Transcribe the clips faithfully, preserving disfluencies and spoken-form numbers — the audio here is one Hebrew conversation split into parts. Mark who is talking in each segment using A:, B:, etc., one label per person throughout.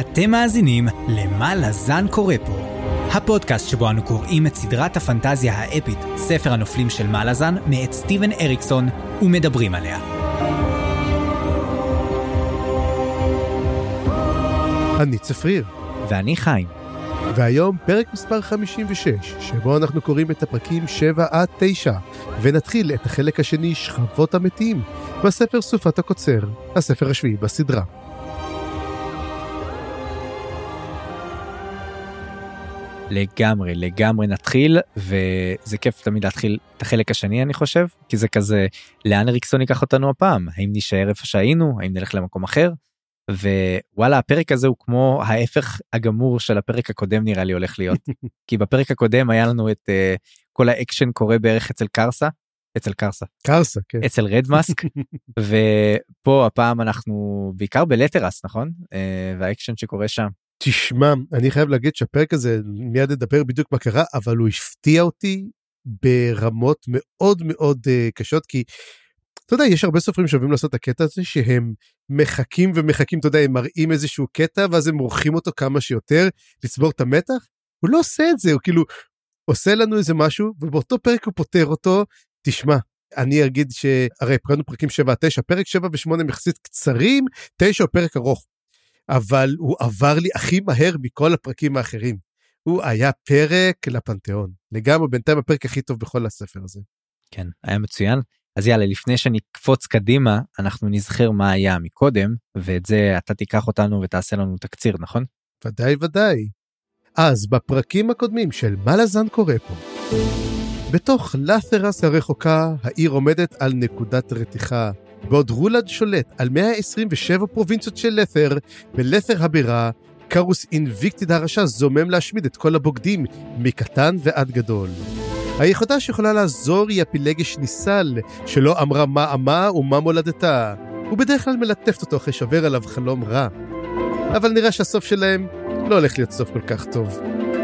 A: אתם מאזינים למה לזן קורא פה, הפודקאסט שבו אנו קוראים את סדרת הפנטזיה האפית ספר הנופלים של מה לזן מאת סטיבן אריקסון ומדברים עליה.
B: אני צפריר.
A: ואני חיים.
B: והיום פרק מספר חמישים ושש, שבו אנחנו קוראים את הפרקים שבע עד תשע, ונתחיל את החלק השני, שכבות המתים, בספר סופת הקוצר, הספר השביעי בסדרה.
C: לגמרי, לגמרי נתחיל, וזה כיף תמיד להתחיל את החלק השני, אני חושב, כי זה כזה, לאן אריקסון ייקח אותנו הפעם? האם נשאר איפה שהיינו? האם נלך למקום אחר? ווואלה, הפרק הזה הוא כמו ההפך הגמור של הפרק הקודם נראה לי הולך להיות. כי בפרק הקודם היה לנו את uh, כל האקשן קורה בערך אצל קרסה, אצל קרסה.
B: קרסה, כן.
C: אצל רדמאסק, ופה הפעם אנחנו בעיקר בלטרס, נכון? Uh, והאקשן שקורה שם.
B: תשמע, אני חייב להגיד שהפרק הזה, מיד אדבר בדיוק מה קרה, אבל הוא הפתיע אותי ברמות מאוד מאוד uh, קשות, כי אתה יודע, יש הרבה סופרים שאוהבים לעשות את הקטע הזה, שהם מחכים ומחכים, אתה יודע, הם מראים איזשהו קטע, ואז הם מורחים אותו כמה שיותר, לצבור את המתח. הוא לא עושה את זה, הוא כאילו עושה לנו איזה משהו, ובאותו פרק הוא פותר אותו. תשמע, אני אגיד שהרי פרקנו פרקים שבע עד תשע, פרק שבע ושמונה מחסית קצרים, תשע הוא פרק ארוך, אבל הוא עבר לי הכי מהר מכל הפרקים האחרים. הוא היה פרק לפנתיאון, לגמרי בינתיים הפרק הכי טוב בכל הספר הזה.
C: כן, היה מצוין. אז יאללה, לפני שנקפוץ קדימה, אנחנו נזכר מה היה מקודם, ואת זה אתה תיקח אותנו ותעשה לנו תקציר, נכון?
B: ודאי, ודאי. אז בפרקים הקודמים של מה לזן קורא פה, בתוך לת'רס הרחוקה, העיר עומדת על נקודת רתיחה, בעוד רולד שולט על מאה עשרים ושבע פרובינציות של לת'ר, בלת'ר הבירה, קרוס אינביקטיד הרשע זומם להשמיד את כל הבוגדים, מקטן ועד גדול. היחידה שיכולה לעזור היא הפילגש ניסל, שלא אמרה מה אמה ומה מולדתה. הוא בדרך כלל מלטפת אותו אחרי שובר עליו חלום רע. אבל נראה שהסוף שלהם לא הולך להיות סוף כל כך טוב.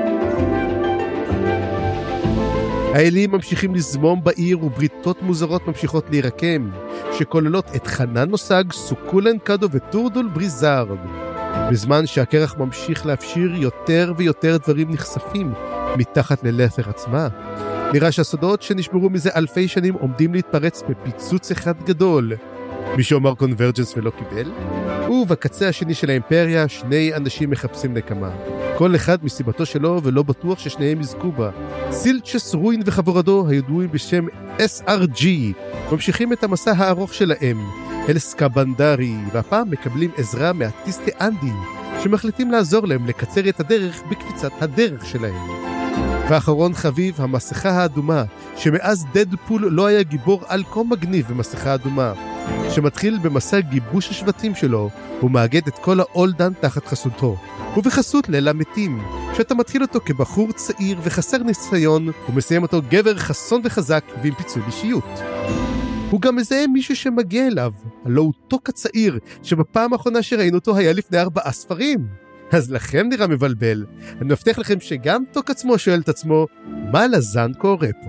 B: האלים ממשיכים לזמום בעיר ובריתות מוזרות ממשיכות להירקם, שכוללות את חנן נוסג, סוקולן קדו וטורדול בריזר. בזמן שהקרח ממשיך להפשיר יותר ויותר דברים נחשפים מתחת ללת'ר עצמה. נראה שהסודות שנשמרו מזה אלפי שנים עומדים להתפרץ בפיצוץ אחד גדול. מישהו אמר קונברג'נס ולא קיבל? ובקצה השני של האימפריה שני אנשים מחפשים נקמה. כל אחד מסיבתו שלו ולא בטוח ששניהם יזכו בה. סילצ'ס רוין וחבורדו הידועים בשם אס אר ג'י ממשיכים את המסע הארוך שלהם אל סקבנדרי, והפעם מקבלים עזרה מהטיסטי אנדי שמחליטים לעזור להם לקצר את הדרך בקפיצת הדרך שלהם. ואחרון חביב, המסכה האדומה, שמאז דדפול לא היה גיבור על כה מגניב במסכה האדומה, שמתחיל במסע גיבוש השבטים שלו, הוא מאגד את כל האולדן תחת חסותו, ובחסות ליל המתים, שאתה מתחיל אותו כבחור צעיר וחסר ניסיון, ומסיים אותו גבר חסון וחזק ועם פיצול אישיות. הוא גם מזהה מישהו שמגיע אליו, הלא הוא טוק הצעיר, שבפעם האחרונה שראינו אותו היה לפני ארבעה ספרים. אז לכם נראה מבלבל, אני מבטיח לכם שגם טוק עצמו שואל את עצמו, מה לזן קורא פה?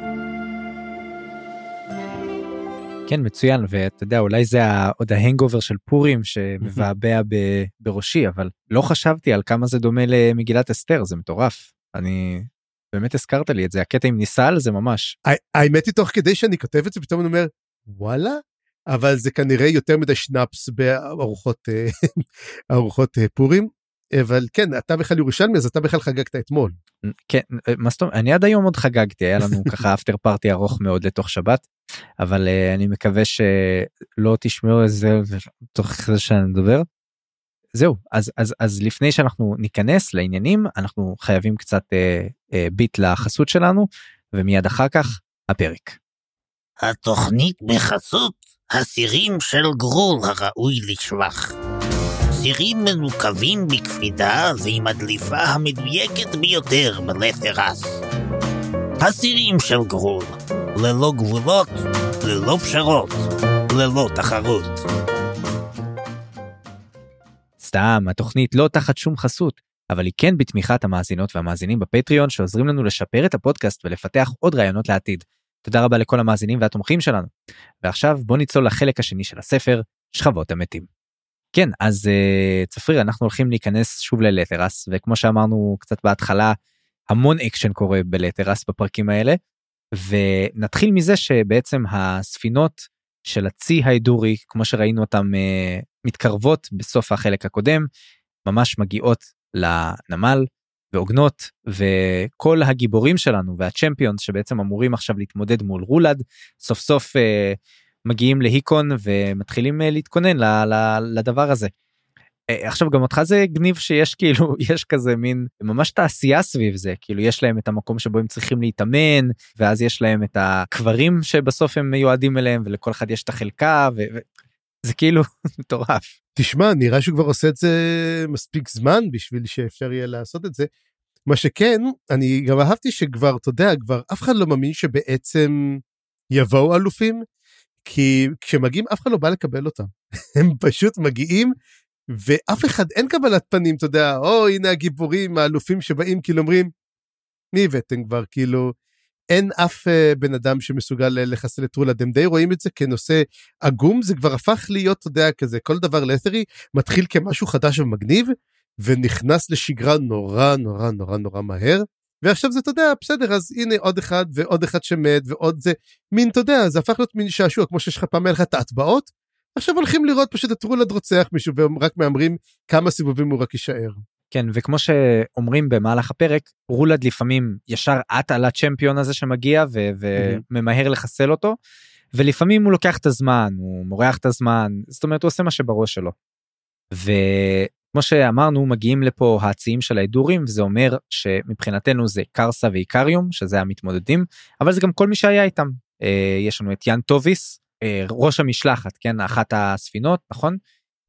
C: כן, מצוין, ואתה יודע, אולי זה עוד ההנגובר של פורים שמבעבע בראשי, אבל לא חשבתי על כמה זה דומה למגילת אסתר, זה מטורף. אני, באמת הזכרת לי את זה, הקטע עם ניסל זה ממש.
B: האמת היא תוך כדי שאני כותב את זה, פתאום אני אומר, וואלה? אבל זה כנראה יותר מדי שנאפס בארוחות ארוחות פורים. אבל כן, אתה בכלל ירושלמי, אז אתה בכלל חגגת אתמול.
C: כן, מה זאת אומרת? אני עד היום עוד חגגתי, היה לנו ככה אפטר פארטי ארוך מאוד לתוך שבת, אבל uh, אני מקווה שלא תשמעו את זה תוך זה שאני מדבר. זהו, אז, אז, אז לפני שאנחנו ניכנס לעניינים, אנחנו חייבים קצת uh, uh, ביט לחסות שלנו, ומיד אחר כך הפרק.
D: התוכנית בחסות הסירים של גרול הראוי לשבח. סירים מנוקבים בקפידה ועם הדליפה המדויקת ביותר בלת'רס. הסירים של גרול, ללא גבולות, ללא פשרות, ללא תחרות.
C: סתם, התוכנית לא תחת שום חסות, אבל היא כן בתמיכת המאזינות והמאזינים בפטריון שעוזרים לנו לשפר את הפודקאסט ולפתח עוד רעיונות לעתיד. תודה רבה לכל המאזינים והתומכים שלנו. ועכשיו בוא ניצול לחלק השני של הספר, שכבות המתים. כן, אז uh, צפריר, אנחנו הולכים להיכנס שוב ללטרס, וכמו שאמרנו קצת בהתחלה, המון אקשן קורה בלטרס בפרקים האלה, ונתחיל מזה שבעצם הספינות של הצי ההידורי, כמו שראינו אותם uh, מתקרבות בסוף החלק הקודם, ממש מגיעות לנמל ועוגנות, וכל הגיבורים שלנו והצ'מפיונס שבעצם אמורים עכשיו להתמודד מול רולד, סוף סוף uh, מגיעים להיקון ומתחילים uh, להתכונן ל- ל- לדבר הזה. Uh, עכשיו גם אותך זה גניב שיש כאילו, יש כזה מין ממש תעשייה סביב זה, כאילו יש להם את המקום שבו הם צריכים להתאמן, ואז יש להם את הקברים שבסוף הם מיועדים אליהם, ולכל אחד יש את החלקה, ו... ו- זה כאילו מטורף.
B: תשמע, נראה שהוא כבר עושה את זה מספיק זמן בשביל שאפשר יהיה לעשות את זה. מה שכן, אני גם אהבתי שכבר, אתה יודע, כבר אף אחד לא מאמין שבעצם יבואו אלופים, כי כשמגיעים אף אחד לא בא לקבל אותם. הם פשוט מגיעים, ואף אחד, אין קבלת פנים, אתה יודע, או הנה הגיבורים, האלופים שבאים, כאילו אומרים, מי הבאתם כבר, כאילו, אין אף uh, בן אדם שמסוגל לחסל את רולד, הם די רואים את זה כנושא עגום, זה כבר הפך להיות, אתה יודע, כזה, כל דבר לת'רי, מתחיל כמשהו חדש ומגניב, ונכנס לשגרה נורא נורא נורא נורא מהר, ועכשיו זה, אתה יודע, בסדר, אז הנה עוד אחד, ועוד אחד שמת, ועוד זה, מין, אתה יודע, זה הפך להיות מין שעשוע, כמו שיש לך פעם מלך את ההטבעות, עכשיו הולכים לראות פשוט את רולד רוצח מישהו, ורק מאמרים כמה סיבובים הוא רק יישאר.
C: כן, וכמו שאומרים במהלך הפרק, רולד לפעמים ישר עט על הצ'מפיון הזה שמגיע ו- וממהר לחסל אותו, ולפעמים הוא לוקח את הזמן, הוא מורח את הזמן, זאת אומרת הוא עושה מה שבראש שלו. וכמו שאמרנו, מגיעים לפה הציים של ההידורים, וזה אומר שמבחינתנו זה קרסה ואיקריום, שזה המתמודדים, אבל זה גם כל מי שהיה איתם. יש לנו את יאן טוביס, ראש המשלחת, כן, אחת הספינות, נכון?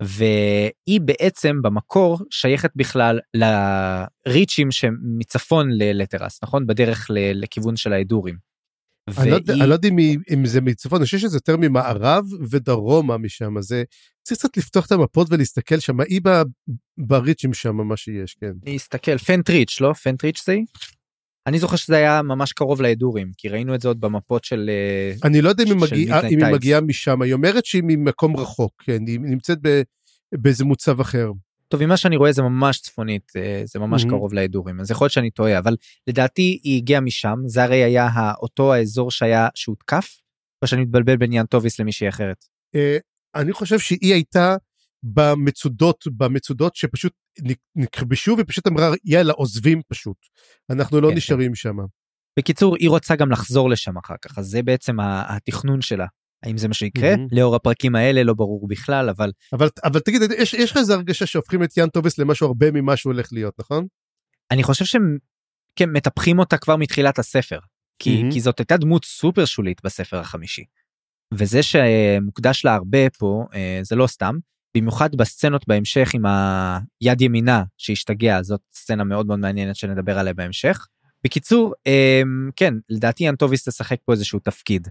C: והיא בעצם במקור שייכת בכלל לריצ'ים שמצפון ללטרס, נכון? בדרך לכיוון של ההידורים.
B: אני לא יודע אם זה מצפון, אני חושב שזה יותר ממערב ודרומה משם, אז צריך קצת לפתוח את המפות ולהסתכל שם, היא בריצ'ים שם מה שיש, כן.
C: להסתכל, פנטריץ', לא? פנטריץ' זה? אני זוכר שזה היה ממש קרוב להידורים, כי ראינו את זה עוד במפות של...
B: אני לא יודע אם היא מגיעה משם, היא אומרת שהיא ממקום רחוק, היא נמצאת באיזה מוצב אחר.
C: טוב, ממה שאני רואה זה ממש צפונית, זה ממש קרוב להידורים, אז יכול להיות שאני טועה, אבל לדעתי היא הגיעה משם, זה הרי היה אותו האזור שהיה שהותקף, או שאני מתבלבל בין יאן טוביס למישהי אחרת?
B: אני חושב שהיא הייתה במצודות, במצודות שפשוט נכבשו, ופשוט אמרה, יאללה, עוזבים פשוט. אנחנו לא נשארים שם.
C: בקיצור, היא רוצה גם לחזור לשם אחר כך, אז זה בעצם התכנון שלה. האם זה מה שיקרה? לאור הפרקים האלה לא ברור בכלל, אבל... אבל,
B: אבל תגיד, יש, יש לך איזו הרגשה שהופכים את יאן טוביס למשהו הרבה ממה שהוא הולך להיות, נכון?
C: אני חושב שהם כן, מטפחים אותה כבר מתחילת הספר, כי, כי זאת הייתה דמות סופר שולית בספר החמישי. וזה שמוקדש לה הרבה פה, זה לא סתם, במיוחד בסצנות בהמשך עם היד ימינה שהשתגע, זאת סצנה מאוד מאוד מעניינת שנדבר עליה בהמשך. בקיצור, כן, לדעתי יאן טוביס תשחק פה איזשהו תפקיד.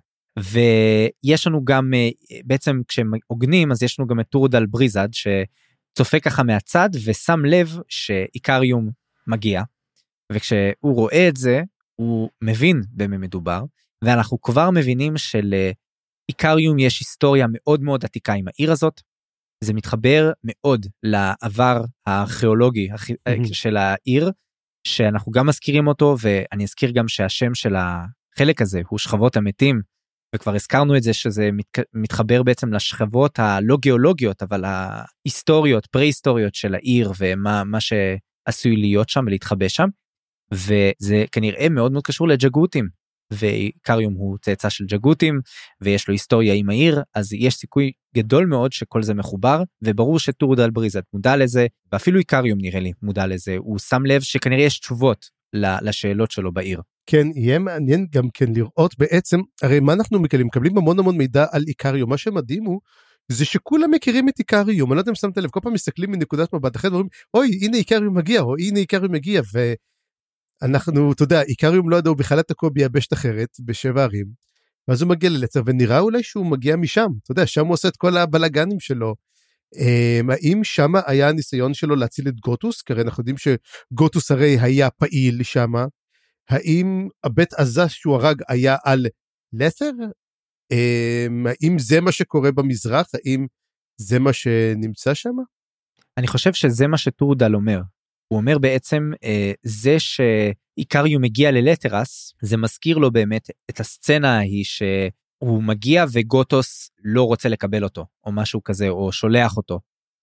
C: ויש לנו גם, בעצם כשהם עוגנים, אז יש לנו גם את טורדל בריזד, שצופה ככה מהצד, ושם לב שאיקריום מגיע, וכשהוא רואה את זה, הוא מבין במה מדובר, ואנחנו כבר מבינים שלאיקריום יש היסטוריה מאוד מאוד עתיקה עם העיר הזאת, זה מתחבר מאוד לעבר הארכיאולוגי של העיר, שאנחנו גם מזכירים אותו, ואני אזכיר גם שהשם של החלק הזה הוא שכבות המתים, וכבר הזכרנו את זה שזה מתחבר בעצם לשכבות הלא גיאולוגיות, אבל ההיסטוריות, פרה-היסטוריות של העיר, ומה מה שעשוי להיות שם ולהתחבא שם, וזה כנראה מאוד מאוד קשור לג'גותים, ואיקריום הוא צאצא של ג'גותים, ויש לו היסטוריה עם העיר, אז יש סיכוי גדול מאוד שכל זה מחובר, וברור שטורדל בריזד מודע לזה, ואפילו איקריום נראה לי מודע לזה, הוא שם לב שכנראה יש תשובות לשאלות שלו בעיר.
B: כן, יהיה מעניין גם כן לראות בעצם, הרי מה אנחנו מקבלים? מקבלים המון המון מידע על איקריום, מה שמדהים הוא, זה שכולם מכירים את איקריום, אני לא יודע אם שמת לב, כל פעם מסתכלים מנקודת מבט אחרת, ואומרים, אוי, הנה איקריום מגיע, או הנה איקריום מגיע, ואנחנו, אתה יודע, איקריום לא יודע, הוא בכלל תקוע ביבשת אחרת, בשבע ערים, ואז הוא מגיע ללצר, ונראה אולי שהוא מגיע משם, אתה יודע, שם הוא עושה את כל הבלגנים שלו, האם שם היה הניסיון שלו להציל את גוטוס, כי אנחנו יודעים שגוטוס הרי היה פעיל שם, האם הבית עזה שהוא הרג היה על לת'ר? האם זה מה שקורה במזרח? האם זה מה שנמצא שם?
C: אני חושב שזה מה שטורדל אומר. הוא אומר בעצם אה, זה שאיקריום מגיע ללטרס, זה מזכיר לו באמת את הסצנה ההיא שהוא מגיע וגוטוס לא רוצה לקבל אותו, או משהו כזה, או שולח אותו.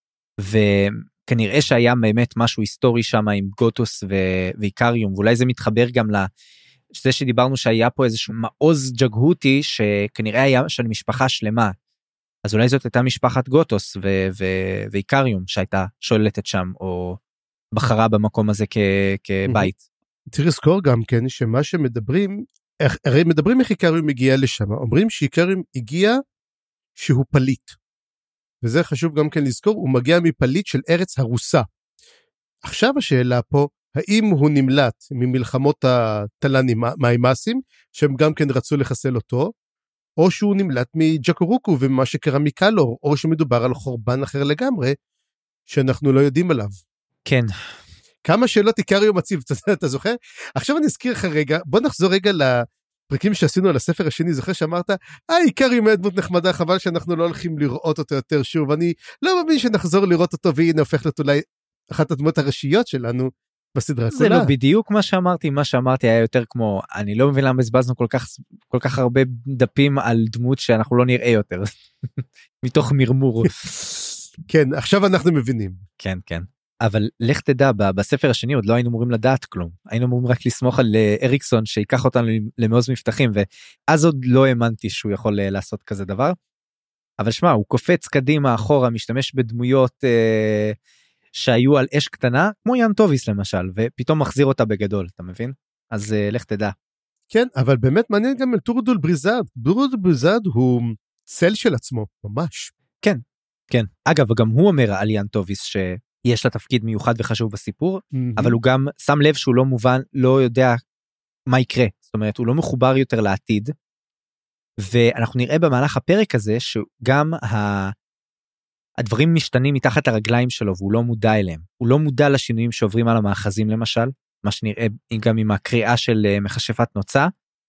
C: וכנראה שהיה באמת משהו היסטורי שם עם גוטוס ו- ואיקריום, ואולי זה מתחבר גם ל... זה שדיברנו שהיה פה איזשהו מעוז ג'גהותי, שכנראה היה של משפחה שלמה, אז אולי זאת הייתה משפחת גוטוס ו- ו- ואיקריום, שהייתה שולטת שם, או בחרה במקום הזה כ- כבית.
B: צריך לזכור גם כן, שמה שמדברים, הרי מדברים איך איקריום הגיע לשם, אומרים שאיקריום הגיע שהוא פליט, וזה חשוב גם כן לזכור, הוא מגיע מפליט של ארץ הרוסה. עכשיו השאלה פה, האם הוא נמלט ממלחמות הטלנים מהאימאסים, שהם גם כן רצו לחסל אותו, או שהוא נמלט מג'קורוקו ומה שקרה מקלור, או שמדובר על חורבן אחר לגמרי, שאנחנו לא יודעים עליו.
C: כן.
B: כמה שאלות איקריום מציב, אתה, אתה זוכר? עכשיו אני אזכיר לך רגע, בוא נחזור רגע לפרקים שעשינו על הספר השני, זוכר שאמרת, אה, איקריום היה דמות נחמדה, חבל שאנחנו לא הולכים לראות אותו יותר שוב, אני לא מבין שנחזור לראות אותו, והנה הופך להיות אולי אחת הדמות הראשיות שלנו, בסדרה
C: זה
B: כולה.
C: לא בדיוק מה שאמרתי, מה שאמרתי היה יותר כמו, אני לא מבין למה הזבזנו כל כך, כל כך הרבה דפים על דמות שאנחנו לא נראה יותר, מתוך מרמור.
B: כן, עכשיו אנחנו מבינים.
C: כן, כן. אבל לך תדע, בספר השני עוד לא היינו אמורים לדעת כלום, היינו אמורים רק לסמוך על אריקסון, שיקח אותנו למעוז מבטחים, ואז עוד לא האמנתי שהוא יכול לעשות כזה דבר, אבל שמע, הוא קופץ קדימה, אחורה, משתמש בדמויות אה, שהיו על אש קטנה, כמו ינטוביס למשל, ופתאום מחזיר אותה בגדול, אתה מבין? אז אה, לך תדע.
B: כן, אבל באמת מעניין גם על טורדול בריזארד, טורדול בריזארד הוא צל של עצמו, ממש.
C: כן, כן. אגב, גם הוא אומר על ינטוביס שיש לה תפקיד מיוחד וחשוב בסיפור, mm-hmm. אבל הוא גם שם לב שהוא לא מובן, לא יודע מה יקרה, זאת אומרת, הוא לא מחובר יותר לעתיד, ואנחנו נראה במהלך הפרק הזה, שגם ה... הדברים משתנים מתחת הרגליים שלו, והוא לא מודע אליהם. הוא לא מודע לשינויים שעוברים על המאחזים למשל, מה שנראה גם עם הקריאה של מכשפת נוצה,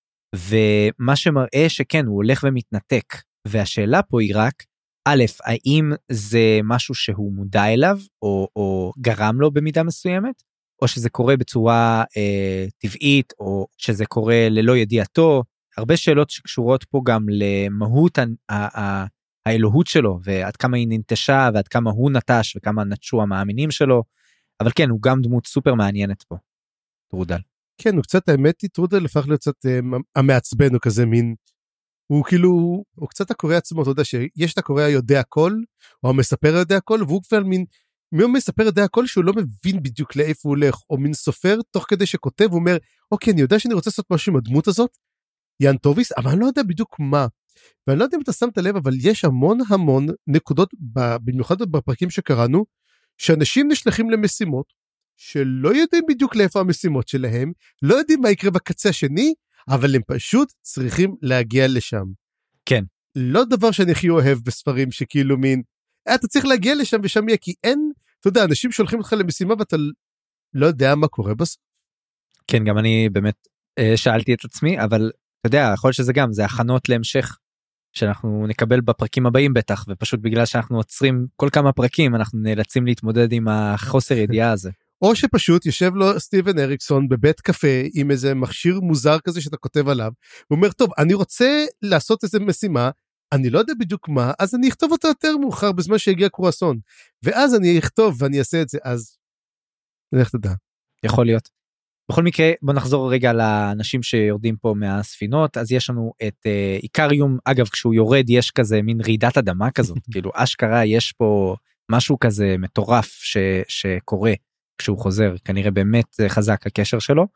C: ומה שמראה שכן, הוא הולך ומתנתק, והשאלה פה היא רק, א', האם זה משהו שהוא מודע אליו, או, או גרם לו במידה מסוימת, או שזה קורה בצורה אה, טבעית, או שזה קורה ללא ידיעתו, הרבה שאלות שקשורות פה גם למהות ה- ה- האלוהות שלו, ועד כמה היא ננטשה, ועד כמה הוא נטש, וכמה נטשו המאמינים שלו, אבל כן, הוא גם דמות סופר מעניינת פה, טרודל.
B: כן, הוא קצת, האמת היא, טרודל הפך להיות קצת um, המעצבן, הוא כזה מין, הוא כאילו, הוא קצת הקורא עצמו, אתה יודע שיש את הקורא יודע הכל, או המספר יודע הכל, והוא כבר מין, מי הוא מספר יודע הכל שהוא לא מבין בדיוק לאיפה הוא הולך, או מין סופר, תוך כדי שכותב, הוא אומר, אוקיי, אני יודע שאני רוצה לעשות משהו עם הדמות הזאת, ינטוביס, אבל אני לא יודע בדיוק מה, ואני לא יודע אם אתה שמת לב, אבל יש המון המון נקודות, במיוחד בפרקים שקראנו, שאנשים נשלחים למשימות, שלא יודעים בדיוק לאיפה המשימות שלהם, לא יודעים מה יקרה בקצה השני, אבל הם פשוט צריכים להגיע לשם.
C: כן.
B: לא דבר שאני הכי אוהב בספרים שכאילו מין, אתה צריך להגיע לשם ושם יהיה, כי אין, אתה יודע, אנשים שולחים אותך למשימה ואתה לא יודע מה קורה בסוף.
C: כן, גם אני באמת שאלתי את עצמי, אבל אתה יודע, יכול להיות שזה גם, זה הכנות להמשך, שאנחנו נקבל בפרקים הבאים בטח, ופשוט בגלל שאנחנו עוצרים כל כמה פרקים, אנחנו נאלצים להתמודד עם החוסר ידיעה הזה.
B: או שפשוט יושב לו סטיבן אריקסון בבית קפה, עם איזה מכשיר מוזר כזה שאתה כותב עליו, הוא אומר, טוב, אני רוצה לעשות איזה משימה, אני לא יודע בדיוק מה, אז אני אכתוב אותו יותר מאוחר, בזמן שיגיע קרואסון, ואז אני אכתוב ואני אעשה את זה, אז נלך תדע.
C: יכול להיות. בכל מקרה, בוא נחזור רגע לאנשים שיורדים פה מהספינות, אז יש לנו את uh, איקריום, אגב, כשהוא יורד יש כזה מין רעידת אדמה כזאת, כאילו אשכרה יש פה משהו כזה מטורף ש, שקורה כשהוא חוזר, כנראה באמת חזק הקשר שלו,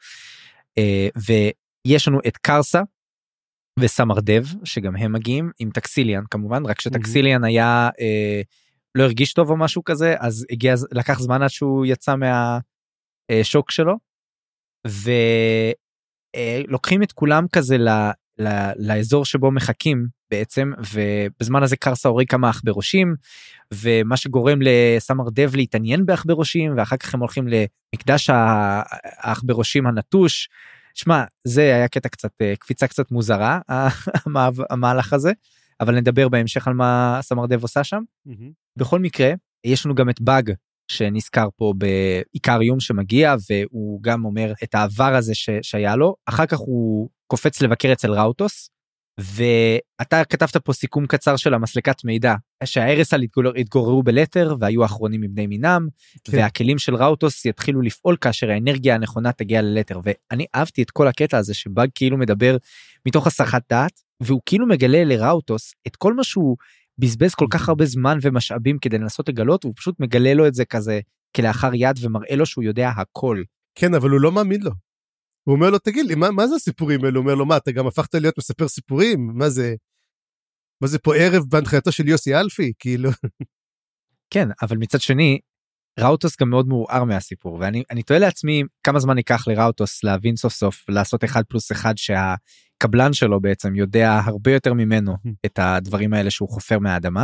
C: uh, ויש לנו את קרסה וסמרדב, שגם הם מגיעים, עם טקסיליאן כמובן, רק שטקסיליאן היה, uh, לא הרגיש טוב או משהו כזה, אז הגיע, לקח זמן עד שהוא יצא מהשוק שלו, ולוקחים את כולם כזה ל, ל, לאזור שבו מחכים בעצם, ובזמן הזה קרסה הורג כמה אחברושים, ומה שגורם לסמרדב להתעניין באחברושים, ואחר כך הם הולכים למקדש האחברושים הנטוש. שמע, זה היה קטע קצת, קפיצה קצת מוזרה, המהלך הזה, אבל נדבר בהמשך על מה סמרדב עושה שם. Mm-hmm. בכל מקרה, יש לנו גם את באג, שנזכר פה באיקריום שמגיע, והוא גם אומר את העבר הזה ש, שהיה לו, אחר כך הוא קופץ לבקר אצל ראוטוס, ואתה כתבת פה סיכום קצר של המסלקת מידע, שהארסל התגוררו בלתר, והיו האחרונים מבני מינם, כן. והכלים של ראוטוס יתחילו לפעול, כאשר האנרגיה הנכונה תגיע ללתר, ואני אהבתי את כל הקטע הזה, שבאג כאילו מדבר מתוך הסחת דעת, והוא כאילו מגלה לראוטוס את כל מה שהוא בזבז כל כך הרבה זמן ומשאבים כדי לנסות לגלות, הוא פשוט מגלה לו את זה כזה כלאחר יד, ומראה לו שהוא יודע הכל.
B: כן, אבל הוא לא מאמין לו. הוא אומר לו, תגיד לי, מה, מה זה הסיפורים האלו? הוא אומר לו, מה, אתה גם הפכת להיות מספר סיפורים? מה זה, מה זה פה ערב בהנחייתו של יוסי אלפי? כאילו.
C: כן, אבל מצד שני, ראוטוס גם מאוד מעורער מהסיפור, ואני אני תוהה לעצמי כמה זמן ייקח לראוטוס להבין סוף סוף, לעשות אחד פלוס אחד שהקבלן שלו בעצם יודע הרבה יותר ממנו את הדברים האלה שהוא חופר מהאדמה,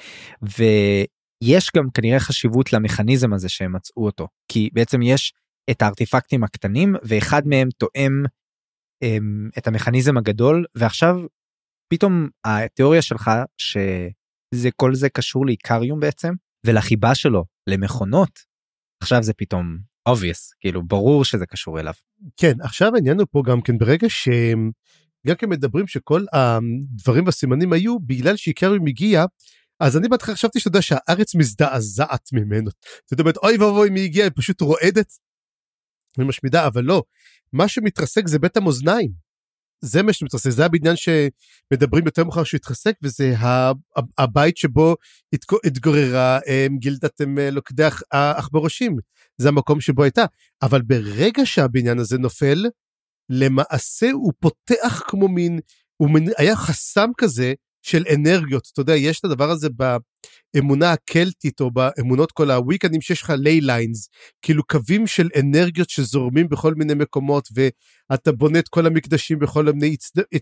C: ויש גם כנראה חשיבות למכניזם הזה שהם מצאו אותו, כי בעצם יש את הארטיפקטים הקטנים, ואחד מהם תואם הם, את המכניזם הגדול, ועכשיו פתאום התיאוריה שלך שזה כל זה קשור לאיקריום בעצם, ולחיבה שלו למכונות, עכשיו זה פתאום obvious, כאילו ברור שזה קשור אליו.
B: כן, עכשיו העניין הוא פה גם כן ברגע שהם גם כן מדברים שכל הדברים והסימנים היו בגלל שאיקריום הגיע, אז אני בהתחלה חשבתי שאתה יודע שהארץ מזדעזעת ממנו. זאת אומרת, אוי ואבוי מי הגיע, היא פשוט רועדת ומשמידה, אבל לא. מה שמתרסק זה בית המאזניים. זה מה שמתרסק, זה הבניין שמדברים יותר מאוחר שהוא התרסק, וזה הבית שבו התגוררה גילדת לוכדי העכברושים. זה המקום שבו הייתה. אבל ברגע שהבניין הזה נופל, למעשה הוא פותח כמו מין, הוא היה חסם כזה, של אנרגיות, אתה יודע, יש את הדבר הזה באמונה הקלטית, או באמונות כל הוויקנים שיש לך ליילינס, כאילו קווים של אנרגיות שזורמים בכל מיני מקומות, ואתה בונה את כל המקדשים בכל מיני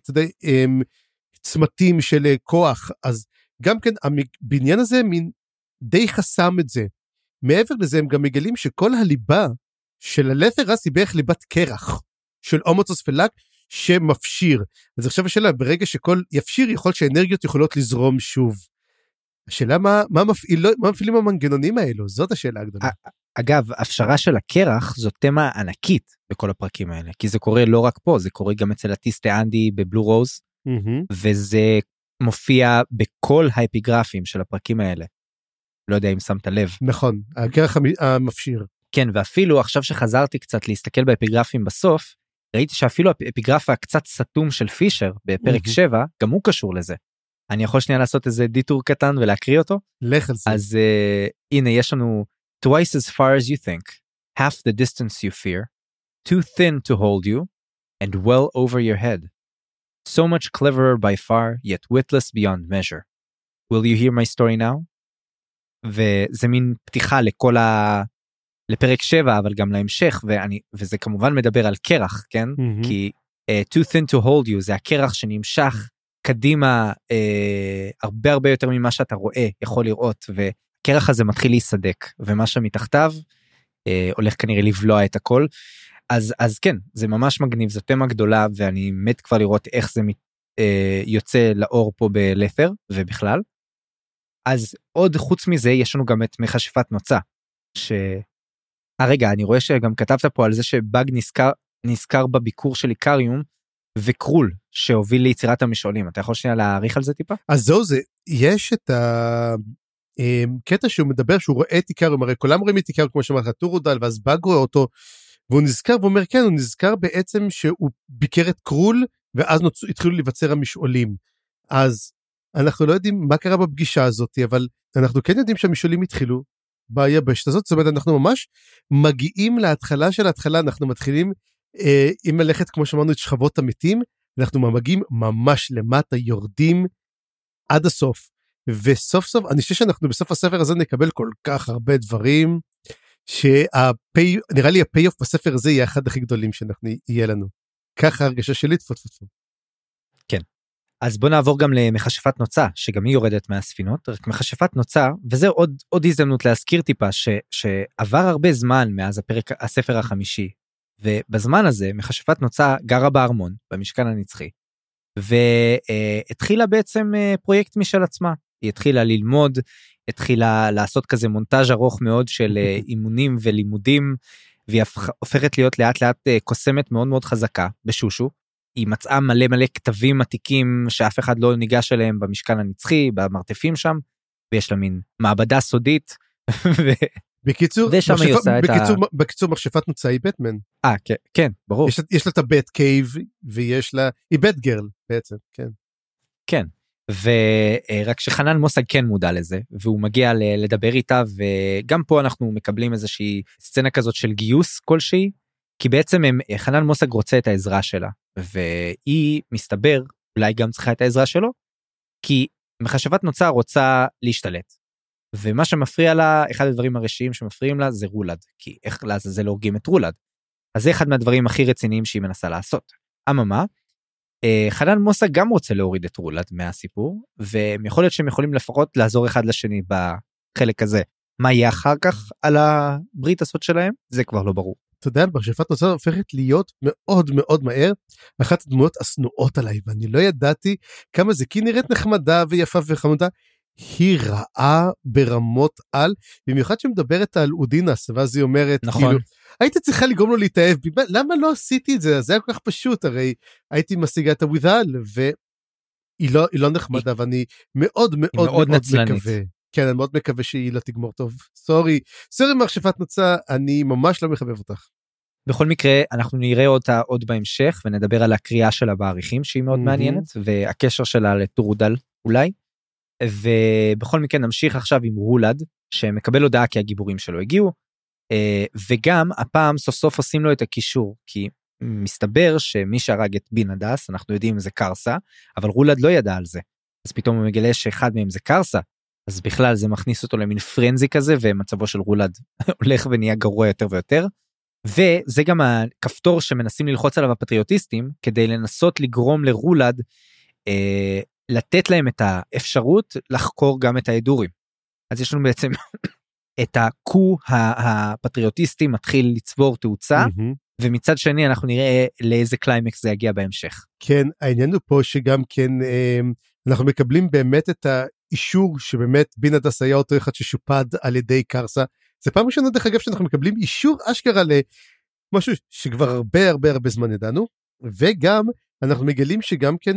B: צמתים של כוח, אז גם כן, הבניין הזה מין די חסם את זה. מעבר לזה, הם גם מגלים שכל הליבה של הלת'רס היא בערך ליבת קרח, של אומוצוס פלאק, שמפשיר. אז עכשיו השאלה, ברגע שכל יפשיר, יכול שהאנרגיות יכולות לזרום שוב. השאלה, מה, מה, מפעיל, מה מפעילים המנגנונים האלו? זאת השאלה הגדולה.
C: אגב, הפשרה של הקרח, זו תמה ענקית בכל הפרקים האלה, כי זה קורה לא רק פה, זה קורה גם אצל הטיסטה אנדי בבלו רוז, mm-hmm. וזה מופיע בכל האפיגרפים של הפרקים האלה. לא יודע אם שמת לב.
B: נכון, הקרח המפשיר.
C: כן, ואפילו עכשיו שחזרתי קצת להסתכל באפיגרפים בסוף, ראיתי שאפילו האפיגרף הקצת סתום של פישר בפרק שבע, גם הוא קשור לזה. אני יכול שנייה לעשות איזה דיטור קטן ולהקריא אותו?
B: לך על זה.
C: אז uh, הנה יש לנו twice as far as you think, half the distance you fear, too thin to hold you, and well over your head. So much cleverer by far, yet witless beyond measure. Will you hear my story now? וזה מין פתיחה לכל ה... לפרק שבע, אבל גם להמשך, ואני, וזה כמובן מדבר על קרח, כן? Mm-hmm. כי uh, too thin to hold you, זה הקרח שנמשך קדימה, uh, הרבה הרבה יותר ממה שאתה רואה, יכול לראות, והקרח הזה מתחיל להיסדק, ומה שמתחתיו, uh, הולך כנראה לבלוע את הכל, אז, אז כן, זה ממש מגניב, זו תמה גדולה, ואני מת כבר לראות איך זה uh, יוצא לאור פה בלת'ר, ובכלל. אז עוד חוץ מזה, יש לנו גם את מכשפת נוצה, ש... אה רגע, אני רואה שגם כתבת פה על זה שבאג נזכר, נזכר בביקור של איקריום, וקרול שהוביל ליצירת המשעולים. אתה יכול שנייה להעריך על זה טיפה?
B: אז זהו זה, יש את הקטע שהוא מדבר, שהוא רואה את איקריום, הרי כולם רואים את איקריום, כמו שאמרת, טורודל, ואז באג רואה אותו, והוא נזכר, ואומר, כן, הוא נזכר בעצם שהוא ביקר את קרול, ואז נוצ... התחילו לבצר המשעולים. אז אנחנו לא יודעים מה קרה בפגישה הזאת, אבל אנחנו כן יודעים שהמשעולים התחילו, ביבשת הזאת, זאת אומרת, אנחנו ממש מגיעים להתחלה של ההתחלה, אנחנו מתחילים אה, עם ללכת, כמו שאמרנו, את שכבות המתים, אנחנו מגיעים ממש למטה, יורדים עד הסוף, וסוף סוף, אני חושב שאנחנו בסוף הספר הזה נקבל כל כך הרבה דברים, שהפי, נראה לי הפי-אוף בספר הזה יהיה אחד הכי גדולים שאנחנו יהיה לנו. ככה הרגשה שלי, תפות-תפות.
C: כן. אז בוא נעבור גם למכשפת נוצה, שגם היא יורדת מהספינות, רק מכשפת נוצה, וזה עוד, עוד הזדמנות להזכיר טיפה, ש, שעבר הרבה זמן מאז הפרק, הספר החמישי, ובזמן הזה, מכשפת נוצה גרה בארמון, במשכן הנצחי, והתחילה בעצם פרויקט משל עצמה, היא התחילה ללמוד התחילה לעשות כזה מונטאז' ארוך מאוד של אימונים ולימודים, והיא הופכת להיות לאט לאט קוסמת מאוד מאוד חזקה בשושו, היא מצאה מלא מלא כתבים עתיקים שאף אחד לא ניגש אליהם במשכן הנצחי, במרתפים שם, ויש לה מין מעבדה סודית,
B: בקיצור,
C: ושם היא עושה את ה...
B: בקיצור, מכשפת נוצה היא בטמן.
C: אה, כן, ברור.
B: יש לה את הבט קייב, ויש לה, היא בט גרל בעצם, כן.
C: כן, ורק שחנן מוסג כן מודע לזה, והוא מגיע לדבר איתה, וגם פה אנחנו מקבלים איזושהי סצנה כזאת של גיוס כלשהי, כי בעצם חנן מוסג רוצה את העזרה שלה, והיא מסתבר, אולי גם צריכה את העזרה שלו, כי מכשפת נוצה רוצה להשתלט. ומה שמפריע לה, אחד הדברים הראשיים שמפריעים לה, זה רולד, כי איך לעזאזל הורגים את רולד. אז זה אחד מהדברים הכי רציניים שהיא מנסה לעשות. אממה, חנן מוסג גם רוצה להוריד את רולד מהסיפור, ויכול להיות שהם יכולים לפחות לעזור אחד לשני בחלק הזה. מה יהיה אחר כך על הברית הזאת שלהם? זה כבר לא ברור.
B: אתה יודע, מכשפת נוצה הופכת להיות מאוד מאוד מהר, אחת הדמויות השנואות עליי, ואני לא ידעתי כמה זה, כי נראית נחמדה ויפה וחמודה, היא רעה ברמות על, במיוחד שמדברת על אודינס, ואז היא אומרת,
C: נכון.
B: כאילו, היית צריכה לגרום לו להתאהב בי, למה לא עשיתי את זה? זה היה כל כך פשוט, הרי הייתי משיגה את הוויזל, והיא לא, היא לא נחמדה, היא... ואני מאוד מאוד מאוד, מאוד מקווה, כן, אני מאוד מקווה שהיא לא תגמור טוב, סורי, סורי מכשפת נוצה, אני ממש לא מחבב אותך.
C: בכל מקרה, אנחנו נראה אותה עוד בהמשך, ונדבר על הקריאה שלה בעריכים, שהיא מאוד mm-hmm. מעניינת, והקשר שלה לטורודל, אולי, ובכל מקרה נמשיך עכשיו עם רולד, שמקבל הודעה כי הגיבורים שלו הגיעו, וגם הפעם סוף סוף עושים לו את הקישור, כי מסתבר שמי שהרג את בין הדס, אנחנו יודעים זה קרסה, אבל רולד לא ידע על זה, אז פתאום הוא מגלה שאחד מהם זה קרסה, אז בכלל זה מכניס אותו למין פרנזי כזה, ומצבו של רולד הולך ונהיה גרוע יותר ויותר, וזה גם הכפתור שמנסים ללחוץ עליו הפטריוטיסטים, כדי לנסות לגרום לרולד, אה, לתת להם את האפשרות לחקור גם את האדורים. אז יש לנו בעצם את הקו הפטריוטיסטי מתחיל לצבור תאוצה, mm-hmm. ומצד שני אנחנו נראה לאיזה קליימקס זה יגיע בהמשך.
B: כן, העניין הוא פה שגם כן אנחנו מקבלים באמת את האישור שבאמת בין הדס היה אותו אחד ששופד על ידי קרסה. זה פעם ראשונה דרך אגב שאנחנו מקבלים אישור אשכרה למשהו שכבר הרבה הרבה הרבה זמן ידענו, וגם אנחנו מגלים שגם כן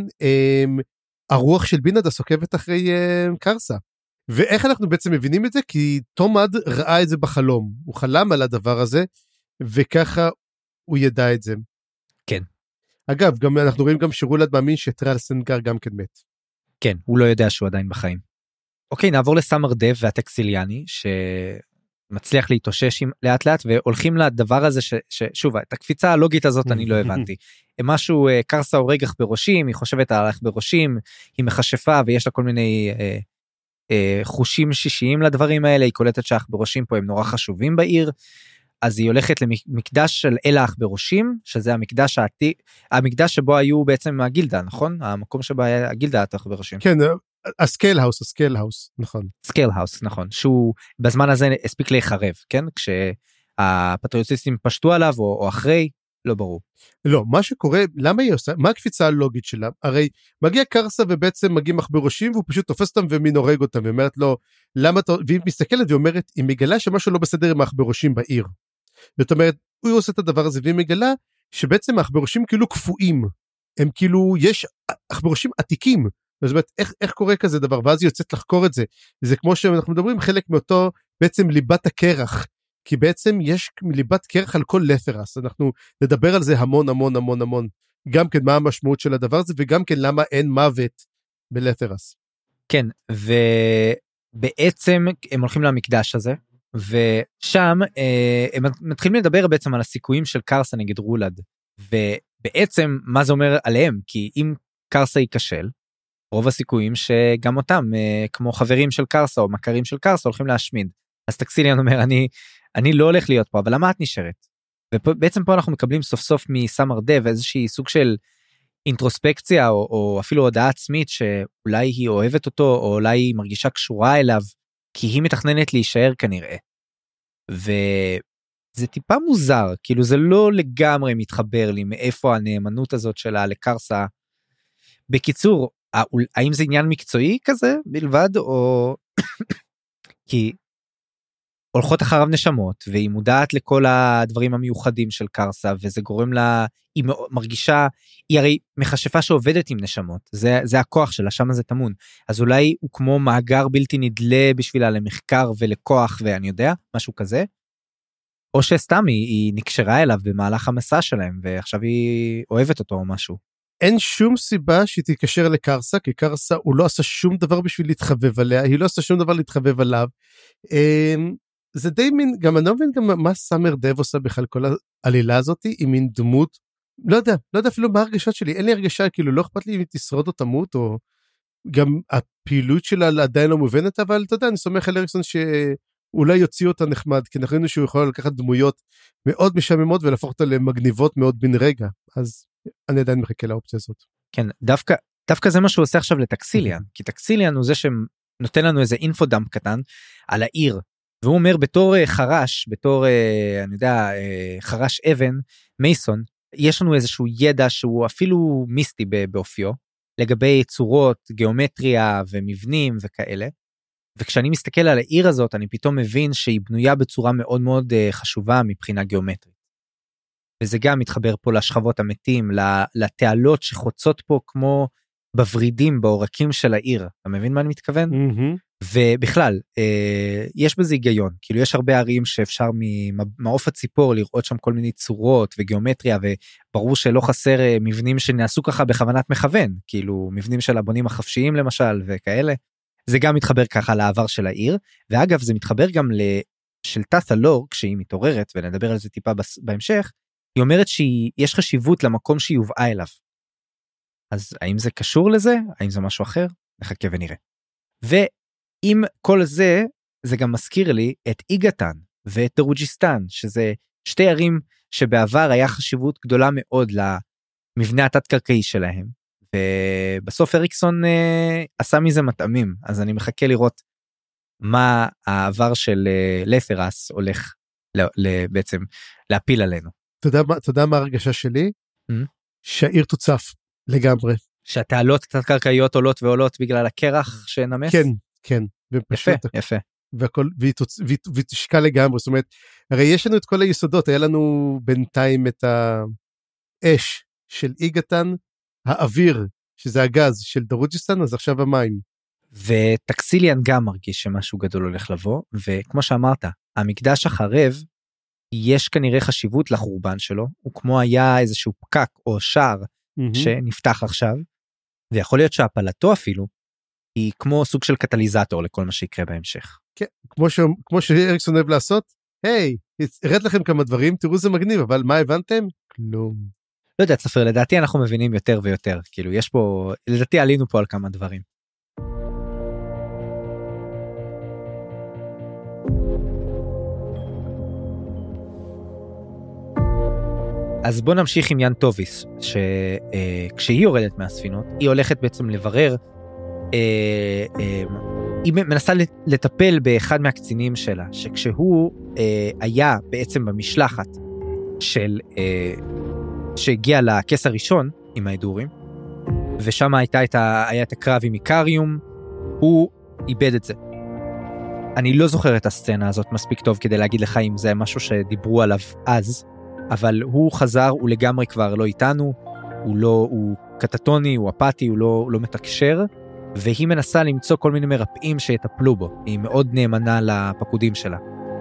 B: הרוח של בין הדס עוקבת אחרי קרסה. ואיך אנחנו בעצם מבינים את זה? כי תומד ראה את זה בחלום, הוא חלם על הדבר הזה, וככה הוא ידע את זה.
C: כן.
B: אגב, גם אנחנו רואים גם שרולד מאמין שטרל סנגר גם כן מת.
C: כן, הוא לא יודע שהוא עדיין בחיים. אוקיי, נעבור לסמר דב והטקסיליאני, שמצליח להתאושש לאט לאט, והולכים לדבר הזה, ש, ששוב, את הקפיצה הלוגית הזאת אני לא הבנתי. משהו, קרסה הורג אך בראשים, היא חושבת על אך בראשים, היא מחשפה ויש לה כל מיני אה, אה, חושים שישיים לדברים האלה, היא קולטת שאך בראשים פה הם נורא חשובים בעיר, אז היא הולכת למקדש של אל האח בראשים, שזה המקדש העתיק, המקדש שבו היו בעצם הגילדה, נכון? המקום שבו היה הגילדה האח בראשים.
B: כן, הסקייל האוס, הסקייל האוס, נכון.
C: סקייל האוס, נכון, שהוא בזמן הזה הספיק להיחרב, כן? כשהפטריוטיסטים פשטו עליו או, או אחרי, לא ברור.
B: לא, מה שקורה, למה היא עושה, מה הקפיצה הלוגית שלה? הרי מגיע קרסה ובעצם מגיעים אח בראשים, והוא פשוט תופס אותם ומין הורג אותם, ואומרת לו, למה אתה, והיא מסתכלת ואומרת, היא מגלה שמשהו לא בסדר עם אח בראשים בעיר. זאת אומרת, הוא עושה את הדבר הזה, והיא מגלה שבעצם האח בראשים כאילו קפואים, הם כאילו, יש אח בראשים עתיקים, זאת אומרת, איך, איך קורה כזה דבר, ואז היא יוצאת לחקור את זה, זה כמו שאנחנו מדברים, חלק מאותו בעצם ליבת הקרח, כי בעצם יש ליבת קרח על כל לפרס, אנחנו נדבר על זה המון המון המון המון, גם כן מה המשמעות של הדבר הזה, וגם כן למה אין מוות בלפרס.
C: כן, ובעצם הם הולכים למקדש הזה, ושם אה, הם מתחילים לדבר בעצם על הסיכויים של קרסה נגד רולד, ובעצם מה זה אומר עליהם, כי אם קרסה ייכשל, רוב הסיכויים שגם אותם, אה, כמו חברים של קרסה או מכרים של קרסה, הולכים להשמיד. אז טקסיליאן אומר, אני, אני לא הולך להיות פה, אבל למה את נשארת? ובעצם פה אנחנו מקבלים סוף סוף מסמר דב, איזושהי סוג של אינטרוספקציה, או, או אפילו הודעה עצמית, שאולי היא אוהבת אותו, או אולי היא מרגישה קשורה אליו, כי היא מתכננת להישאר כנראה. וזה טיפה מוזר, כאילו זה לא לגמרי מתחבר לי, מאיפה הנאמנות הזאת שלה לקרסה. בקיצור, האם זה עניין מקצועי כזה בלבד, או כי הולכות אחריו נשמות, והיא מודעת לכל הדברים המיוחדים של קרסה, וזה גורם לה, היא מרגישה, היא הרי מכשפה שעובדת עם נשמות, זה, זה הכוח שלה, שם זה תמון, אז אולי הוא כמו מאגר בלתי נדלה בשבילה למחקר ולכוח, ואני יודע, משהו כזה, או שסתם היא, היא נקשרה אליו במהלך המסע שלהם, ועכשיו היא אוהבת אותו או משהו.
B: אין שום סיבה שהיא תתקשר לקרסה, כי קרסה הוא לא עשה שום דבר בשביל להתחבב עליה, היא לא עשה שום דבר להתחבב עליו, זה די מין, גם אני לא מבין גם מה סאמר דב עושה בכלל כל העלילה הזאת, היא מין דמות, לא יודע, לא יודע אפילו מה הרגשות שלי, אין לי הרגשה, כאילו לא אכפת לי אם היא תשרוד או תמות, או גם הפעילות שלה עדיין לא מובנת, אבל אתה יודע, אני סומך על אריקסון שאולי יוציא אותה נחמד, כי אנחנו ראינו שהוא יכול לקחת דמויות מאוד משעממות, ולהפוך אותה למגניבות מאוד בן רגע, אז אני עדיין מחכה לאופציה הזאת.
C: כן, דווקא, דווקא זה מה שהוא עושה עכשיו לטקסיליאן, כי טקסיליאן הוא זה שנותן לנו איזה אינפודאמפ קטן על העיר, והוא אומר בתור חרש, בתור, אני יודע, חרש אבן, מייסון, יש לנו איזשהו ידע שהוא אפילו מיסטי באופיו, לגבי צורות, גיאומטריה ומבנים וכאלה, וכשאני מסתכל על העיר הזאת, אני פתאום מבין שהיא בנויה בצורה מאוד מאוד חשובה מבחינה גיאומטרית. וזה גם מתחבר פה לשכבות המתים, לתעלות שחוצות פה כמו בוורידים, בעורקים של העיר. אתה מבין מה אני מתכוון?
B: Mm-hmm.
C: ובכלל, יש בזה היגיון, כאילו יש הרבה ערים שאפשר ממעוף הציפור לראות שם כל מיני צורות וגיאומטריה, וברור שלא חסר מבנים שנעשו ככה בכוונת מכוון, כאילו מבנים של הבונים החפשיים למשל וכאלה, זה גם מתחבר ככה לעבר של העיר, ואגב זה מתחבר גם לשלטת הלור, כשהיא מתעוררת, ונדבר על זה טיפה בהמשך, היא אומרת שיש חשיבות למקום שהיא הובאה אליו. אז האם זה קשור לזה? האם זה משהו אחר? נחכה ונראה. ועם כל זה, זה גם מזכיר לי את איגתן ואת דרוג'יסטן, שזה שתי ערים שבעבר היה חשיבות גדולה מאוד למבנה התת-קרקעי שלהם, ובסוף אריקסון אה, עשה מזה מטעמים, אז אני מחכה לראות מה העבר של אה, לת'רס הולך ל, ל, בעצם להפיל עלינו.
B: אתה יודע, אתה יודע מה הרגשה שלי?
C: Mm-hmm.
B: שהעיר תוצף לגמרי.
C: שהתעלות התת-קרקעיות עולות ועולות בגלל הקרח שנמס?
B: כן, כן.
C: יפה, יפה.
B: והכל, והיא, תוצ... והיא, והיא תשקע לגמרי, זאת אומרת, הרי יש לנו את כל היסודות, היה לנו בינתיים את האש של איגתן, האוויר, שזה הגז של דרוג'יסטן, אז עכשיו המים.
C: וטקסיליאן גם מרגיש שמשהו גדול הולך לבוא, וכמו שאמרת, המקדש החרב, יש כנראה חשיבות לחורבן שלו, הוא כמו היה איזשהו פקק או שער, mm-hmm. שנפתח עכשיו, ויכול להיות שהפלתו אפילו, היא כמו סוג של קטליזטור לכל מה שיקרה בהמשך.
B: כן, כמו, ש... כמו שאריקסון אוהב לעשות, היי, הראית לכם כמה דברים, תראו זה מגניב, אבל מה הבנתם? כלום.
C: לא יודע, צפיר, לדעתי אנחנו מבינים יותר ויותר, כאילו יש פה, לדעתי עלינו פה על כמה דברים. אז בוא נמשיך עם יאן טוביס, שכשהיא יורדת מהספינות, היא הולכת בעצם לברר, היא מנסה לטפל באחד מהקצינים שלה, שכשהוא היה בעצם במשלחת של, שהגיע לכס הראשון עם ההדורים, ושם הייתה את ה, היה את הקרב עם איקריום, הוא איבד את זה. אני לא זוכר את הסצנה הזאת מספיק טוב כדי להגיד לך אם זה משהו שדיברו עליו אז, אבל הוא חזר, הוא לגמרי כבר לא איתנו, הוא לא, הוא קטטוני, הוא אפאתי, הוא לא, הוא לא מתקשר, והיא מנסה למצוא כל מיני מרפאים שיטפלו בו, היא מאוד נאמנה לפקודים שלה.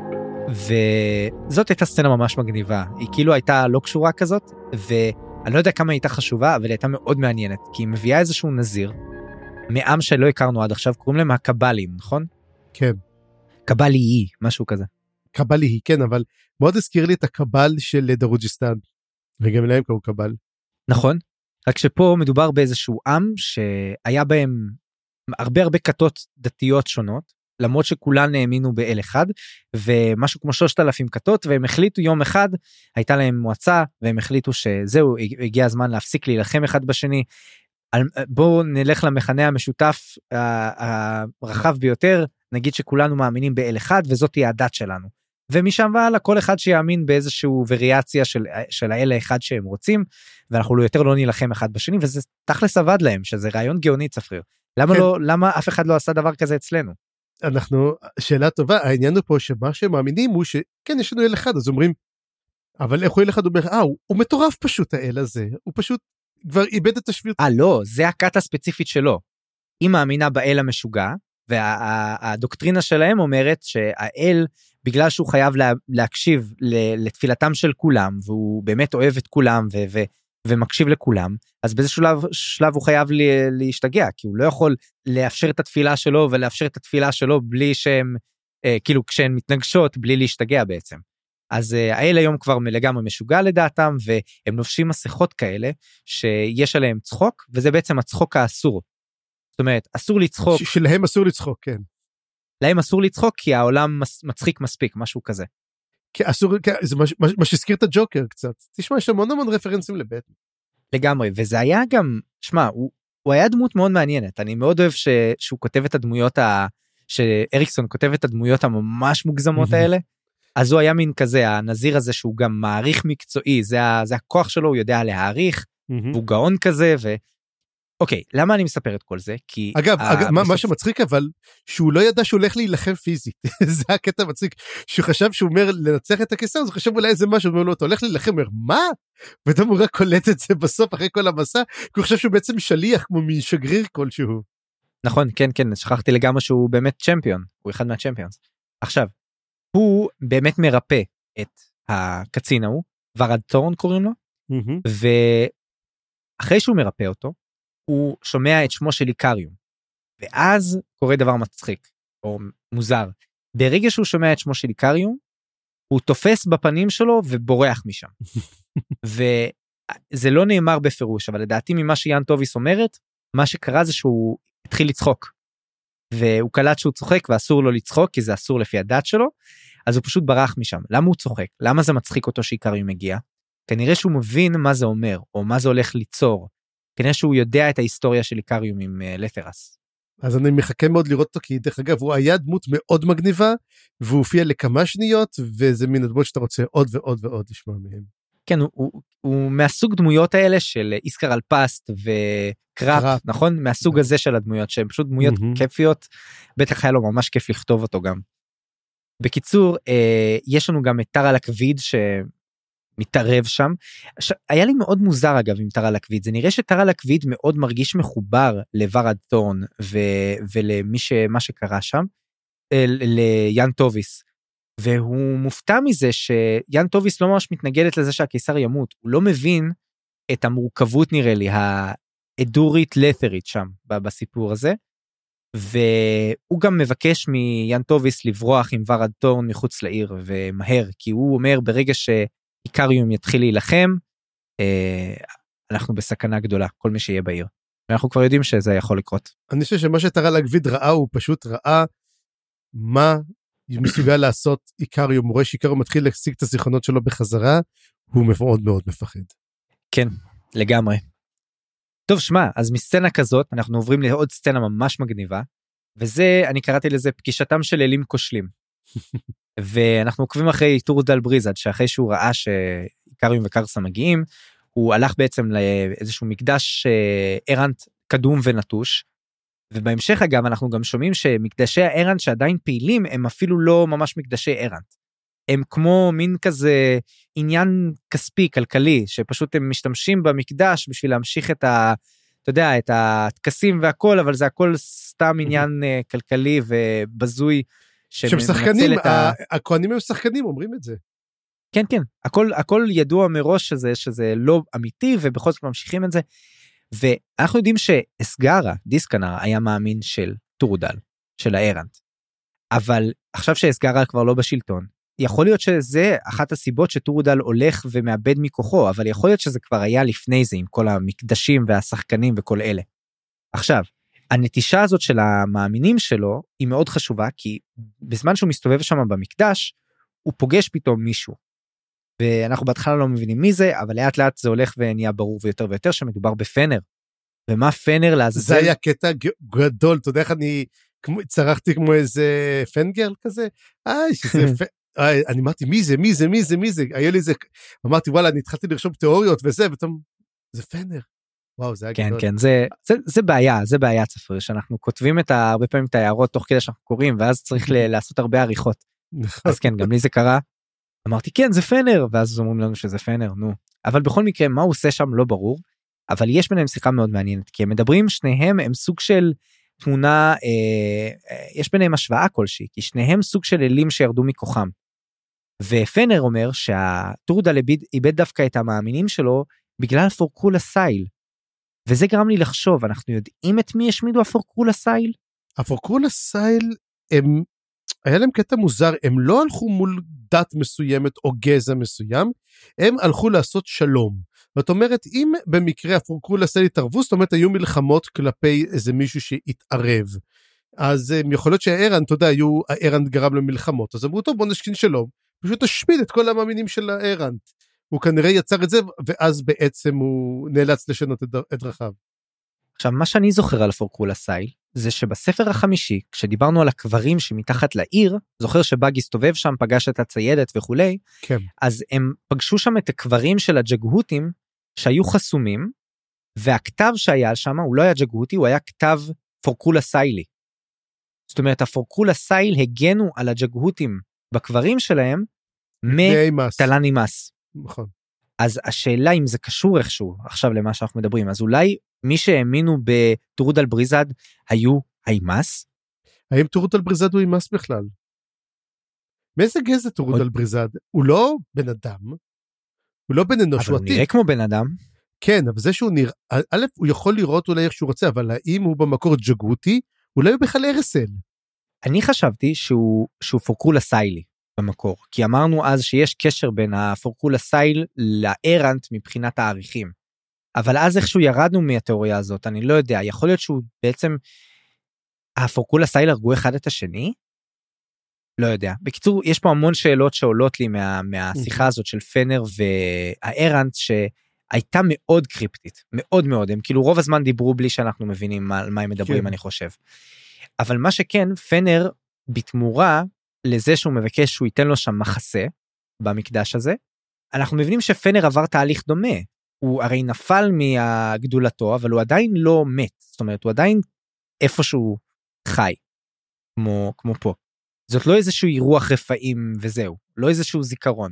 C: וזאת הייתה סצנה ממש מגניבה, היא כאילו הייתה לא קשורה כזאת, ואני לא יודע כמה היא הייתה חשובה, אבל היא הייתה מאוד מעניינת, כי היא מביאה איזשהו נזיר, מעם שלא הכרנו עד עכשיו, קוראים להם הקבלים, נכון?
B: כן.
C: קבלי היא, משהו כזה.
B: קבלי היא, כן, אבל מאוד הזכיר לי את הקבל של דרוג'יסטן, וגם להם קראו קבל.
C: נכון, רק שפה מדובר באיזשהו עם שהיה בהם הרבה הרבה כתות דתיות שונות, למרות שכולן האמינו באל אחד, ומשהו כמו שלושת אלפים כתות, והם החליטו יום אחד, הייתה להם מועצה, והם החליטו שזהו, הגיע הזמן להפסיק להילחם אחד בשני, בואו נלך למכנה המשותף הרחב ביותר, נגיד שכולנו מאמינים באל אחד, וזאת תהיה הדת שלנו. ומשם ועלה כל אחד שיאמין באיזשהו וריאציה של, של האל האחד שהם רוצים, ואנחנו יותר לא נילחם אחד בשני, וזה תכלס עבד להם, שזה רעיון גאוני צפריר. למה, כן. לא, למה אף אחד לא עשה דבר כזה אצלנו?
B: אנחנו, שאלה טובה, העניין הוא פה שמה שהם מאמינים הוא שכן, יש לנו אל אחד, אז אומרים, אבל איך הוא אל אחד? הוא אומר, אה, הוא, הוא מטורף פשוט האל הזה, הוא פשוט כבר איבד את השביות.
C: אה, לא, זה הקטע הספציפית שלו. היא מאמינה באל המשוגע, והדוקטרינה שלהם אומרת שהאל, בגלל שהוא חייב לה, להקשיב לתפילתם של כולם, והוא באמת אוהב את כולם ו, ו, ומקשיב לכולם, אז באיזה שלב, שלב הוא חייב לי, להשתגע, כי הוא לא יכול לאפשר את התפילה שלו, ולאפשר את התפילה שלו בלי שהם, אה, כאילו כשהן מתנגשות, בלי להשתגע בעצם. אז אה, האל היום כבר לגמרי משוגע לדעתם, והם לובשים מסכות כאלה, שיש עליהם צחוק, וזה בעצם הצחוק האסור. זאת אומרת, אסור לצחוק.
B: שלהם אסור לצחוק, כן.
C: להם אסור לצחוק, כי העולם מצחיק מספיק, משהו כזה.
B: כי אסור, זה מה שהזכיר את הג'וקר קצת. תשמע, יש המון המון רפרנסים לבית.
C: לגמרי, וזה היה גם, שמע, הוא, הוא היה דמות מאוד מעניינת. אני מאוד אוהב ש, שהוא כותב את הדמויות, ה, שאריקסון כותב את הדמויות הממש מוגזמות האלה. אז הוא היה מין כזה, הנזיר הזה שהוא גם מעריך מקצועי, זה, זה הכוח שלו, הוא יודע להעריך, הוא גאון כזה, ו... אוקיי, למה אני מספר את כל זה? כי...
B: אגב, אגב מה, מה שמצחיק אבל, שהוא לא ידע שהוא הולך להילחם פיזית. זה הקטע מצחיק, שהוא חשב שהוא אומר לנצח את הקיסר, אז הוא חשב אולי איזה משהו, הוא אומר לו, אתה הולך להילחם, הוא אומר, מה? ואתה הוא רק קולט את זה בסוף, אחרי כל המסע, כי הוא חושב שהוא בעצם שליח, כמו משגריר כלשהו.
C: נכון, כן, כן, שכחתי לגמרי שהוא באמת צ'מפיון, הוא אחד מהצ'מפיונס. עכשיו, הוא באמת מרפא את הקצין ההוא, ורד תורן קוראים לו, ואחרי שהוא מרפא אותו, הוא שומע את שמו של איקריום, ואז קורה דבר מצחיק, או מוזר. ברגע שהוא שומע את שמו של איקריום, הוא תופס בפנים שלו ובורח משם. וזה לא נאמר בפירוש, אבל לדעתי ממה שיאן טוביס אומרת, מה שקרה זה שהוא התחיל לצחוק, והוא קלט שהוא צוחק ואסור לו לצחוק, כי זה אסור לפי הדת שלו, אז הוא פשוט ברח משם. למה הוא צוחק? למה זה מצחיק אותו שאיקריום מגיע? כנראה שהוא מבין מה זה אומר, או מה זה הולך ליצור, כנראה שהוא יודע את ההיסטוריה של איקריום עם uh, לתרס.
B: אז אני מחכה מאוד לראות אותו, כי דרך אגב, הוא היה דמות מאוד מגניבה, והוא הופיע לכמה שניות, וזה מן הדמות שאתה רוצה עוד ועוד ועוד לשמוע מהם.
C: כן, הוא, הוא, הוא מהסוג דמויות האלה של איסקר אלפסט וקראפ, קראפ. נכון? מהסוג הזה של הדמויות, שהן פשוט דמויות mm-hmm. כיפיות, בטח היה לו ממש כיף לכתוב אותו גם. בקיצור, אה, יש לנו גם את טרה לקוויד, ש... מתערב שם. היה לי מאוד מוזר אגב עם טרה לקוויד, זה נראה שטרה לקוויד מאוד מרגיש מחובר לורד תורן ו- ולמי שמה שקרה שם, ליאן טוביס, והוא מופתע מזה שיאן טוביס לא ממש מתנגדת לזה שהקיסר ימות, הוא לא מבין את המורכבות נראה לי, האדורית לת'רית שם בסיפור הזה, והוא גם מבקש מיאן טוביס לברוח עם ורד תורן מחוץ לעיר ומהר, כי הוא אומר ברגע ש איקריום יתחיל להילחם, אנחנו בסכנה גדולה, כל מי שיהיה בעיר. ואנחנו כבר יודעים שזה יכול לקרות. אני
B: חושב שמה שטרה לגביד ראה, הוא פשוט ראה מה מסוגל לעשות איקריום, הוא רואה שאיקריום מתחיל להשיג את הזיכרונות שלו בחזרה, הוא מאוד מאוד מפחד.
C: כן, לגמרי. טוב, שמע, אז מסצנה כזאת, אנחנו עוברים לעוד סצנה ממש מגניבה, וזה, אני קראתי לזה, פגישתם של אלים כושלים. ואנחנו עוקבים אחרי טורדל בריזד, שאחרי שהוא ראה שאיקריום וקרסה מגיעים, הוא הלך בעצם לאיזשהו מקדש ארנט קדום ונטוש, ובהמשך אגב אנחנו גם שומעים שמקדשי הארנט שעדיין פעילים, הם אפילו לא ממש מקדשי ארנט, הם כמו מין כזה עניין כספי, כלכלי, שפשוט הם משתמשים במקדש בשביל להמשיך את ה... אתה יודע, את הטקסים והכל, אבל זה הכל סתם עניין כלכלי ובזוי,
B: שהם שחקנים, ה... הכהנים הם שחקנים, אומרים את זה.
C: כן, כן, הכל, הכל ידוע מראש שזה, שזה לא אמיתי, ובכל זאת ממשיכים את זה, ואנחנו יודעים שאסגרה, דיסקנר, היה מאמין של טורדל, של הארנט, אבל עכשיו שאסגרה כבר לא בשלטון, יכול להיות שזה אחת הסיבות שטורדל הולך ומאבד מכוחו, אבל יכול להיות שזה כבר היה לפני זה, עם כל המקדשים והשחקנים וכל אלה. עכשיו, הנטישה הזאת של המאמינים שלו היא מאוד חשובה, כי בזמן שהוא מסתובב שם במקדש, הוא פוגש פתאום מישהו. ואנחנו בהתחלה לא מבינים מי זה, אבל לאט לאט זה הולך ונהיה ברור ויותר ויותר שמדובר בפנר. ומה פנר לעזאזל?
B: זה היה קטע גדול, אתה יודע איך אני צרחתי כמו איזה פנגרל כזה? איי, שזה פנגרל. אני אמרתי, מי זה, מי זה, מי זה, מי זה? היה לי זה, אמרתי, וואלה, אני התחלתי לרשום תיאוריות וזה, ופתאום, זה פנר. וואו, זה היה
C: כן,
B: גדול.
C: כן, זה, זה, זה בעיה, זה בעיה צפריר, שאנחנו כותבים את ה, הרבה פעמים את ההערות תוך כדי שאנחנו קוראים, ואז צריך ל- לעשות הרבה עריכות. אז כן, גם לי זה קרה. אמרתי, כן, זה פנר, ואז אומרים לנו שזה פנר, נו. אבל בכל מקרה, מה הוא עושה שם לא ברור, אבל יש ביניהם שיחה מאוד מעניינת, כי הם מדברים, שניהם הם סוג של תמונה, אה, אה, יש ביניהם השוואה כלשהי, כי שניהם סוג של אלים שירדו מכוחם. ופנר אומר שהטורדל איבד דווקא את המאמינים שלו, בגלל פורקול הסייל. וזה גרם לי לחשוב, אנחנו יודעים את מי השמידו הפורקול הסייל?
B: הפורקול הסייל, הם, היה להם קטע מוזר, הם לא הלכו מול דת מסוימת או גזע מסוים, הם הלכו לעשות שלום. זאת אומרת, אם במקרה הפורקול הסייל התערבו, זאת אומרת, היו מלחמות כלפי איזה מישהו שהתערב. אז יכול להיות שהארנד, אתה יודע, היו, הארנד גרם למלחמות, אז אמרו, טוב, בוא נשכין שלום, פשוט תשמיד את כל המאמינים של הארנד. הוא כנראה יצר את זה, ואז בעצם הוא נאלץ לשנות את דרכיו.
C: עכשיו, מה שאני זוכר על פורקול הסייל, זה שבספר החמישי, כשדיברנו על הקברים שמתחת לעיר, זוכר שבאג הסתובב שם, פגש את הציידת וכולי,
B: כן.
C: אז הם פגשו שם את הקברים של הג'גהותים, שהיו חסומים, והכתב שהיה שם, הוא לא היה ג'גהותי, הוא היה כתב פורקול הסיילי. זאת אומרת, הפורקול הסייל הגנו על הג'גהותים בקברים שלהם, מתלני מס.
B: נכון.
C: אז השאלה אם זה קשור איכשהו עכשיו למה שאנחנו מדברים, אז אולי מי שהאמינו בטורדל בריזד היו הימאס?
B: האם טורדל בריזד הוא הימאס בכלל? מאיזה גזע טורדל עוד... בריזד? הוא לא בן אדם, הוא לא בן אנוש,
C: אבל הוא נראה כמו בן אדם.
B: כן, אבל זה שהוא נראה, א', הוא יכול לראות אולי איך שהוא רוצה, אבל האם הוא במקור ג'גותי, אולי הוא בכלל ארסל.
C: אני חשבתי שהוא, שהוא פורקול הסיילי. במקור, כי אמרנו אז שיש קשר בין הפורקול הסייל לארנט מבחינת העריכים, אבל אז איכשהו ירדנו מהתיאוריה הזאת, אני לא יודע, יכול להיות שהוא בעצם, הפורקול הסייל הרגו אחד את השני? לא יודע, בקיצור, יש פה המון שאלות שעולות לי מה, מהשיחה הזאת של פנר והארנט, שהייתה מאוד קריפטית, מאוד מאוד, הם כאילו רוב הזמן דיברו בלי שאנחנו מבינים על מה הם מדברים, כן. אני חושב. אבל מה שכן, פנר בתמורה, לזה שהוא מבקש שהוא ייתן לו שם מחסה, במקדש הזה, אנחנו מבינים שפנר עבר תהליך דומה, הוא הרי נפל מהגדולתו, אבל הוא עדיין לא מת, זאת אומרת, הוא עדיין איפשהו חי, כמו, כמו פה. זאת לא איזשהו אירוח רפאים וזהו, לא איזשהו זיכרון.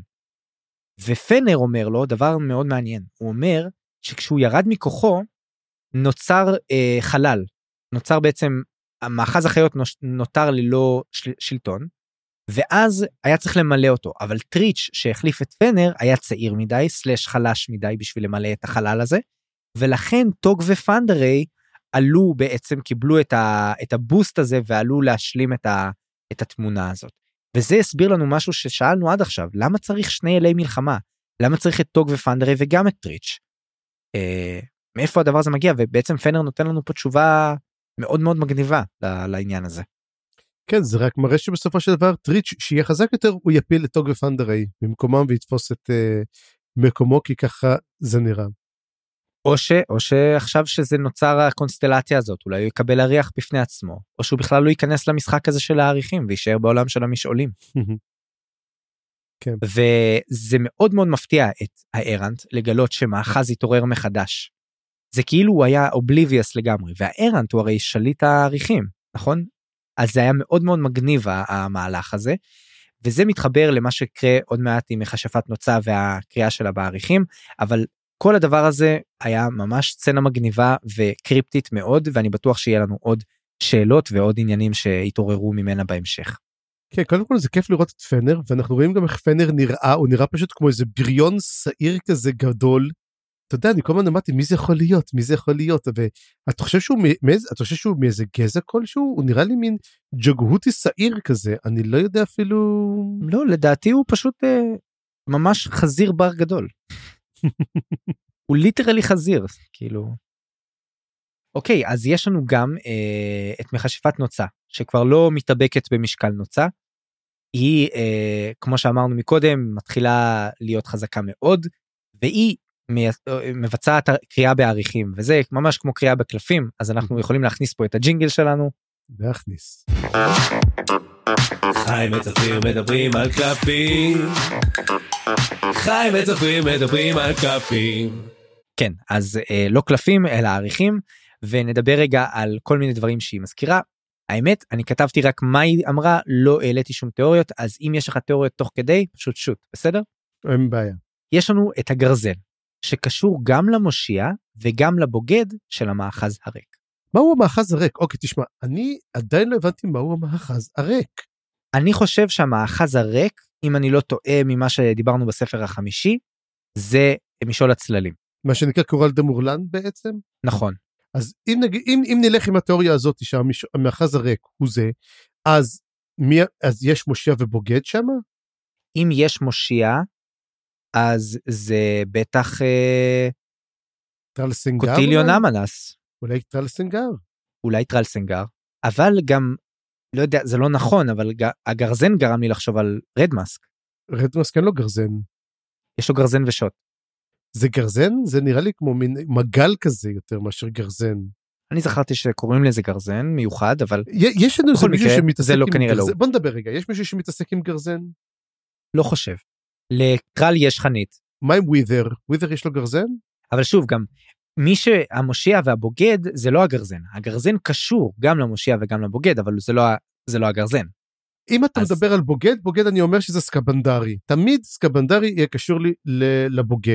C: ופנר אומר לו דבר מאוד מעניין, הוא אומר שכשהוא ירד מכוחו, נוצר אה, חלל, נוצר בעצם, המאחז החיות נותר ללא של, שלטון, ואז היה צריך למלא אותו, אבל טריץ' שהחליף את פנר היה צעיר מדי, סלש חלש מדי בשביל למלא את החלל הזה, ולכן טוג ופנדרי עלו בעצם, קיבלו את, ה, את הבוסט הזה, ועלו להשלים את, ה, את התמונה הזאת. וזה הסביר לנו משהו ששאלנו עד עכשיו, למה צריך שני אלי מלחמה? למה צריך את טוג ופנדרי וגם את טריץ'? אה, מאיפה הדבר הזה מגיע? ובעצם פנר נותן לנו פה תשובה מאוד מאוד מגניבה לעניין הזה.
B: כן, זה רק מראה שבסופו של דבר טריץ' שיהיה חזק יותר, הוא יפיל את טוג ופנדרי במקומם ויתפוס את uh, מקומו, כי ככה זה נראה.
C: או, ש, או שעכשיו שזה נוצר הקונסטלציה הזאת, אולי הוא יקבל הריח בפני עצמו, או שהוא בכלל לא ייכנס למשחק הזה של העריכים, וישאר בעולם של המשעולים.
B: כן.
C: וזה מאוד מאוד מפתיע את הארנט, לגלות שמאחז יתעורר מחדש. זה כאילו הוא היה אובליביוס לגמרי, והארנט הוא הרי שליט העריכים, נכון? אז זה היה מאוד מאוד מגניב המהלך הזה, וזה מתחבר למה שקרה עוד מעט עם מכשפת נוצה והקריאה שלה בעריכים, אבל כל הדבר הזה היה ממש סצנה מגניבה וקריפטית מאוד, ואני בטוח שיהיה לנו עוד שאלות ועוד עניינים שהתעוררו ממנה בהמשך.
B: כן, קודם כל זה כיף לראות את פנר, ואנחנו רואים גם איך פנר נראה, הוא נראה פשוט כמו איזה בריון שעיר כזה גדול, אתה יודע, אני כל הזמן אמרתי, מי זה יכול להיות? מי זה יכול להיות? ואתה חושב שהוא, מאיזה, אתה חושב שהוא מאיזה גזע כלשהו? הוא נראה לי מין ג'גהותי שעיר כזה, אני לא יודע אפילו...
C: לא, לדעתי הוא פשוט אה, ממש חזיר בר גדול. הוא ליטרלי חזיר, כאילו. אוקיי, אז יש לנו גם אה, את מכשפת נוצה, שכבר לא מתאבקת במשקל נוצה. היא, אה, כמו שאמרנו מקודם, מתחילה להיות חזקה מאוד, והיא מבצעת קריאה בעריכים, וזה ממש כמו קריאה בקלפים, אז אנחנו יכולים להכניס פה את הג'ינגל שלנו.
B: להכניס.
E: חי וצפיר מדברים על קלפים. חי וצפיר מדברים על קלפים.
C: כן, אז אה, לא קלפים אלא עריכים, ונדבר רגע על כל מיני דברים שהיא מזכירה. האמת, אני כתבתי רק מה היא אמרה, לא העליתי שום תיאוריות, אז אם יש לך תיאוריות תוך כדי, פשוט שוט, בסדר?
B: אין בעיה.
C: יש לנו את הגרזן, שקשור גם למושיע וגם לבוגד של המאחז הריק.
B: מהו המאחז הריק? אוקיי, תשמע, אני עדיין לא הבנתי מהו המאחז הריק.
C: אני חושב שהמאחז הריק, אם אני לא טועה ממה שדיברנו בספר החמישי, זה משעול הצללים.
B: מה שנקרא קורל דה מורלנד בעצם?
C: נכון.
B: אז אם, נגיד, אם, אם נלך עם התיאוריה הזאת שהמאחז הריק הוא זה, אז, מי, אז יש מושיע ובוגד שם?
C: אם יש מושיע, אז זה בטח אה,
B: טרלסנגר?
C: קוטיליון אמנס.
B: אולי טרלסנגר.
C: אולי טרלסנגר. אבל גם, לא יודע, זה לא נכון, אבל הגרזן גרם לי לחשוב על רדמאסק.
B: רדמאסק אין לו גרזן. יש
C: לו גרזן ושוט.
B: זה גרזן? זה נראה לי כמו מין מגל כזה יותר מאשר גרזן.
C: אני זכרתי שקוראים לזה גרזן מיוחד, אבל
B: יש לנו מישהו שמתעסק
C: לא
B: עם
C: גרזן.
B: לא. בוא נדבר רגע, יש מישהו שמתעסק עם גרזן?
C: לא חושב. לקרל יש חנית.
B: מה עם ווית'ר? ווית'ר יש לו גרזן?
C: אבל שוב, גם מי שהמושיע והבוגד זה לא הגרזן. הגרזן קשור גם למושיע וגם לבוגד, אבל זה לא, זה לא הגרזן.
B: אם אתה
C: אז...
B: מדבר על בוגד, בוגד אני אומר שזה סקבנדרי. תמיד סקבנדרי יהיה קשור לי לבוגד.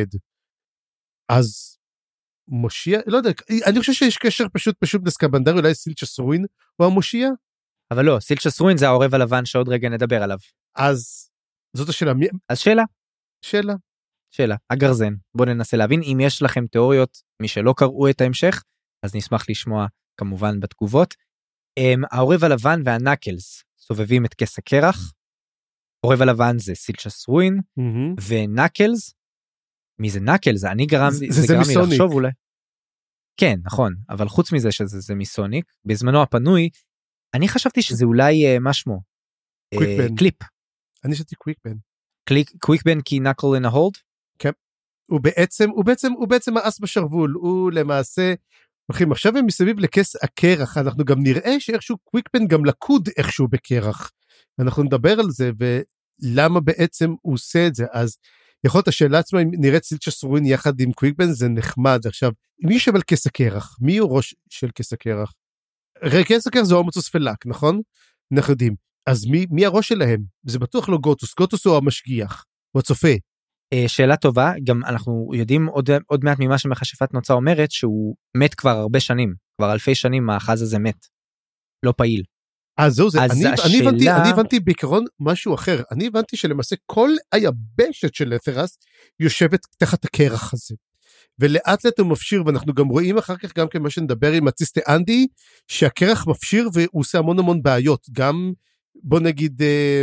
B: אז מושיע, לא יודע, אני חושב שיש קשר פשוט פשוט לסקבנדרי, אולי סילצ'ס רוין הוא המושיע?
C: אבל לא, סילצ'ס רוין זה העורב הלבן שעוד רגע נדבר עליו.
B: אז זאת השאלה.
C: אז שאלה.
B: שאלה.
C: שאלה, הגרזן. בואו ננסה להבין, אם יש לכם תיאוריות, מי שלא קראו את ההמשך, אז נשמח לשמוע כמובן בתגובות. העורב הלבן והנקלס סובבים את כס הקרח, העורב הלבן זה סילצ'ס רוין,
B: mm-hmm.
C: ונקלס, מי זה נקלס? אני גרם,
B: זה,
C: זה,
B: זה
C: גרם
B: מסוניק.
C: לי לחשוב אולי. כן, נכון, אבל חוץ מזה שזה זה מסוניק, בזמנו הפנוי, אני חשבתי שזה אולי, uh, מה שמו?
B: קוויקבן.
C: Uh, קליפ.
B: אני חשבתי קוויקבן.
C: קוויקבן כי נקל אין ההולד?
B: כן. הוא בעצם, הוא בעצם, הוא בעצם מאס בשרוול, הוא למעשה, הולכים עכשיו הם מסביב לכס הקרח, אנחנו גם נראה שאיכשהו קוויקבן גם לקוד איכשהו בקרח. אנחנו נדבר על זה, ולמה בעצם הוא עושה את זה, אז יכול להיות השאלה עצמה, אם נראית סילצ'ס רוין יחד עם קוויקבן, זה נחמד. עכשיו, מי יושב על כס הקרח? מי הוא ראש של כס הקרח? הרי כס הקרח זה הורמוס פלאק, נכון? אנחנו יודעים. אז מי, מי הראש שלהם? זה בטוח לא גוטוס, גוטוס הוא המשגיח, הוא הצופה.
C: שאלה טובה, גם אנחנו יודעים עוד, עוד מעט ממה שמכשפת נוצה אומרת, שהוא מת כבר הרבה שנים, כבר אלפי שנים האחז הזה מת, לא פעיל.
B: אז זהו זה,
C: אז
B: אני,
C: השאלה...
B: אני, הבנתי, אני הבנתי בעיקרון משהו אחר, אני הבנתי שלמעשה כל היבשת של לת'רס יושבת תחת הקרח הזה, ולאט לאט הוא מפשיר, ואנחנו גם רואים אחר כך גם כמה שנדבר עם הציסטה אנדי, שהקרח מפשיר והוא עושה המון המון בעיות, גם בוא נגיד,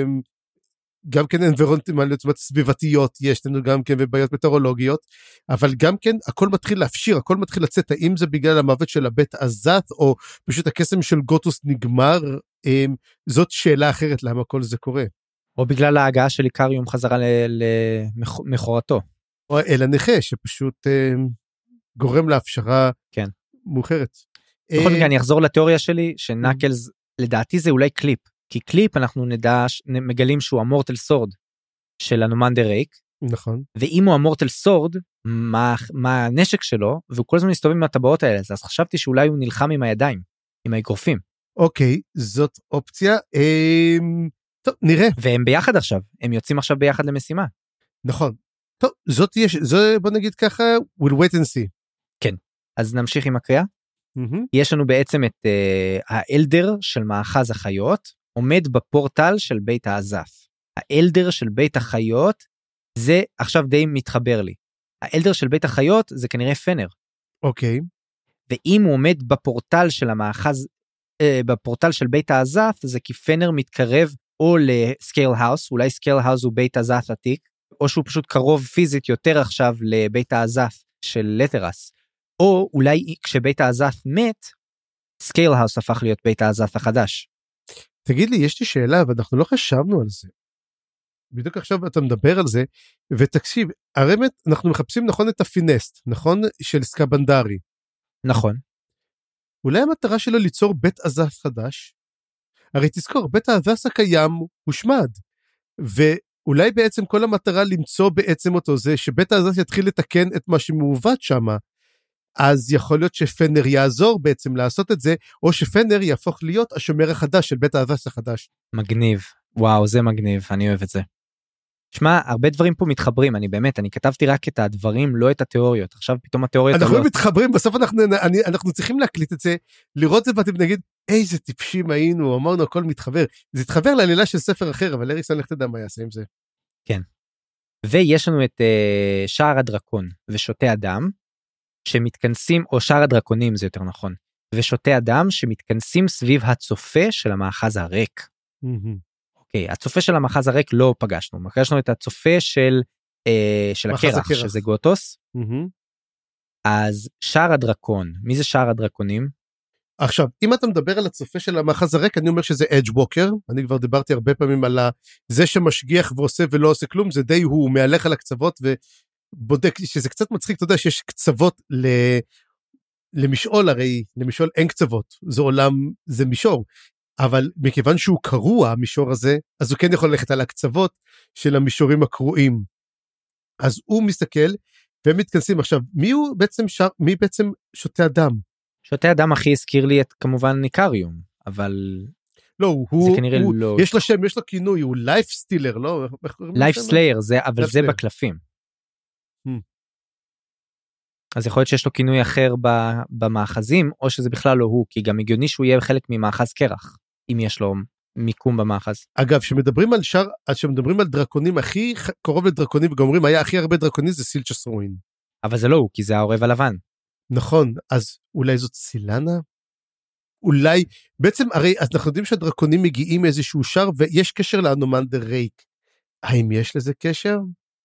B: גם כן אנבירונטמליות סביבתיות, יש לנו גם כן ובעיות מטאורולוגיות, אבל גם כן הכל מתחיל להפשיר, הכל מתחיל לצאת, האם זה בגלל המוות של הבית עזת, או פשוט הקסם של גוטוס נגמר, זאת שאלה אחרת למה כל זה קורה.
C: או בגלל ההגעה של איקריום חזרה למחורתו.
B: או אל הנכה, שפשוט גורם להפשרה
C: כן.
B: מאוחרת.
C: בכל מקרה, אני אחזור לתיאוריה שלי, שנקלס, לדעתי זה אולי קליפ, כי קליפ אנחנו נדע, מגלים שהוא המורטל סורד של הנומנדר ריק.
B: נכון.
C: ואם הוא המורטל סורד, מה, מה הנשק שלו, והוא כל הזמן מסתובב עם הטבעות האלה, אז חשבתי שאולי הוא נלחם עם הידיים, עם האגרופים.
B: אוקיי, זאת אופציה. אמ... טוב, נראה.
C: והם ביחד עכשיו, הם יוצאים עכשיו ביחד למשימה.
B: נכון. טוב, זאת יש, זה בוא נגיד ככה, we'll wait and see.
C: כן, אז נמשיך עם הקריאה.
B: Mm-hmm.
C: יש לנו בעצם את uh, האלדר של מאחז החיות, עומד בפורטל של בית העזף. האלדר של בית החיות, זה עכשיו די מתחבר לי. האלדר של בית החיות זה כנראה פנר.
B: אוקיי.
C: ואם הוא עומד בפורטל של המאחז, אה, בפורטל של בית העזף, זה כי פנר מתקרב או לסקייל האוס, אולי סקייל האוס הוא בית העזף עתיק, או שהוא פשוט קרוב פיזית יותר עכשיו לבית העזף של לת'רס. או אולי כשבית העזף מת, סקייל האוס הפך להיות בית העזף החדש.
B: תגיד לי, יש לי שאלה, ואנחנו לא חשבנו על זה. בדיוק עכשיו אתה מדבר על זה, ותקשיב, הרמת, אנחנו מחפשים נכון את הפינסט, נכון? של סקבנדרי.
C: נכון.
B: אולי המטרה שלו ליצור בית עזף חדש? הרי תזכור, בית העזף הקיים הושמד, ואולי בעצם כל המטרה למצוא בעצם אותו זה, שבית העזף יתחיל לתקן את מה שמעוות שם, אז יכול להיות שפנר יעזור בעצם לעשות את זה, או שפנר יהפוך להיות השומר החדש של בית האבס החדש.
C: מגניב, וואו, זה מגניב, אני אוהב את זה. שמע, הרבה דברים פה מתחברים, אני באמת, אני כתבתי רק את הדברים, לא את התיאוריות, עכשיו פתאום התיאוריות...
B: אנחנו
C: לא...
B: מתחברים, בסוף אנחנו, אני, אנחנו צריכים להקליט את זה, לראות את זה, ואתם נגיד, איזה טיפשים היינו, אמרנו, הכל מתחבר. זה התחבר לעלילה של ספר אחר, אבל אריקסון, לך תדע מה יעשה עם זה.
C: כן. ויש לנו את uh, שער הדרקון ושוטי אדם, שמתכנסים, או שער הדרקונים זה יותר נכון, ושוטי אדם שמתכנסים סביב הצופה של המאחז הריק. אוקיי, הצופה של המאחז הריק לא פגשנו, פגשנו את הצופה של, אה, של הקרח, שזה גוטוס. אז שער הדרקון, מי זה שער הדרקונים?
B: עכשיו, אם אתה מדבר על הצופה של המאחז הריק, אני אומר שזה אדג'ווקר, אני כבר דיברתי הרבה פעמים על זה שמשגיח ועושה ולא עושה כלום, זה די הוא מהלך על הקצוות ובודק, שזה קצת מצחיק, אתה יודע שיש קצוות ל... למשעול, הרי למשעול אין קצוות, זה עולם, זה מישור, אבל מכיוון שהוא קרוע, המישור הזה, אז הוא כן יכול ללכת על הקצוות של המישורים הקרועים. אז הוא מסתכל, והם מתכנסים עכשיו, מי הוא בעצם, שר, מי בעצם שוטי אדם?
C: שוטי אדם הכי הזכיר לי את כמובן ניקריום, אבל...
B: לא, הוא,
C: זה כנראה
B: הוא
C: לא...
B: יש לו שם, יש לו כינוי, הוא לייף סטילר, לא?
C: לייף סלייר, אבל זה בקלפים.
B: Hmm.
C: אז יכול להיות שיש לו כינוי אחר במאחזים, או שזה בכלל לא הוא, כי גם הגיוני שהוא יהיה חלק ממאחז קרח, אם יש לו מיקום במאחז.
B: אגב, שמדברים על שר, אז שמדברים על דרקונים, הכי קרוב לדרקונים, וגם אומרים, היה הכי הרבה דרקונים, זה סילצ'ס רוין.
C: אבל זה לא הוא, כי זה העורב הלבן.
B: נכון, אז אולי זאת סילנה? אולי, בעצם הרי, אז אנחנו יודעים שהדרקונים מגיעים מאיזשהו שר, ויש קשר לאנומנדר ריק. האם יש לזה קשר?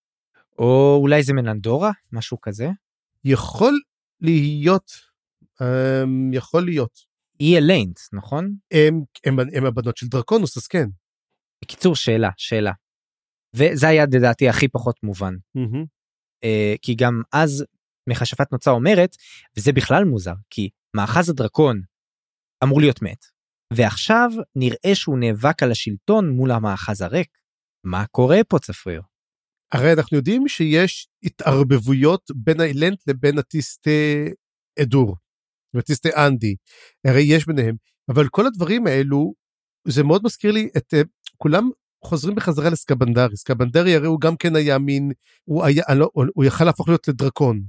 C: או אולי זה מננדורה, משהו כזה?
B: יכול להיות, um, יכול להיות.
C: היא אליינט, נכון?
B: הם, הם, הם הבנות של דרקונוס, אז כן.
C: בקיצור, שאלה, שאלה. וזה היה לדעתי הכי פחות מובן.
B: Mm-hmm.
C: Uh, כי גם אז מכשפת נוצה אומרת, וזה בכלל מוזר, כי מאחז הדרקון אמור להיות מת, ועכשיו נראה שהוא נאבק על השלטון מול המאחז הריק. מה קורה פה, צפריר?
B: הרי אנחנו יודעים שיש התערבבויות בין האילנט לבין הטיסטי אדור, וטיסטי אנדי, הרי יש ביניהם, אבל כל הדברים האלו, זה מאוד מזכיר לי את, כולם חוזרים בחזרה לסקבנדרי, סקבנדרי הרי הוא גם כן היה מין, הוא, היה, לא, הוא יכל להפוך להיות לדרקון,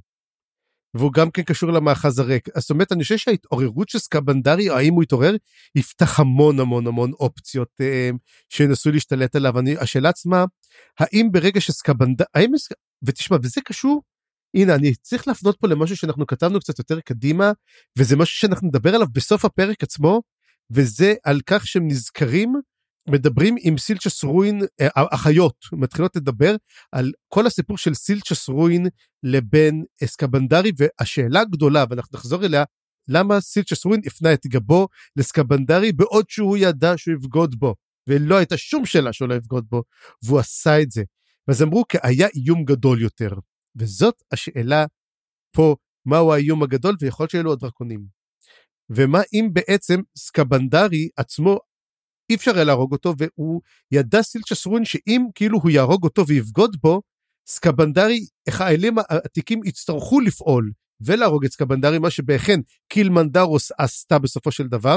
B: והוא גם כן קשור למאחז הריק, זאת אומרת, אני חושב שההתעוררות של סקבנדרי, האם הוא יתעורר, יפתח המון המון המון אופציות, אה, שינסו להשתלט עליו, אני, השאלה עצמה, האם ברגע שסקבנדרי, האם, ותשמע, וזה קשור, הנה, אני צריך להפנות פה למשהו שאנחנו כתבנו קצת יותר קדימה, וזה משהו שאנחנו נדבר עליו בסוף הפרק עצמו, וזה על כך שהם נזכרים, מדברים עם סילצ'ס רוין, החיות, מתחילות לדבר על כל הסיפור של סילצ'ס רוין לבין סקבנדרי, והשאלה הגדולה, ואנחנו נחזור אליה, למה סילצ'ס רוין הפנה את גבו לסקבנדרי, בעוד שהוא ידע שהוא יבגוד בו, ולא הייתה שום שאלה שהוא לא יבגוד בו, והוא עשה את זה. ואז אמרו, כי היה איום גדול יותר. וזאת השאלה פה, מהו האיום הגדול, ויכול להיות שאלו הדרקונים. ומה אם בעצם סקבנדרי עצמו, אי אפשר היה להרוג אותו, והוא ידע סילצ'ס רוין, שאם כאילו הוא יהרוג אותו ויבגוד בו, סקבנדרי, איך האלים העתיקים יצטרכו לפעול, ולהרוג את סקבנדרי, מה שבהכן קילמנדרוס עשתה בסופו של דבר,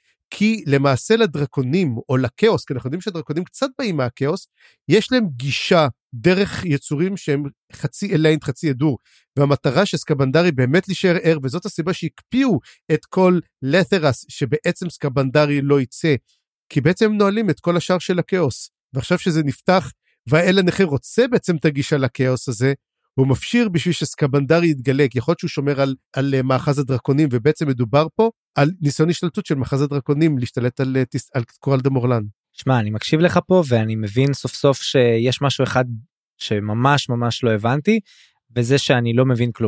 B: כי למעשה לדרקונים, או לקאוס, כי אנחנו יודעים שהדרקונים קצת באים מהקאוס, יש להם גישה דרך יצורים שהם חצי אליינט, חצי אדור, והמטרה שסקבנדרי באמת להישאר ער, וזאת הסיבה שהקפיאו את כל לת'רס, שבעצם סקבנדרי לא יצא, כי בעצם הם נועלים את כל השאר של הקאוס, ועכשיו שזה נפתח, והאל הנכה רוצה בעצם את הגישה לקאוס הזה, הוא מפשיר בשביל שסקבנדרי יתגלה, כי יכול להיות שהוא שומר על, על מאחז הדרקונים, ובעצם מדובר פה על ניסיון השתלטות של מאחז הדרקונים, להשתלט על, על קורל דה מורלן. שמע,
C: אני מקשיב לך פה, ואני מבין סוף סוף שיש משהו אחד שממש ממש לא הבנתי, וזה שאני לא מבין כלום.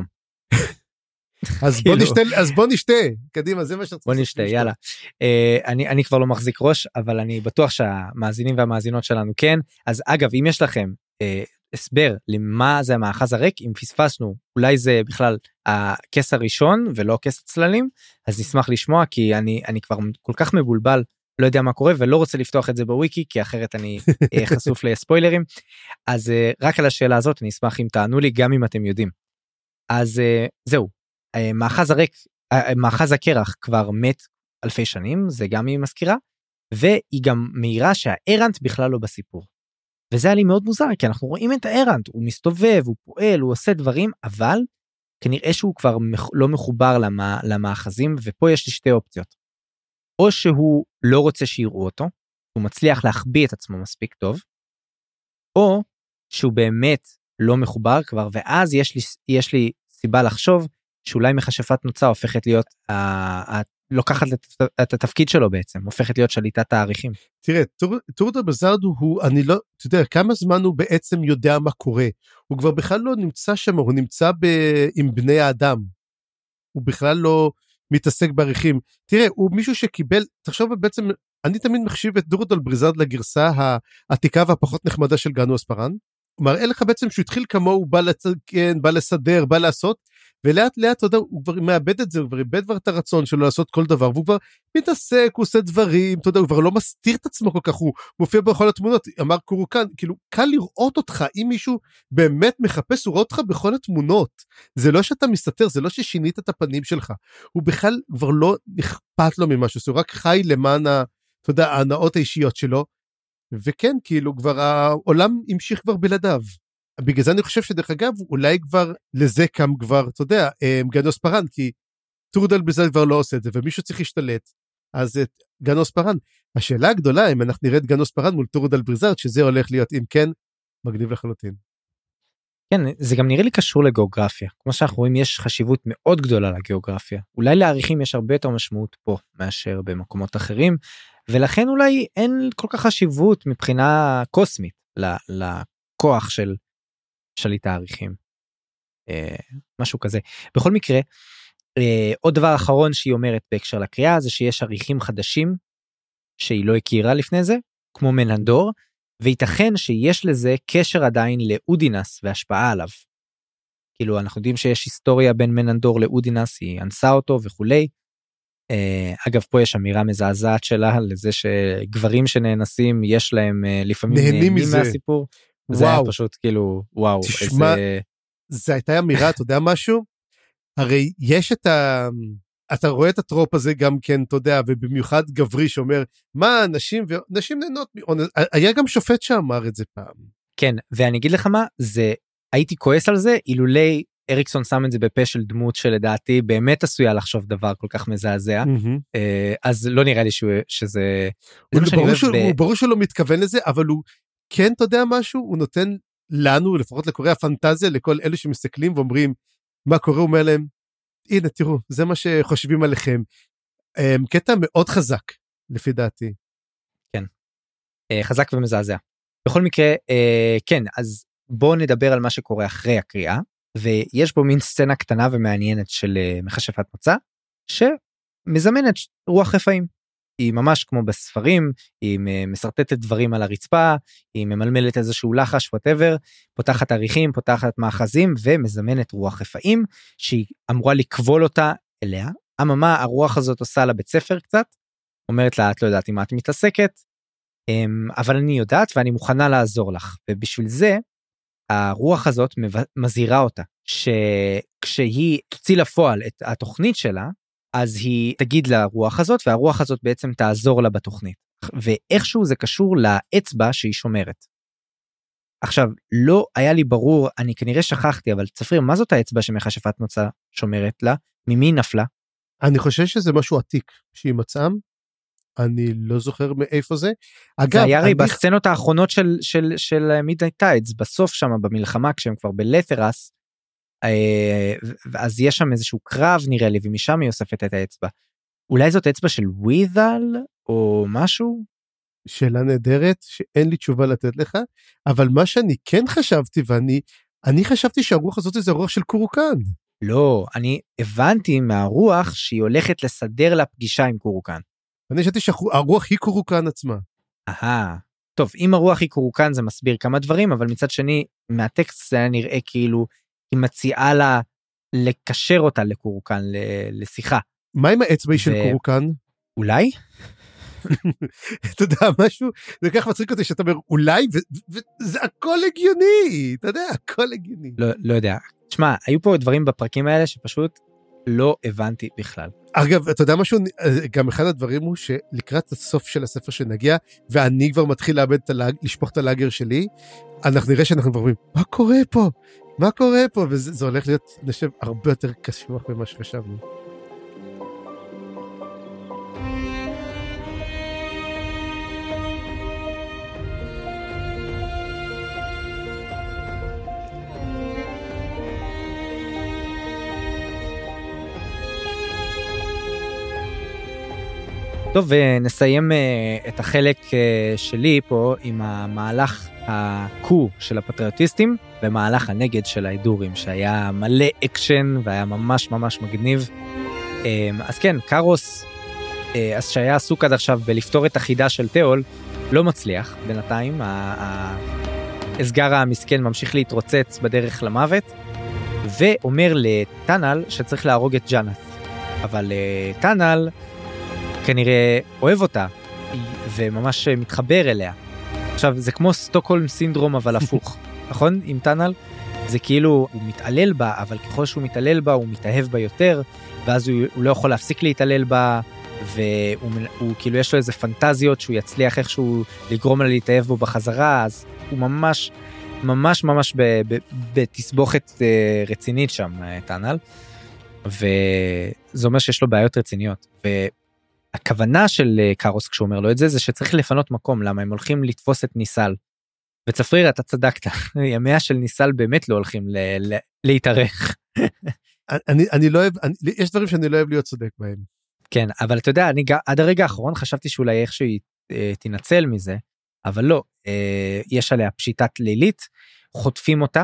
B: אז בוא נשתה, אז בוא נשתה, קדימה, זה מה שרציתי.
C: בוא נשתה, יאללה. Uh, אני, אני כבר לא מחזיק ראש, אבל אני בטוח שהמאזינים והמאזינות שלנו כן. אז אגב, אם יש לכם uh, הסבר למה זה המאחז הריק, אם פספסנו, אולי זה בכלל הכס הראשון ולא כס הצללים, אז נשמח לשמוע, כי אני, אני כבר כל כך מבולבל, לא יודע מה קורה, ולא רוצה לפתוח את זה בוויקי, כי אחרת אני חשוף לספוילרים. אז uh, רק על השאלה הזאת, אני אשמח אם תענו לי, גם אם אתם יודעים. אז uh, זהו. מאחז הריק, מאחז הקרח כבר מת אלפי שנים, זה גם היא מזכירה, והיא גם מהירה שהארנט בכלל לא בסיפור. וזה היה לי מאוד מוזר, כי אנחנו רואים את הארנט, הוא מסתובב, הוא פועל, הוא עושה דברים, אבל כנראה שהוא כבר לא מחובר למה, למאחזים, ופה יש לי שתי אופציות. או שהוא לא רוצה שיראו אותו, הוא מצליח להחביא את עצמו מספיק טוב, או שהוא באמת לא מחובר כבר, ואז יש לי, יש לי סיבה לחשוב שאולי מכשפת נוצה הופכת להיות, ה, ה, לוקחת את, את התפקיד שלו בעצם, הופכת להיות שליטת תאריכים.
B: תראה, טורדל בריזארד הוא, אני לא, אתה יודע, כמה זמן הוא בעצם יודע מה קורה, הוא כבר בכלל לא נמצא שם, הוא נמצא ב, עם בני האדם, הוא בכלל לא מתעסק בעריכים. תראה, הוא מישהו שקיבל, תחשוב בעצם, אני תמיד מחשיב את טורדל בריזארד לגרסה העתיקה והפחות נחמדה של גנו אספרן, הוא מראה לך בעצם שהוא התחיל כמוהו, הוא בא, לצ... כן, בא לסדר, בא לעשות, ולאט לאט, אתה יודע, הוא כבר מאבד את זה, הוא כבר איבד כבר את הרצון שלו לעשות כל דבר, והוא כבר מתעסק, הוא עושה דברים, אתה יודע, הוא כבר לא מסתיר את עצמו כל כך, הוא מופיע בכל התמונות, אמר קורוקן, כאילו, קל לראות אותך, אם מישהו באמת מחפש, הוא רואה אותך בכל התמונות, זה לא שאתה מסתתר, זה לא ששינית את הפנים שלך, הוא בכלל כבר לא אכפת לו ממשהו, הוא רק חי למען, ה, אתה יודע, ההנאות האישיות שלו, וכן, כאילו, כבר העולם המשיך כבר בלעדיו. בגלל זה אני חושב שדרך אגב, אולי כבר לזה קם כבר, אתה יודע, גנו אספרן, כי טורדל בריזארד כבר לא עושה את זה, ומישהו צריך להשתלט, אז את גנו אספרן. השאלה הגדולה, אם אנחנו נראה את גנו אספרן מול טורדל בריזארד, שזה הולך להיות, אם כן, מגניב לחלוטין.
C: כן, זה גם נראה לי קשור לגיאוגרפיה. כמו שאנחנו רואים, יש חשיבות מאוד גדולה לגיאוגרפיה. אולי לעריכים יש הרבה יותר משמעות פה, מאשר במקומות אחרים, ולכן אולי אין כל כך חשיבות מבחינה קוסמית, לכוח של שליט העריכים. אה, משהו כזה. בכל מקרה, אה, עוד דבר אחרון שהיא אומרת בהקשר לקריאה, זה שיש עריכים חדשים, שהיא לא הכירה לפני זה, כמו מננדור, וייתכן שיש לזה קשר עדיין לאודינס והשפעה עליו. כאילו אנחנו יודעים שיש היסטוריה בין מננדור לאודינס, היא אנסה אותו וכולי. אגב פה יש אמירה מזעזעת שלה לזה שגברים שנאנסים יש להם לפעמים נהנים מהסיפור. זה היה פשוט כאילו וואו.
B: תשמע, זה הייתה אמירה, אתה יודע משהו? הרי יש את ה... אתה רואה את הטרופ הזה גם כן, אתה יודע, ובמיוחד גברי שאומר, מה, נשים ונשים נהנות מאונס, היה גם שופט שאמר את זה פעם.
C: כן, ואני אגיד לך מה, זה, הייתי כועס על זה, אילולי אריקסון שם את זה בפה של דמות שלדעתי באמת עשויה לחשוב דבר כל כך מזעזע, אז לא נראה לי שזה...
B: הוא ברור שלא מתכוון לזה, אבל הוא כן, אתה יודע משהו, הוא נותן לנו, לפחות לקוראי הפנטזיה, לכל אלה שמסתכלים ואומרים, מה קורה, הוא אומר להם, הנה, תראו, זה מה שחושבים עליכם. קטע מאוד חזק, לפי דעתי.
C: כן, חזק ומזעזע. בכל מקרה, כן, אז בואו נדבר על מה שקורה אחרי הקריאה, ויש בו מין סצנה קטנה ומעניינת של מכשפת נוצה, שמזמנת רוח רפאים. היא ממש כמו בספרים, היא מסרטטת דברים על הרצפה, היא ממלמלת איזשהו לחש, whatever, פותחת עריכים, פותחת מאחזים, ומזמנת רוח רפאים, שהיא אמורה לקבול אותה אליה. אממה, הרוח הזאת עושה לה בית ספר קצת, אומרת לה, את לא יודעת עם מה את מתעסקת, אבל אני יודעת ואני מוכנה לעזור לך, ובשביל זה, הרוח הזאת מזהירה אותה, שכשהיא תוציא לפועל את התוכנית שלה, אז היא תגיד לרוח הזאת, והרוח הזאת בעצם תעזור לה בתוכנית. ואיכשהו זה קשור לאצבע שהיא שומרת. עכשיו, לא היה לי ברור, אני כנראה שכחתי, אבל צפריר, מה זאת האצבע שמכשפת נוצה שומרת לה? ממי נפלה?
B: אני חושב שזה משהו עתיק, שהיא מצאם, אני לא זוכר מאיפה זה.
C: אגב, זה היה הרי אני... בסצנות האחרונות של, של, של מידנייט טיידס, בסוף שם במלחמה, כשהם כבר בלתרס, אז יש שם איזשהו קרב נראה לי, ומשם היא אוספת את האצבע. אולי זאת אצבע של ווית'ל או משהו?
B: שאלה נהדרת שאין לי תשובה לתת לך, אבל מה שאני כן חשבתי, ואני אני חשבתי שהרוח הזאת זה הרוח של קורוקן.
C: לא, אני הבנתי מהרוח שהיא הולכת לסדר לה פגישה עם קורוקן.
B: אני חשבתי שהרוח היא קורוקן עצמה.
C: אהה, טוב, אם הרוח היא קורוקן זה מסביר כמה דברים, אבל מצד שני, מהטקסט זה היה נראה כאילו היא מציעה לה לקשר אותה לקורוקן, לשיחה.
B: מה עם האצבע ו... של קורוקן?
C: אולי?
B: אתה יודע, משהו, זה כך מצחיק אותי שאתה אומר, אולי, וזה הכל הגיוני, אתה יודע, הכל הגיוני.
C: לא, לא יודע. תשמע, היו פה דברים בפרקים האלה שפשוט לא הבנתי בכלל.
B: אגב, אתה יודע משהו, גם אחד הדברים הוא שלקראת הסוף של הספר שנגיע, ואני כבר מתחיל לאבד את הלאג, לשפוך את הלאגר שלי, אנחנו נראה שאנחנו כבר אומרים, מה קורה פה? מה קורה פה? וזה הולך להיות, אני חושב, הרבה יותר קשוח ממה שחשבנו.
C: טוב, ונסיים את החלק שלי פה עם המהלך הקו של הפטריוטיסטים, ומהלך הנגד של ההידורים, שהיה מלא אקשן, והיה ממש ממש מגניב. אז כן, קארוס, אז שהיה עסוק עד עכשיו בלפתור את החידה של תיאול, לא מצליח בינתיים, האסגר המסכן ממשיך להתרוצץ בדרך למוות, ואומר לטאנל שצריך להרוג את ג'אנת. אבל טאנל כנראה אוהב אותה, וממש מתחבר אליה. עכשיו, זה כמו סטוקהולם סינדרום, אבל הפוך, נכון? עם טאנל, זה כאילו, הוא מתעלל בה, אבל ככל שהוא מתעלל בה, הוא מתאהב בה יותר, ואז הוא, הוא לא יכול להפסיק להתעלל בה, והוא הוא, כאילו יש לו איזה פנטזיות, שהוא יצליח איכשהו לגרום לה להתאהב בו בחזרה, אז הוא ממש, ממש ממש ב, ב, בתסבוכת רצינית שם, טאנל, וזה אומר שיש לו בעיות רציניות, ו... הכוונה של קארוס כשהוא אומר לו את זה, זה שצריך לפנות מקום, למה הם הולכים לתפוס את ניסל. וצפריר, אתה צדקת, ימיה של ניסל באמת לא הולכים ל- ל- להתארך.
B: אני, אני לא אוהב, אני, יש דברים שאני לא אוהב להיות צודק בהם.
C: כן, אבל אתה יודע, אני עד הרגע האחרון חשבתי שאולי איך שהיא תנצל מזה, אבל לא, יש עליה פשיטת לילית, חוטפים אותה,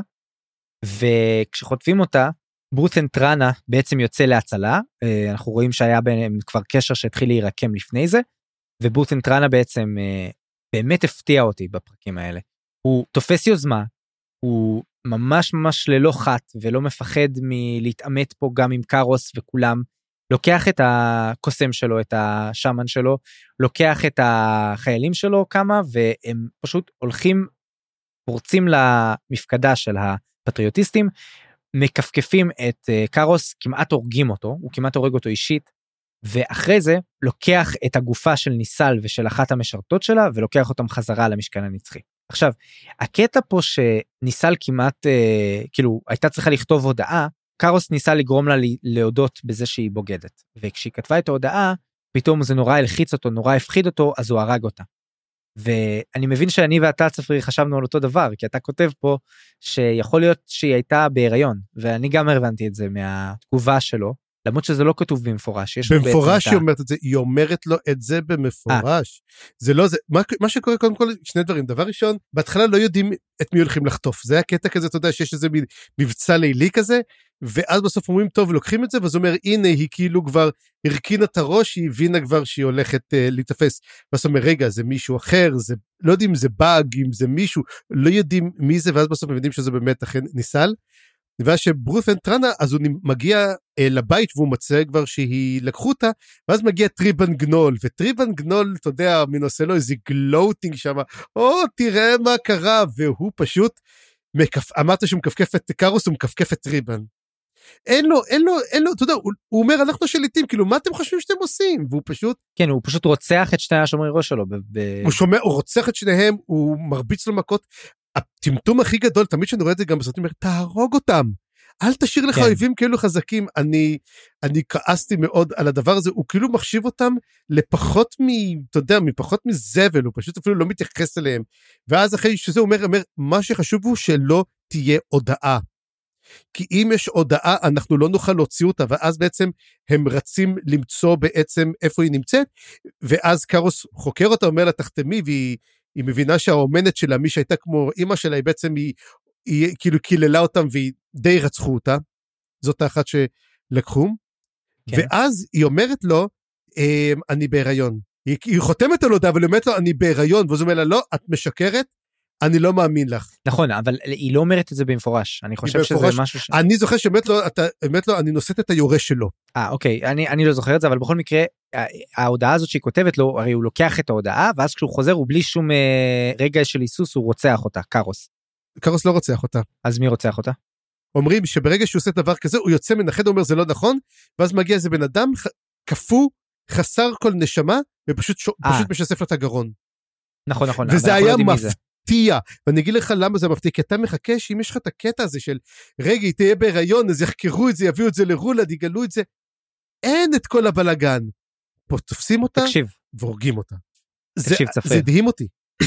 C: וכשחוטפים אותה, ברות'ן טראנה בעצם יוצא להצלה, אנחנו רואים שהיה ביניהם כבר קשר שהתחיל להירקם לפני זה, וברות'ן טראנה בעצם באמת הפתיע אותי בפרקים האלה. הוא תופס יוזמה, הוא ממש ממש ללא חת, ולא מפחד מלהתאמת פה גם עם קארוס וכולם, לוקח את הקוסם שלו, את השמן שלו, לוקח את החיילים שלו כמה, והם פשוט הולכים, פורצים למפקדה של הפטריוטיסטים, מקפקפים את קארוס, כמעט הורגים אותו, הוא כמעט הורג אותו אישית, ואחרי זה לוקח את הגופה של ניסל ושל אחת המשרתות שלה, ולוקח אותם חזרה למשכן הנצחי. עכשיו, הקטע פה שניסל כמעט, אה, כאילו, הייתה צריכה לכתוב הודעה, קארוס ניסה לגרום לה להודות בזה שהיא בוגדת, וכשהיא כתבה את ההודעה, פתאום זה נורא הלחיץ אותו, נורא הפחיד אותו, אז הוא הרג אותה. ואני מבין שאני ואתה צפרי חשבנו על אותו דבר, כי אתה כותב פה שיכול להיות שהיא הייתה בהיריון, ואני גם הבנתי את זה מהתגובה שלו, למרות שזה לא כתוב במפורש.
B: במפורש היא אומרת את זה, היא אומרת לו את זה במפורש. זה לא זה, מה, מה שקורה קודם כל, שני דברים. דבר ראשון, בהתחלה לא יודעים את מי הולכים לחטוף. זה היה קטע כזה, אתה יודע, שיש איזה מבצע לילי כזה, ואז בסוף אומרים, טוב, לוקחים את זה, ואז אומר, הנה, היא כאילו כבר הרקינה את הראש, היא הבינה כבר שהיא הולכת uh, להתאפס. ואז אומר, רגע, זה מישהו אחר, זה, לא יודעים אם זה באג, אם זה מישהו, לא יודעים מי זה, ואז בסוף מבינים שזה באמת אכן ניסל. ואז שברות'ן טראנה, אז הוא מגיע אה, לבית, והוא מצא כבר שהיא לקחו אותה, ואז מגיע טריבן גנול, וטריבן גנול, אתה יודע, מנושא לו איזה גלוטינג שם, או, תראה מה קרה, והוא פשוט, מקף, אמרת שהוא מקפקף את קארוס, הוא מקפקף את טריבן. אין לו, אין לו, אין לו, אתה יודע, הוא, הוא אומר, אנחנו שליטים, כאילו, מה אתם חושבים שאתם עושים? והוא פשוט...
C: כן, הוא פשוט רוצח את שני השומרי ראש שלו. ב- ב-
B: הוא שומע, הוא רוצח את שניהם, הוא מרביץ לו מכות, הטמטום הכי גדול, תמיד שאני רואה את זה גם בסרטים, תהרוג אותם, אל תשאיר לך אויבים כאילו חזקים. אני, אני כעסתי מאוד על הדבר הזה, הוא כאילו מחשיב אותם לפחות מ, אתה יודע, מפחות מזבל, הוא פשוט אפילו לא מתייחס אליהם, ואז אחרי שזה אומר, אומר, מה שחשוב הוא שלא תהיה הודעה, כי אם יש הודעה, אנחנו לא נוכל להוציא אותה, ואז בעצם הם רצים למצוא בעצם איפה היא נמצאת, ואז קארוס חוקר אותה, אומר לה תחתמי, והיא היא מבינה שהאומנת שלה, מי שהייתה כמו אמא שלה, היא בעצם, היא, היא כאילו קיללה אותם, והיא די רצחו אותה, זאת האחת שלקחו, כן. ואז היא אומרת לו, אני בהיריון, היא, היא חותמת על הודעה, אבל היא אומרת לו, אני בהיריון, ואז הוא אומר לה, לא, את משקרת, אני לא מאמין לך.
C: נכון, אבל היא לא אומרת את זה במפורש, אני חושב שזה משהו ש...
B: אני זוכר שאומרת לו, אתה, אומרת לו, אני נושאת את היורש שלו.
C: אה, אוקיי, אני, אני לא זוכר את זה, אבל בכל מקרה, ההודעה הזאת שהיא כותבת לו, הרי הוא לוקח את ההודעה, ואז כשהוא חוזר, הוא בלי שום רגע של היסוס, הוא רוצח אותה, קארוס.
B: קארוס לא רוצח אותה.
C: אז מי רוצח אותה?
B: אומרים שברגע שהוא עושה דבר כזה, הוא יוצא מן החדר, אומר זה לא נכון, ואז מגיע איזה בן אדם כפו, חסר כל נשמה, ופשוט פשוט משסף לו את הגרון.
C: נכון, נכון.
B: וזה היה מפתיע, ואני אגיד לך למה זה מפתיע, כי אתה מחכה שאם יש לך את הקטע הזה של, רגע, היא תהיה בהיריון, אז יחקרו את זה, יביאו את זה לרולד, יגלו את זה, אין את כל הבלגן. פה תופסים אותה, והורגים אותה.
C: תקשיב, צפה.
B: זה דהים אותי.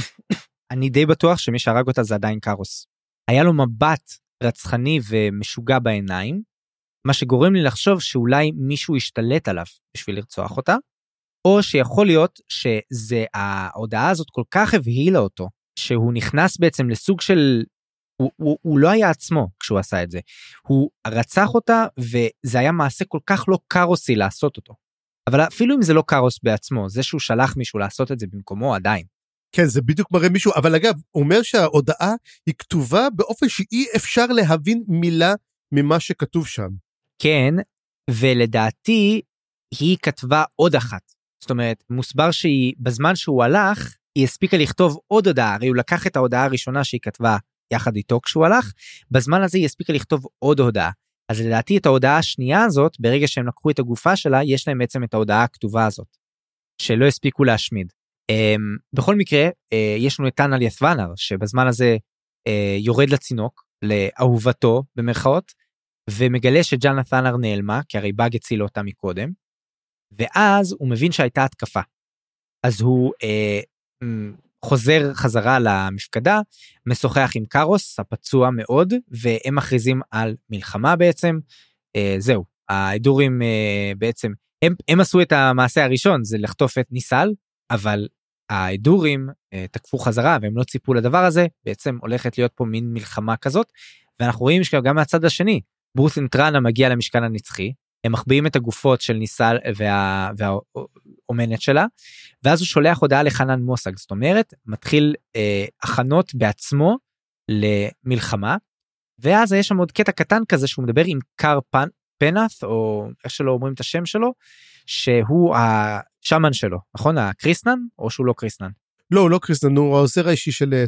C: אני די בטוח שמי שהרג אותה זה עדיין קארוס. היה לו מבט רצחני ומשוגע בעיניים, מה שגורם לי לחשוב שאולי מישהו ישתלט עליו בשביל לרצוח אותה, או שיכול להיות שזה, ההודעה הזאת כל כך הבהילה אותו, שהוא נכנס בעצם לסוג של, הוא, הוא, הוא לא היה עצמו כשהוא עשה את זה, הוא רצח אותה, וזה היה מעשה כל כך לא קארוסי לעשות אותו. אבל אפילו אם זה לא קארוס בעצמו, זה שהוא שלח מישהו לעשות את זה במקומו עדיין.
B: כן, זה בדיוק מראה מישהו, אבל אגב, הוא אומר שההודעה היא כתובה באופן שאי אפשר להבין מילה ממה שכתוב שם.
C: כן, ולדעתי היא כתבה עוד אחת. זאת אומרת, מוסבר שהיא, בזמן שהוא הלך, היא הספיקה לכתוב עוד הודעה, הרי הוא לקח את ההודעה הראשונה שהיא כתבה יחד איתו כשהוא הלך, בזמן הזה היא הספיקה לכתוב עוד הודעה. אז לדעתי את ההודעה השנייה הזאת, ברגע שהם לקחו את הגופה שלה, יש להם בעצם את ההודעה הכתובה הזאת, שלא הספיקו להשמיד. Um, בכל מקרה, uh, יש לנו את טאנל ית'וונר, שבזמן הזה uh, יורד לצינוק, לאהובתו במרכאות, ומגלה שג'נת'נר נעלמה, כי הרי באג הציל אותה מקודם, ואז הוא מבין שהייתה התקפה. אז הוא uh, חוזר חזרה למפקדה, משוחח עם קארוס, הפצוע מאוד, והם מכריזים על מלחמה בעצם. uh, זהו, האדורים uh, בעצם, הם, הם עשו את המעשה הראשון, זה לחטוף את ניסל, אבל האדורים uh, תקפו חזרה, והם לא ציפו לדבר הזה, בעצם הולכת להיות פה מין מלחמה כזאת, ואנחנו רואים שגם מהצד השני, ברות'ן טראנה מגיע למשכן הנצחי, הם מחביאים את הגופות של ניסל וה, והאומנת שלה, ואז הוא שולח הודעה לחנן מוסג, זאת אומרת, מתחיל אה, הכנות בעצמו למלחמה, ואז יש שם עוד קטע קטן כזה, שהוא מדבר עם קאר פנ, פנאת', או איך שלא אומרים את השם שלו, שהוא השמן שלו, נכון? הקריסנן, או שהוא לא קריסנן?
B: לא, הוא לא קריסנן, הוא העוזר האישי של,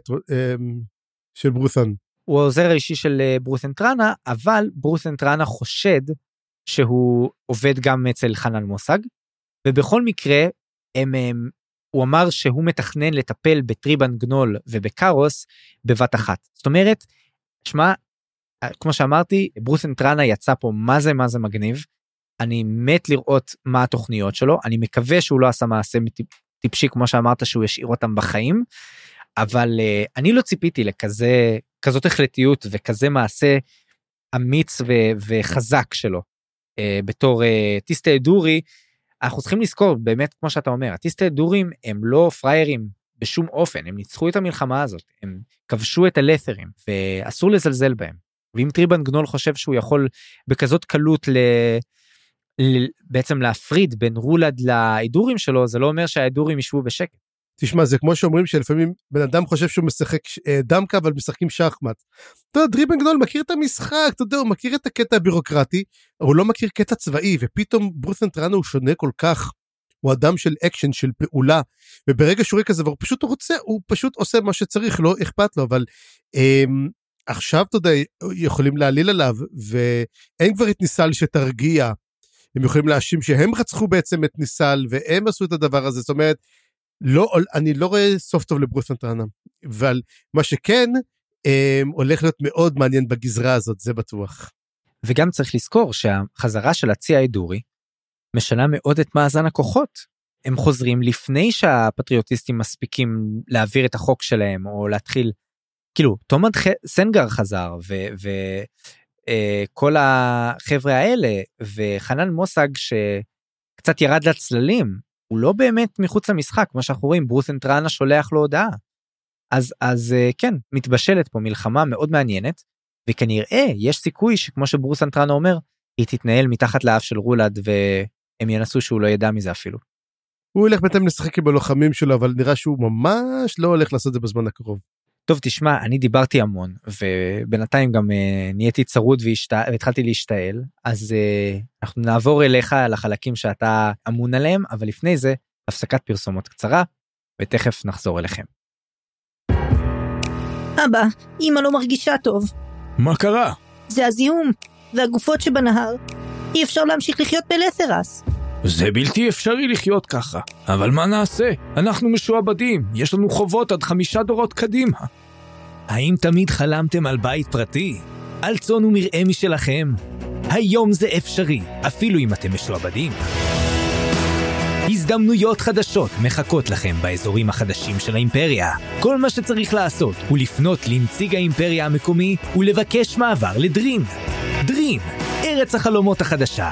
B: של ברות'ן.
C: הוא העוזר האישי של ברות'ן טראנה, אבל ברות'ן טראנה חושד, שהוא עובד גם אצל חנן מוסג, ובכל מקרה, הם, הם, הוא אמר שהוא מתכנן לטפל בטריבן גנול ובקארוס בבת אחת. זאת אומרת, שמה, כמו שאמרתי, ברות'ן טראנה יצא פה מה זה מה זה מגניב, אני מת לראות מה התוכניות שלו, אני מקווה שהוא לא עשה מעשה טיפשי, כמו שאמרת שהוא ישאיר אותם בחיים, אבל uh, אני לא ציפיתי לכזה, כזאת החלטיות וכזה מעשה אמיץ ו- וחזק שלו. בתור טיסטי אדורי, אנחנו צריכים לזכור, באמת כמו שאתה אומר, הטיסטי אדורים הם לא פריירים בשום אופן, הם ניצחו את המלחמה הזאת, הם כבשו את הלת'רים, ואסור לזלזל בהם. ואם טריבן גנול חושב שהוא יכול בכזאת קלות ל... ל... בעצם להפריד בין רולד לאדורים שלו, זה לא אומר שהאדורים ישבו בשקט.
B: תשמע, זה כמו שאומרים שלפעמים בן אדם חושב שהוא משחק דמקה, אבל משחקים שחמט. אתה יודע, טריבן גנול מכיר את המשחק, אתה יודע, הוא מכיר את הקטע הבירוקרטי, הוא לא מכיר קטע צבאי, ופתאום ברות'ן טראנה הוא שונה כל כך, הוא אדם של אקשן, של פעולה, וברגע שהוא רואה כזה, הוא פשוט רוצה, הוא פשוט עושה מה שצריך, לא אכפת לו, אבל אמ, עכשיו, אתה יודע, יכולים להעליל עליו, ואין כבר את ניסל שתרגיע, הם יכולים להאשים שהם רצחו בעצם את ניסל, והם עשו את הדבר הזה, זאת אומרת, לא, אני לא רואה סוף טוב לברות'ן טראנה, אבל מה שכן, הם, הולך להיות מאוד מעניין בגזרה הזאת, זה בטוח.
C: וגם צריך לזכור שהחזרה של הצי האדורי, משנה מאוד את מאזן הכוחות, הם חוזרים לפני שהפטריוטיסטים מספיקים להעביר את החוק שלהם, או להתחיל, כאילו, תומד סנגר חזר, וכל החבר'ה האלה, וחנן מוסג שקצת ירד לצללים, הוא לא באמת מחוץ למשחק, כמו שאנחנו רואים, ברות'ן טראנה שולח לו הודעה. אז, אז כן, מתבשלת פה מלחמה מאוד מעניינת, וכנראה יש סיכוי שכמו שברות'ן טראנה אומר, היא תתנהל מתחת לאף של רולד, והם ינסו שהוא לא ידע מזה אפילו.
B: הוא ילך בינתיים לשחק עם הלוחמים שלו, אבל נראה שהוא ממש לא הולך לעשות את זה בזמן הקרוב.
C: טוב, תשמע, אני דיברתי המון, ובינתיים גם uh, נהייתי צרוד והשת... והתחלתי להשתעל, אז uh, אנחנו נעבור אליך לחלקים שאתה אמון עליהם, אבל לפני זה, הפסקת פרסומות קצרה, ותכף נחזור אליכם.
F: אבא, אמא לא מרגישה טוב.
G: מה קרה?
F: זה הזיהום והגופות שבנהר. אי אפשר להמשיך לחיות בלת'רס.
E: זה בלתי אפשרי לחיות ככה. אבל מה נעשה? אנחנו משועבדים. יש לנו חובות עד חמישה דורות קדימה.
A: האם תמיד חלמתם על בית פרטי? על צאן ומרעה משלכם? היום זה אפשרי, אפילו אם אתם משועבדים. הזדמנויות חדשות מחכות לכם באזורים החדשים של האימפריה. כל מה שצריך לעשות הוא לפנות לנציג האימפריה המקומי ולבקש מעבר לדרין. דרין, ארץ החלומות החדשה.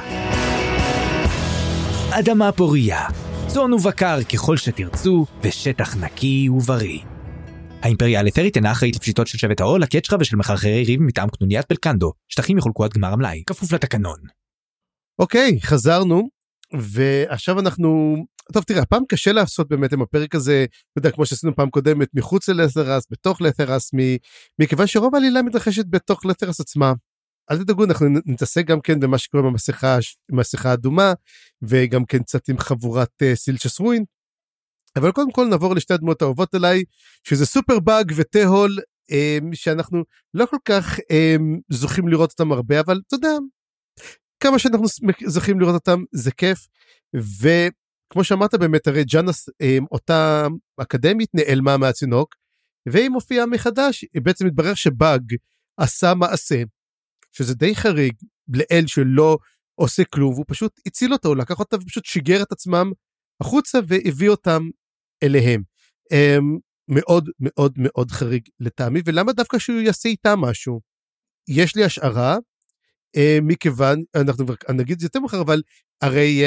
A: אדמה פוריה, צאן ובקר ככל שתרצו, ושטח נקי ובריא. האימפריה הלת'רית אינה אחראית לפשיטות של שבט העול, הקצ'רה ושל מחרחרי ריב מטעם קנוניית בלקנדו. שטחים יחולקו עד גמר המלאי, כפוף לתקנון.
B: אוקיי, חזרנו, ועכשיו אנחנו... טוב, תראה, הפעם קשה לעשות באמת עם הפרק הזה, אתה יודע, כמו שעשינו פעם קודמת, מחוץ ללת'רס, בתוך לת'רס, מכיוון שרוב העלילה מתרחשת בתוך לת'רס עצמה. אל תדאגו, אנחנו נתעסק גם כן במה שקורה במסכה, במסכה האדומה, וגם כן קצת עם חבורת uh, סילצ'ס רוין. אבל קודם כל נעבור לשתי הדמות האהובות עליי, שזה סופר באג וטהול, um, שאנחנו לא כל כך um, זוכים לראות אותם הרבה, אבל אתה יודע, כמה שאנחנו זוכים לראות אותם, זה כיף. וכמו שאמרת באמת, הרי ג'אנס, um, אותה אקדמית, נעלמה מהצינוק, והיא מופיעה מחדש, בעצם מתברר שבאג עשה מעשה, שזה די חריג, לאל שלא עושה כלום, והוא פשוט הציל אותו, הוא לקח אותה ופשוט שיגר את עצמם החוצה, והביא אותם אליהם. הם, מאוד מאוד מאוד חריג לטעמי, ולמה דווקא שהוא יעשה איתם משהו? יש לי השערה, מכיוון, אנחנו נגיד זה יותר מחר, אבל הרי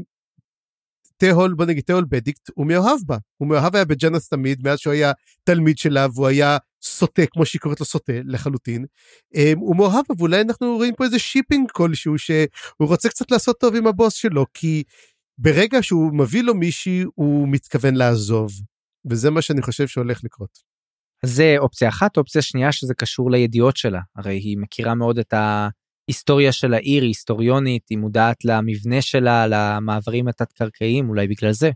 B: תהול, בוא נגיד, תהול בדיקט, הוא מאוהב בה, הוא מאוהב היה בג'אנס תמיד, מאז שהוא היה תלמיד שלה, והוא היה סוטה, כמו שהיא קוראת לו סוטה, לחלוטין, הוא מאוהב בה, ואולי אנחנו רואים פה איזה שיפינג כלשהו, שהוא רוצה קצת לעשות טוב עם הבוס שלו, כי ברגע שהוא מביא לו מישהי, הוא מתכוון לעזוב, וזה מה שאני חושב שהולך לקרות.
C: אז זה אופציה אחת, אופציה שנייה שזה קשור לידיעות שלה, הרי היא מכירה מאוד את ההיסטוריה של העיר, היא היסטוריונית, היא מודעת למבנה שלה, למעברים התת-קרקעיים, אולי בגלל זה.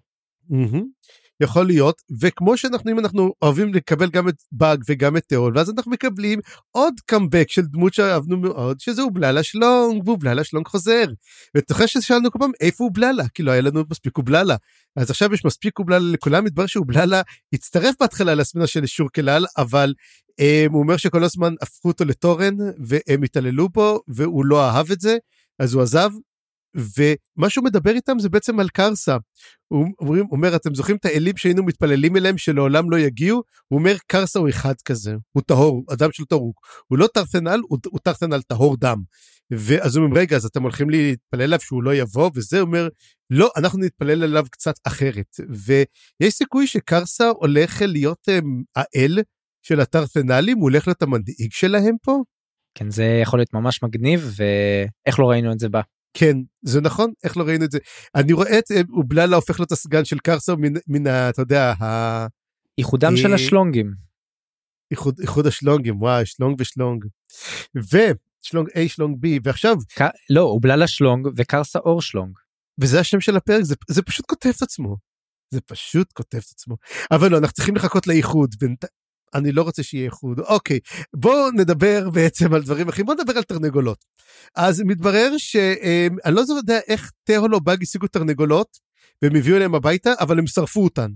B: יכול להיות, וכמו שאנחנו, אם אנחנו אוהבים לקבל גם את באג וגם את תהול, ואז אנחנו מקבלים עוד קאמבק של דמות שאהבנו מאוד, שזה אובללה שלונג, ואובללה שלונג חוזר, ותוכל ששאלנו כל פעם, איפה אובללה? כי לא היה לנו מספיק אובללה, אז עכשיו יש מספיק אובללה לכולם, מתברר שאובללה הצטרף בהתחלה לסמנה של שור כלל, אבל um, הוא אומר שכל הזמן הפכו אותו לתורן, והם התעללו בו, והוא לא אהב את זה, אז הוא עזב, ומה שהוא מדבר איתם זה בעצם על קרסה, הוא אומר, אומר אתם זוכרים את האלים שהיינו מתפללים אליהם שלעולם לא יגיעו, הוא אומר קרסה הוא אחד כזה, הוא טהור, אדם של טהור, הוא לא טרסנל, הוא, הוא טרסנל טהור דם, ואז הוא אומר רגע אז אתם הולכים להתפלל אליו שהוא לא יבוא, וזה אומר לא אנחנו נתפלל אליו קצת אחרת, ויש סיכוי שקרסה הולך להיות um, האל של הטרסנלים, הוא הולך להיות המנהיג שלהם פה.
C: כן זה יכול להיות ממש מגניב, ואיך לא ראינו את זה בה.
B: כן, זה נכון, איך לא ראינו את זה? אני רואה את אובללה הופך להיות הסגן של קרסה מן, מן אתה יודע, ה...
C: איחודם של השלונגים.
B: איחוד, איחוד השלונגים, וואי, שלונג ושלונג. ושלונג A, שלונג B, ועכשיו...
C: ק... לא, אובללה שלונג וקרסה אור שלונג.
B: וזה השם של הפרק, זה, זה פשוט כותב את עצמו. זה פשוט כותב את עצמו. אבל לא, אנחנו צריכים לחכות לאיחוד, בינתיים... אני לא רוצה שיהיה איחוד, אוקיי, בואו נדבר בעצם על דברים אחרים, בואו נדבר על תרנגולות. אז מתברר שאני לא יודע איך תהול או באג השיגו תרנגולות, והם הביאו אליהם הביתה, אבל הם שרפו אותן.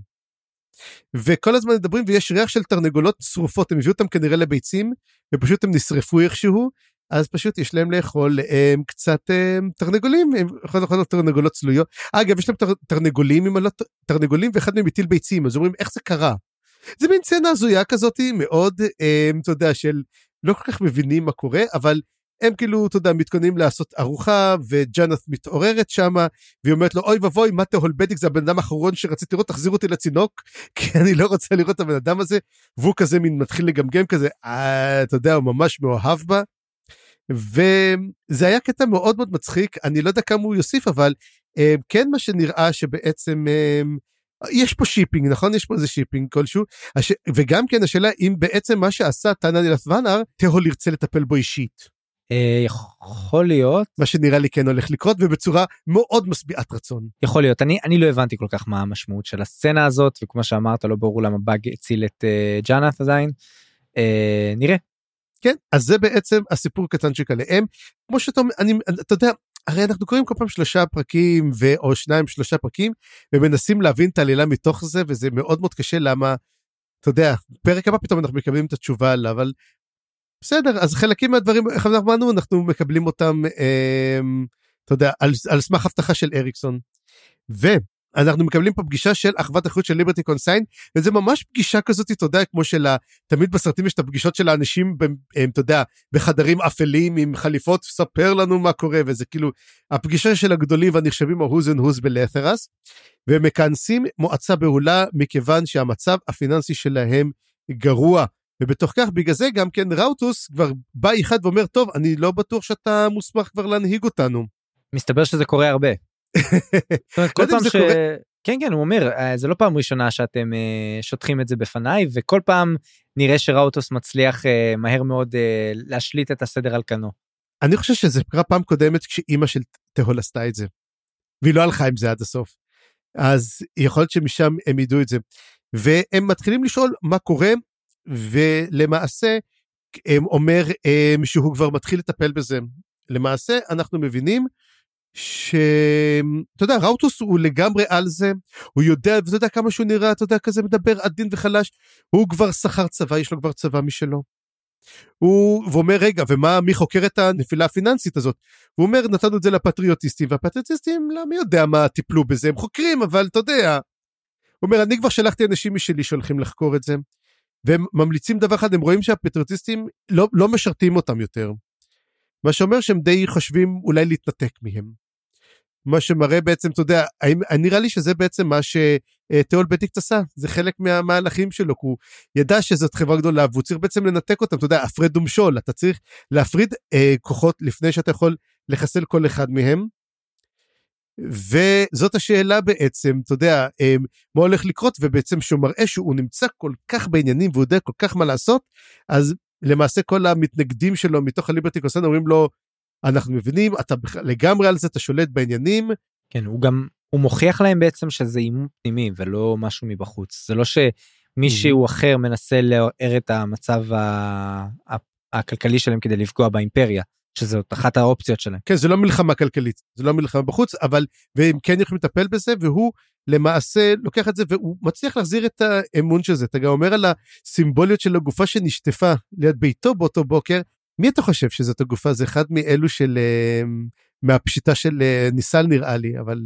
B: וכל הזמן מדברים, ויש ריח של תרנגולות שרופות, הם הביאו אותם כנראה לביצים, ופשוט הם נשרפו איכשהו, אז פשוט יש להם לאכול הם, קצת הם, תרנגולים, הם יכולים לאכול תרנגולות צלויות. אגב, יש להם תר, תרנגולים, תרנגולים, ואחד מהם מטיל ביצים, אז אומרים, איך זה קרה? זה מין צנה הזויה כזאת, מאוד, הם, אתה יודע, של לא כל כך מבינים מה קורה, אבל הם כאילו, אתה יודע, מתכוננים לעשות ארוחה, וג'אנת מתעוררת שמה, והיא אומרת לו, אוי ובוי, מה תהול בדיק, זה הבן אדם האחרון שרציתי לראות, תחזיר אותי לצינוק, כי אני לא רוצה לראות את הבן אדם הזה, והוא כזה מין מתחיל לגמגם כזה, אה, אתה יודע, הוא ממש מאוהב בה, וזה היה קטע מאוד מאוד מצחיק, אני לא יודע כמה הוא יוסיף, אבל אה, כן מה שנראה שבעצם, אה, יש פה שיפינג, נכון? יש פה איזה שיפינג כלשהו, הש... וגם כן השאלה, אם בעצם מה שעשה טאנה נילתוונר, תהול ירצה לטפל בו אישית.
C: יכול להיות.
B: מה שנראה לי כן הולך לקרות, ובצורה מאוד משביעת רצון.
C: יכול להיות, אני, אני לא הבנתי כל כך מה המשמעות של הסצנה הזאת, וכמו שאמרת, לא ברור למה באג הציל את uh, ג'אנת עדיין. Uh, נראה,
B: כן, אז זה בעצם הסיפור קטנצ'יק עליהם, כמו שאתה אומר, אני, אתה יודע, הרי אנחנו קוראים כל פעם שלושה פרקים, ו, או שניים שלושה פרקים, ומנסים להבין את העלילה מתוך זה, וזה מאוד מאוד קשה, למה, אתה יודע, פרק הבא פתאום אנחנו מקבלים את התשובה עליו, אבל בסדר, אז חלקים מהדברים, איך אנחנו אמרנו, אנחנו מקבלים אותם, אה, אתה יודע, על, על סמך הבטחה של אריקסון, ואנחנו מקבלים פה פגישה של אחוות אחריות של ליברטי קונסיין, וזה ממש פגישה כזאת, אתה יודע, כמו של, תמיד בסרטים יש את הפגישות של האנשים, אתה יודע, בחדרים אפלים עם חליפות, ספר לנו מה קורה, וזה כאילו, הפגישה של הגדולים והנחשבים ההוז אנד הוז בלת'רס, והם מכנסים מועצה בהולה, מכיוון שהמצב הפיננסי שלהם גרוע, ובתוך כך, בגלל זה גם כן ראוטוס כבר בא אחד ואומר, טוב, אני לא בטוח שאתה מוסמך כבר להנהיג אותנו.
C: מסתבר שזה קורה הרבה. כל פעם ש... כן, כן, הוא אומר, זה לא פעם ראשונה שאתם שוטחים את זה בפניי, וכל פעם נראה שראוטוס מצליח מהר מאוד להשליט את הסדר על כנו.
B: אני חושב שזה קרה פעם קודמת כשאימא של תהול עשתה את זה, והיא לא הלכה עם זה עד הסוף. אז יכול להיות שמשם הם ידעו את זה. והם מתחילים לשאול מה קורה, ולמעשה הם אומר שהוא כבר מתחיל לטפל בזה. למעשה אנחנו מבינים שאתה יודע, ראוטוס הוא לגמרי על זה, הוא יודע, ואתה יודע כמה שהוא נראה, אתה יודע, כזה מדבר עדין וחלש, הוא כבר שכר צבא, יש לו כבר צבא משלו. הוא ואומר, רגע, ומה, מי חוקר את הנפילה הפיננסית הזאת? הוא אומר, נתנו את זה לפטריוטיסטים, והפטריוטיסטים, לא, מי יודע מה טיפלו בזה, הם חוקרים, אבל אתה יודע, הוא אומר, אני כבר שלחתי אנשים משלי שהולכים לחקור את זה, והם ממליצים דבר אחד, הם רואים שהפטריוטיסטים לא, לא משרתים אותם יותר, מה שאומר שהם די חושבים אולי להתנתק מהם. מה שמראה בעצם, אתה יודע, נראה לי שזה בעצם מה שתיאול בטיקט עשה, זה חלק מהמהלכים שלו, הוא ידע שזאת חברה גדולה, והוא צריך בעצם לנתק אותם, אתה יודע, הפרד ומשול, אתה צריך להפריד אה, כוחות לפני שאתה יכול לחסל כל אחד מהם, וזאת השאלה בעצם, אתה יודע, אה, מה הולך לקרות, ובעצם שהוא מראה שהוא נמצא כל כך בעניינים, והוא יודע כל כך מה לעשות, אז למעשה כל המתנגדים שלו מתוך הליברטי קונסיין אומרים לו, אנחנו מבינים, אתה לגמרי על זה, אתה שולט בעניינים. כן,
C: הוא גם, הוא מוכיח להם בעצם שזה אימון פנימי, ולא משהו מבחוץ. זה לא שמישהו אחר מנסה לער את המצב הכלכלי שלהם כדי לפגוע באימפריה, שזאת אחת האופציות שלהם.
B: כן, זה לא מלחמה כלכלית, זה לא מלחמה בחוץ, אבל, והם כן יכולים לטפל בזה, והוא למעשה לוקח את זה, והוא מצליח להחזיר את האמון של זה. אתה גם אומר על הסימבוליות של הגופה שנשטפה ליד ביתו באותו בוקר, מי אתה חושב שזאת הגופה? זה אחד מאלו של, מהפשיטה של ניסל נראה לי, אבל...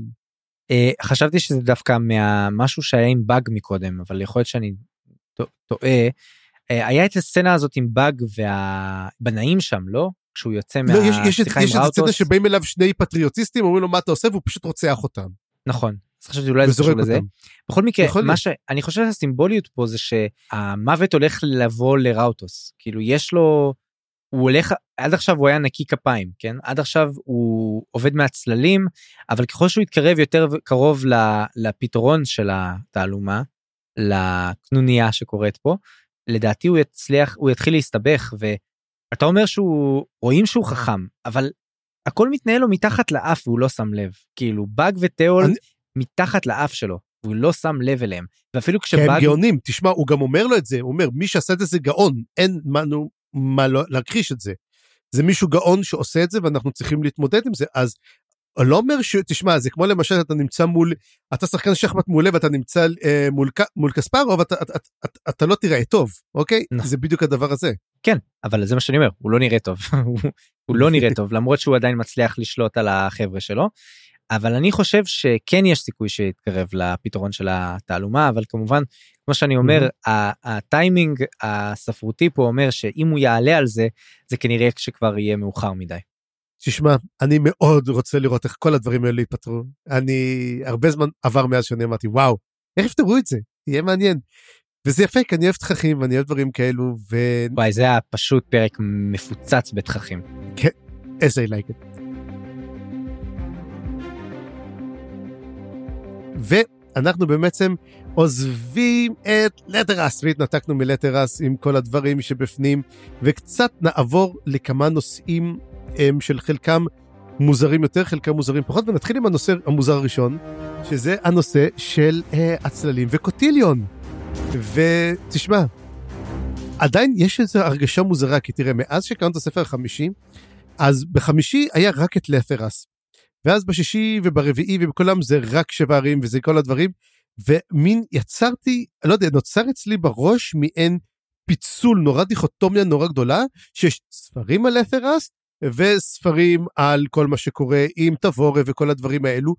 C: חשבתי שזה דווקא מהמשהו שהיה עם באג מקודם, אבל יכול להיות שאני טועה. היה את הסצנה הזאת עם באג והבנאים שם, לא? כשהוא יוצא מהשיחה עם ראוטוס.
B: יש את הסצנה שבאים אליו שני פטריוטיסטים, אומרים לו מה אתה עושה, והוא פשוט רוצח אותם.
C: נכון. אז חשבתי אולי זה קשור לזה. בכל מקרה, מה ש... אני חושב שהסימבוליות פה זה שהמוות הולך לבוא לראוטוס. כאילו יש לו... הוא הולך, עד עכשיו הוא היה נקי כפיים, כן? עד עכשיו הוא עובד מהצללים, אבל ככל שהוא יתקרב יותר קרוב לפתרון של התעלומה, לקנוניה שקורית פה, לדעתי הוא יצליח, הוא יתחיל להסתבך, ואתה אומר שהוא, רואים שהוא חכם, אבל הכל מתנהל לו מתחת לאף, והוא לא שם לב. כאילו, באג ותיאול אני... מתחת לאף שלו, והוא לא שם לב אליהם. ואפילו כשבאג...
B: כי הם גאונים, תשמע, הוא גם אומר לו את זה, הוא אומר, מי שעשה את זה גאון, אין מנו... מה לא, להכחיש את זה. זה מישהו גאון שעושה את זה, ואנחנו צריכים להתמודד עם זה. אז לא אומר ש... תשמע, זה כמו למשל, אתה נמצא מול, אתה שחקן שחמט מעולה, ואתה נמצא אה, מול, מול קספרו, ואתה אתה, אתה, אתה, אתה לא תראה טוב, אוקיי? נכון. זה בדיוק הדבר הזה.
C: כן, אבל זה מה שאני אומר, הוא לא נראה טוב. הוא לא נראה טוב, למרות שהוא עדיין מצליח לשלוט על החבר'ה שלו. אבל אני חושב שכן יש סיכוי שיתקרב לפתרון של התעלומה, אבל כמובן, כמו שאני אומר, הטיימינג הספרותי פה אומר שאם הוא יעלה על זה, זה כנראה שכבר יהיה מאוחר מדי.
B: תשמע, אני מאוד רוצה לראות איך כל הדברים האלה ייפתרו. אני, הרבה זמן עבר מאז שאני אמרתי, וואו, איך יפתרו את זה? יהיה מעניין. וזה יפה, כי אני אוהב תככים, ואני אוהב דברים כאלו, ו...
C: וואי, זה היה פשוט פרק מפוצץ בתככים.
B: כן, as I like it. ואנחנו בעצם עוזבים את לטרס, והתנתקנו מלטרס עם כל הדברים שבפנים, וקצת נעבור לכמה נושאים של חלקם מוזרים יותר, חלקם מוזרים פחות, ונתחיל עם הנושא המוזר הראשון, שזה הנושא של הצללים וקוטיליון. ותשמע, עדיין יש איזו הרגשה מוזרה, כי תראה, מאז שקראנו את הספר החמישי, אז בחמישי היה רק את לת'רס, ואז בשישי וברביעי ובכולם זה רק שברים וזה כל הדברים, ומין יצרתי, לא יודע, נוצר אצלי בראש מעין פיצול, נורא דיכוטומיה נורא גדולה, שיש ספרים על לת'רס, וספרים על כל מה שקורה עם תבורה וכל הדברים האלו,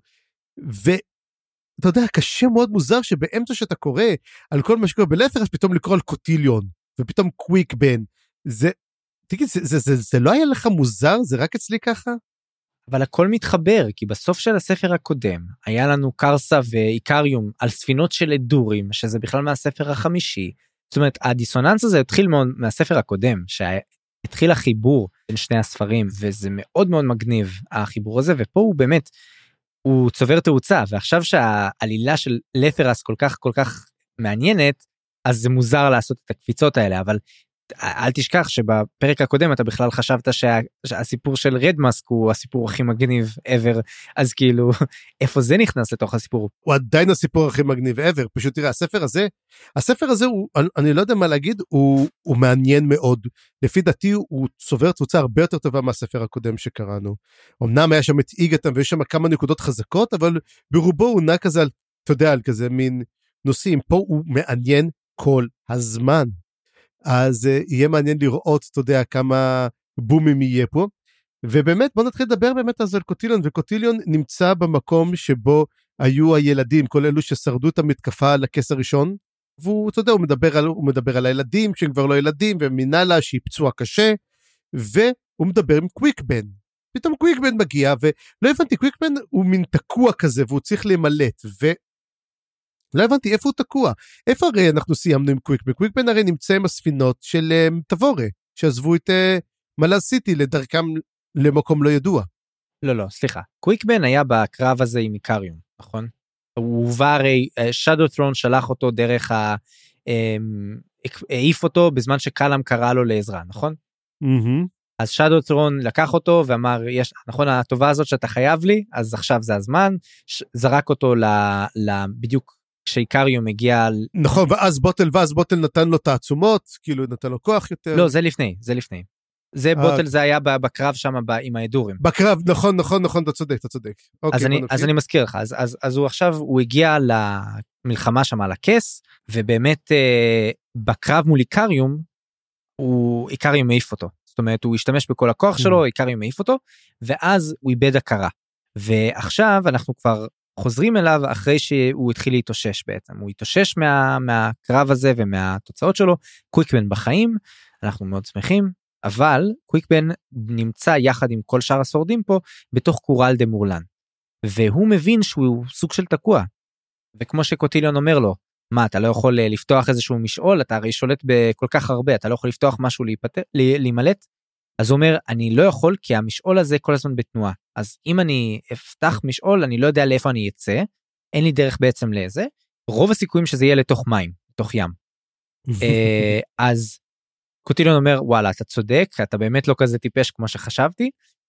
B: ואתה יודע, קשה מאוד מוזר שבאמצע שאתה קורא על כל מה שקורה בלת'רס, פתאום לקרוא על קוטיליון, ופתאום קוויק בן, זה, תגיד, זה, זה, זה, זה לא היה לך מוזר? זה רק אצלי ככה?
C: אבל הכל מתחבר, כי בסוף של הספר הקודם, היה לנו קרסה ואיקריום על ספינות של אדורים, שזה בכלל מהספר החמישי, זאת אומרת, הדיסוננס הזה התחיל מאוד מהספר הקודם, שהתחיל החיבור בין שני הספרים, וזה מאוד מאוד מגניב, החיבור הזה, ופה הוא באמת, הוא צובר תאוצה, ועכשיו שהעלילה של לת'רס כל כך כל כך מעניינת, אז זה מוזר לעשות את הקפיצות האלה, אבל אל תשכח שבפרק הקודם אתה בכלל חשבת שהסיפור של רדמאסק הוא הסיפור הכי מגניב ever, אז כאילו איפה זה נכנס לתוך הסיפור?
B: הוא עדיין הסיפור הכי מגניב ever, פשוט תראה, הספר הזה, הספר הזה הוא, אני לא יודע מה להגיד, הוא, הוא מעניין מאוד, לפי דעתי הוא צובר תאוצה הרבה יותר טובה מהספר הקודם שקראנו, אמנם היה שם את איגתם ויש שם כמה נקודות חזקות, אבל ברובו הוא נע כזה, אתה יודע, על כזה מין נושאים, פה הוא מעניין כל הזמן. אז uh, יהיה מעניין לראות, אתה יודע, כמה בומים יהיה פה, ובאמת בוא נתחיל לדבר באמת אז על קוטיליון, וקוטיליון נמצא במקום שבו היו הילדים, כל אלו ששרדו את המתקפה על הכס הראשון, והוא, אתה יודע, הוא מדבר על, הוא מדבר על הילדים, שהם כבר לא ילדים, ומינלה שהיא פצועה קשה, והוא מדבר עם קוויקבן, פתאום קוויקבן מגיע, ולא הבנתי, קוויקבן הוא מין תקוע כזה, והוא צריך למלט, ו... לא הבנתי, איפה הוא תקוע? איפה הרי אנחנו סיימנו עם קוויקבן? קוויקבן הרי נמצא עם הספינות של um, תבורה, שעזבו את uh, מלאז סיטי לדרכם למקום לא ידוע. לא,
C: לא, סליחה. קוויקבן היה בקרב הזה עם איקריום, נכון? הוא הובא הרי, שדו ת'רון שלח אותו דרך ה... העיף אותו בזמן שקלאם קרא לו לעזרה, נכון?
B: Mm-hmm.
C: אז שדו ת'רון לקח אותו ואמר, יש, נכון, הטובה הזאת שאתה חייב לי, אז עכשיו זה הזמן, ש... זרק אותו ל... ל... בדיוק כשאיקריום מגיע...
B: נכון, ואז בוטל, ואז בוטל נתן לו תעצומות, כאילו נתן לו כוח יותר.
C: לא, זה לפני, זה לפני. זה בוטל, זה היה בקרב שם עם האדורים.
B: בקרב, נכון, נכון, נכון, אתה צודק, אתה צודק.
C: אז אני, אז אני מזכיר לך, אז, אז, אז הוא עכשיו, הוא הגיע למלחמה שם על הכס, ובאמת בקרב מול איקריום, הוא, איקריום מעיף אותו. זאת אומרת, הוא השתמש בכל הכוח שלו, איקריום מעיף אותו, ואז הוא איבד הכרה. ועכשיו אנחנו כבר חוזרים אליו אחרי שהוא התחיל להתאושש בעצם, הוא התאושש מה, מהקרב הזה ומהתוצאות שלו, קוויקבן בחיים, אנחנו מאוד שמחים, אבל קוויקבן נמצא יחד עם כל שאר השורדים פה, בתוך קורל דה מורלן, והוא מבין שהוא סוג של תקוע, וכמו שקוטיליון אומר לו, מה, אתה לא יכול לפתוח איזשהו משעול, אתה הרי שולט בכל כך הרבה, אתה לא יכול לפתוח משהו להיפטר, להימלט, אז הוא אומר, אני לא יכול, כי המשעול הזה כל הזמן בתנועה, אז אם אני אפתח משעול, אני לא יודע לאיפה אני אצא, אין לי דרך בעצם לאיזה, רוב הסיכויים שזה יהיה לתוך מים, לתוך ים. אז קוטיליון אומר, וואלה, אתה צודק, אתה באמת לא כזה טיפש כמו שחשבתי,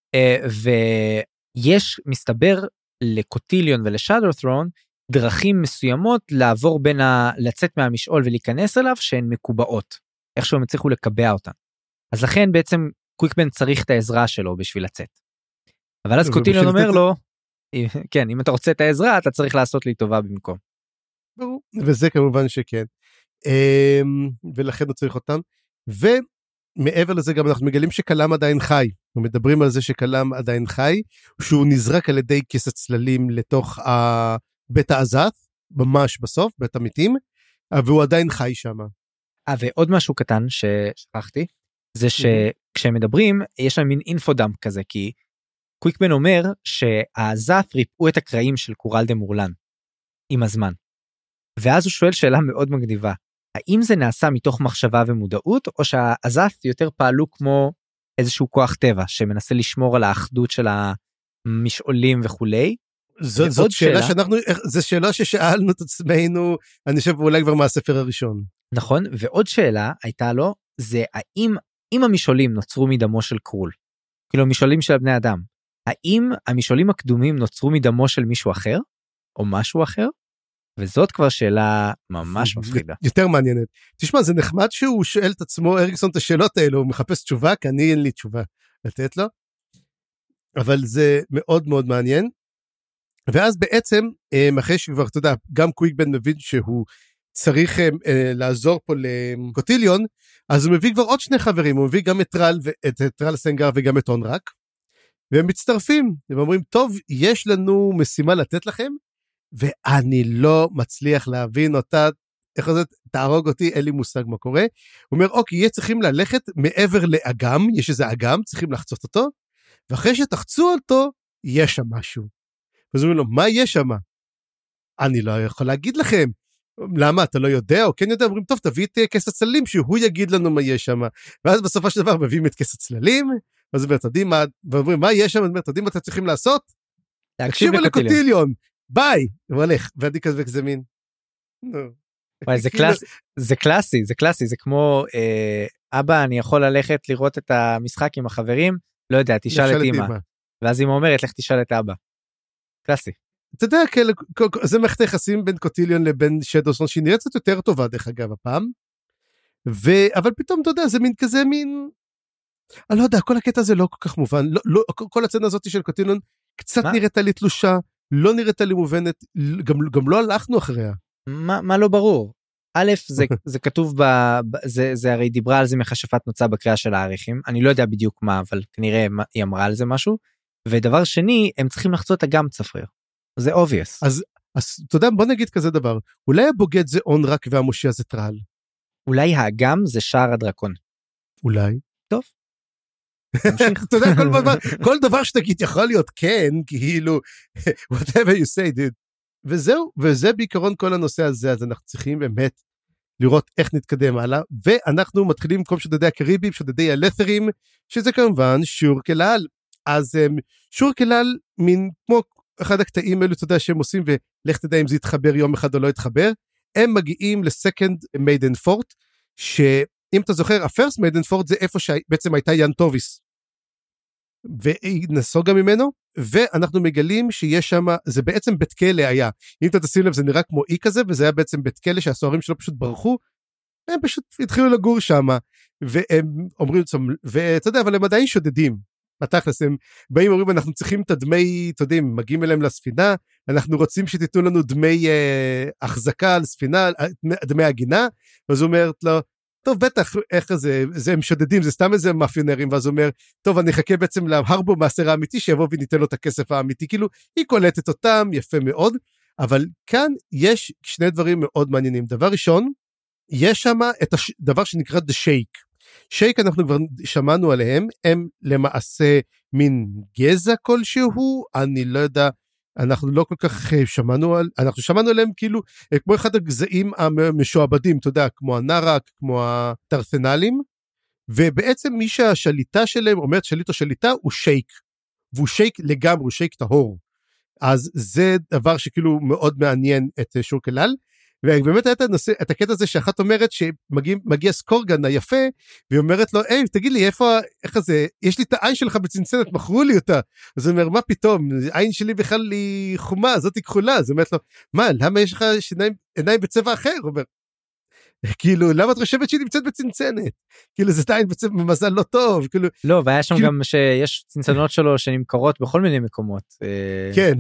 C: ויש, מסתבר, לקוטיליון ולשאדו ת'רון, דרכים מסוימות לעבור בין ה... לצאת מהמשעול ולהיכנס אליו, שהן מקובעות, איכשהו הם הצליחו לקבע אותן. אז לכן בעצם קוויקבן צריך את העזרה שלו בשביל לצאת. אבל אז קוטיליון אומר לו, כן, אם אתה רוצה את העזרה, אתה צריך לעשות לי טובה במקום.
B: ברור, וזה כמובן שכן. ולכן הוא צריך אותם. ומעבר לזה גם אנחנו מגלים שקלאם עדיין חי. ומדברים על זה שקלאם עדיין חי, שהוא נזרק על ידי כס הצללים לתוך בית העזת, ממש בסוף, בית המתים, והוא עדיין חי שם.
C: אה, ועוד משהו קטן ששכחתי, זה שכשהם מדברים, יש להם מין אינפודאמפ כזה, כי קוויקבן אומר שהעזת ריפאו את הקרעים של קורל דה מורלן, עם הזמן. ואז הוא שואל שאלה מאוד מגניבה, האם זה נעשה מתוך מחשבה ומודעות, או שהעזת יותר פעלו כמו איזשהו כוח טבע, שמנסה לשמור על האחדות של המשעולים וכולי?
B: זאת, זאת שאלה, שאלה שאנחנו, זו שאלה ששאלנו את עצמנו, אני חושב אולי כבר מהספר הראשון.
C: נכון, ועוד שאלה הייתה לו, זה האם, אם המשעולים נוצרו מדמו של קרול, כאילו משעולים של בני אדם, האם המשעולים הקדומים נוצרו מדמו של מישהו אחר, או משהו אחר, וזאת כבר שאלה ממש מפחידה.
B: יותר מעניינת. תשמע, זה נחמד שהוא שואל את עצמו, אריקסון, את השאלות האלו, הוא מחפש תשובה, כי אני אין לי תשובה לתת לו. אבל זה מאוד מאוד מעניין. ואז בעצם, אחרי שכבר, אתה יודע, גם קוויגבן מבין שהוא צריך לעזור פה לקוטיליון, אז הוא מביא כבר עוד שני חברים, הוא מביא גם את טרל, את טרל סנגר וגם את אונרק, והם מצטרפים, הם אומרים, טוב, יש לנו משימה לתת לכם, ואני לא מצליח להבין אותה, איך זאת, תהרוג אותי, אין לי מושג מה קורה. הוא אומר, אוקיי, יהיה צריכים ללכת מעבר לאגם, יש איזה אגם, צריכים לחצות אותו, ואחרי שתחצו אותו, יש שם משהו. ואז הוא אומר לו, מה יש שם? אני לא יכול להגיד לכם. למה, אתה לא יודע, או כן יודע, אומרים, טוב, תביא את כס הצללים, שהוא יגיד לנו מה יש שם. ואז בסופו של דבר, מביאים את כס הצללים, ואז הוא אומר, תדעים מה, ואומרים, מה יש שם? תדעים מה אתם צריכים לעשות? תקשיבו לקוטיליון, ביי! הוא הולך, ואני כזה כזה מין.
C: זה קלאסי, זה קלאסי, זה קלאסי, זה כמו, אבא, אני יכול ללכת לראות את המשחק עם החברים, לא יודע, תשאל את אמא. ואז אמא אומרת, לך תשאל את אבא. קלאסי.
B: אתה יודע, זה מערכת היחסים בין קוטיליון לבין שדוסון, שהיא נראית קצת יותר טובה, דרך אגב, הפעם. אבל פתאום, אתה יודע, זה מין כזה מין, אני לא יודע, כל הקטע הזה לא כל כך מובן, כל הצנה הזאת של קוטיליון, קצת נראית לי תלושה, לא נראית לי מובנת, גם לא הלכנו אחריה.
C: מה לא ברור? א', זה כתוב, זה הרי דיברה על זה מכשפת נוצה בקריאה של העריכים, אני לא יודע בדיוק מה, אבל כנראה היא אמרה על זה משהו, ודבר שני, הם צריכים לחצות אגם צפריר. זה obvious.
B: אז, אז אתה יודע, בוא נגיד כזה דבר, אולי הבוגד זה אונרק והמושיע זה טרל.
C: אולי האגם זה שער הדרקון.
B: אולי.
C: טוב.
B: אתה יודע, כל דבר, כל דבר שתגיד יכול להיות כן, כאילו, whatever you say, dude. וזהו, וזה בעיקרון כל הנושא הזה, אז אנחנו צריכים באמת לראות איך נתקדם הלאה, ואנחנו מתחילים במקום שודדי הקריבים, שודדי הלת'רים, שזה כמובן שור כלל. אז שור כלל, מין כמו אחד הקטעים האלו, אתה יודע, שהם עושים, ולך תדע אם זה יתחבר יום אחד או לא יתחבר, הם מגיעים לסקנד מיידן פורט, שאם אתה זוכר, הפרסט מיידן פורט זה איפה שבעצם הייתה ינטוביס, ונסוגה ממנו, ואנחנו מגלים שיש שם, זה בעצם בית כלא היה, אם אתה תשים לב זה נראה כמו אי כזה, וזה היה בעצם בית כלא שהסוהרים שלו פשוט ברחו, הם פשוט התחילו לגור שם, והם אומרים, ואתה יודע, אבל הם עדיין שודדים, בתכלס, הם באים אומרים, אנחנו צריכים את הדמי, אתה יודעים, מגיעים אליהם לספינה, אנחנו רוצים שתיתנו לנו דמי אה, החזקה על ספינה, דמי הגינה, ואז הוא אומר לו, טוב, בטח, איך זה, זה הם שודדים, זה סתם איזה מאפיונרים, ואז הוא אומר, טוב, אני אחכה בעצם להרבו מעשר האמיתי, שיבוא וניתן לו את הכסף האמיתי, כאילו, היא קולטת אותם, יפה מאוד, אבל כאן יש שני דברים מאוד מעניינים. דבר ראשון, יש שם את הדבר שנקרא The Shake, שייק אנחנו כבר שמענו עליהם, הם למעשה מין גזע כלשהו, אני לא יודע, אנחנו לא כל כך שמענו, על, אנחנו שמענו עליהם כאילו, כמו אחד הגזעים המשועבדים, אתה יודע, כמו הנרק, כמו הטרסנלים, ובעצם מי שהשליטה שלהם, אומרת שליט או שליטה, הוא שייק, והוא שייק לגמרי, הוא שייק טהור, אז זה דבר שכאילו מאוד מעניין את שור כלל, ובאמת היה את, הנושא, את הקטע הזה שאחת אומרת שמגיע סקורגן היפה, והיא אומרת לו, היי, תגיד לי, איפה, איך זה, יש לי את העין שלך בצנצנת, מכרו לי אותה. אז הוא אומר, מה פתאום, העין שלי בכלל היא חומה, זאת היא כחולה. אז היא אומרת לו, מה, למה יש לך שיניים, עיניים בצבע אחר? הוא אומר, כאילו, למה את חושבת שהיא נמצאת בצנצנת? כאילו, זה עין בצבע במזל לא טוב. כאילו,
C: לא, והיה שם
B: כאילו...
C: גם שיש צנצנות שלו שנמכרות בכל מיני מקומות.
B: כן.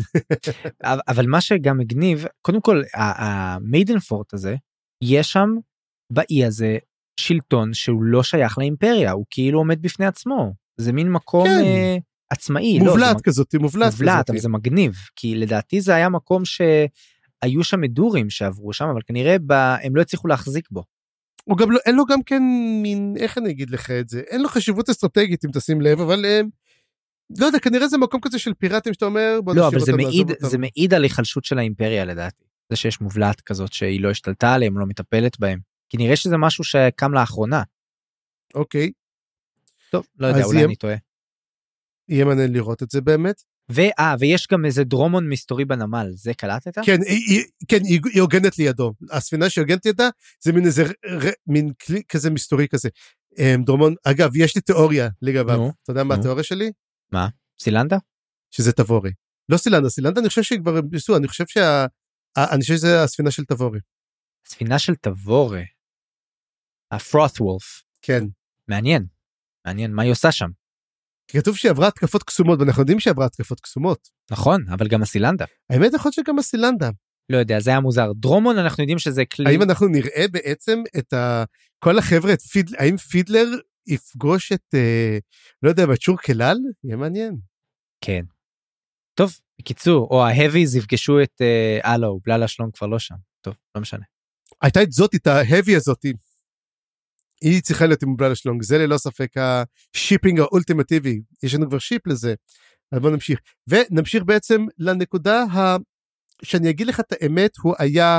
C: אבל מה שגם מגניב, קודם כל, המיידן פורט הזה, יש שם באי הזה שלטון שהוא לא שייך לאימפריה, הוא כאילו עומד בפני עצמו. זה מין מקום כן. עצמאי.
B: מובלעת
C: לא,
B: כזאת, מובלעת.
C: מובלעת, אבל זה מגניב, כי לדעתי זה היה מקום ש... היו שם מדורים שעברו שם, אבל כנראה ב... הם לא הצליחו להחזיק בו.
B: הוא גם לא, אין לו גם כן מין, איך אני אגיד לך את זה, אין לו חשיבות אסטרטגית אם תשים לב, אבל הם, לא יודע, כנראה זה מקום כזה של פיראטים שאתה אומר, בוא
C: לא, אבל זה מעיד, זה מעיד על היחלשות של האימפריה לדעתי, זה שיש מובלעת כזאת שהיא לא השתלטה עליהם, לא מטפלת בהם, כי נראה שזה משהו שקם לאחרונה.
B: אוקיי.
C: טוב, לא יודע, אולי אני טועה.
B: יהיה מעניין לראות את זה באמת.
C: ואה, ויש גם איזה דרומון מסתורי בנמל, זה קלטת?
B: כן, היא, כן, היא, היא הוגנת לידו. הספינה שהוגנת לידה, זה מין איזה, ר, מין כלי כזה מסתורי כזה. דרומון, אגב, יש לי תיאוריה לגביו. אתה יודע מה התיאוריה שלי?
C: מה? סילנדה?
B: שזה תבורי. לא סילנדה, סילנדה אני חושב שכבר, אני חושב שה, אני חושב שזה הספינה של תבורי.
C: הספינה של תבורי. הפרוט וולף.
B: כן.
C: מעניין. מעניין, מה היא עושה שם?
B: כתוב שהיא עברה התקפות קסומות, ואנחנו יודעים שהיא עברה התקפות קסומות.
C: נכון, אבל גם הסילנדה.
B: האמת יכול שגם הסילנדה.
C: לא יודע, זה היה מוזר. דרומון, אנחנו יודעים שזה כלי...
B: האם אנחנו נראה בעצם את ה... כל החבר'ה, את פידלר, האם פידלר יפגוש את, אה, לא יודע, בצ'ור כלל? יהיה מעניין.
C: כן. טוב, בקיצור, או ההביז יפגשו את אה, אלו, בללה שלום כבר לא שם. טוב, לא משנה.
B: הייתה את זאת, את ההבי הזאת, היא צריכה להיות עם בללה שלום, זה ללא ספק השיפינג האולטימטיבי, יש לנו כבר שיפ לזה, אז בואו נמשיך. ונמשיך בעצם לנקודה ה... שאני אגיד לך את האמת, הוא היה,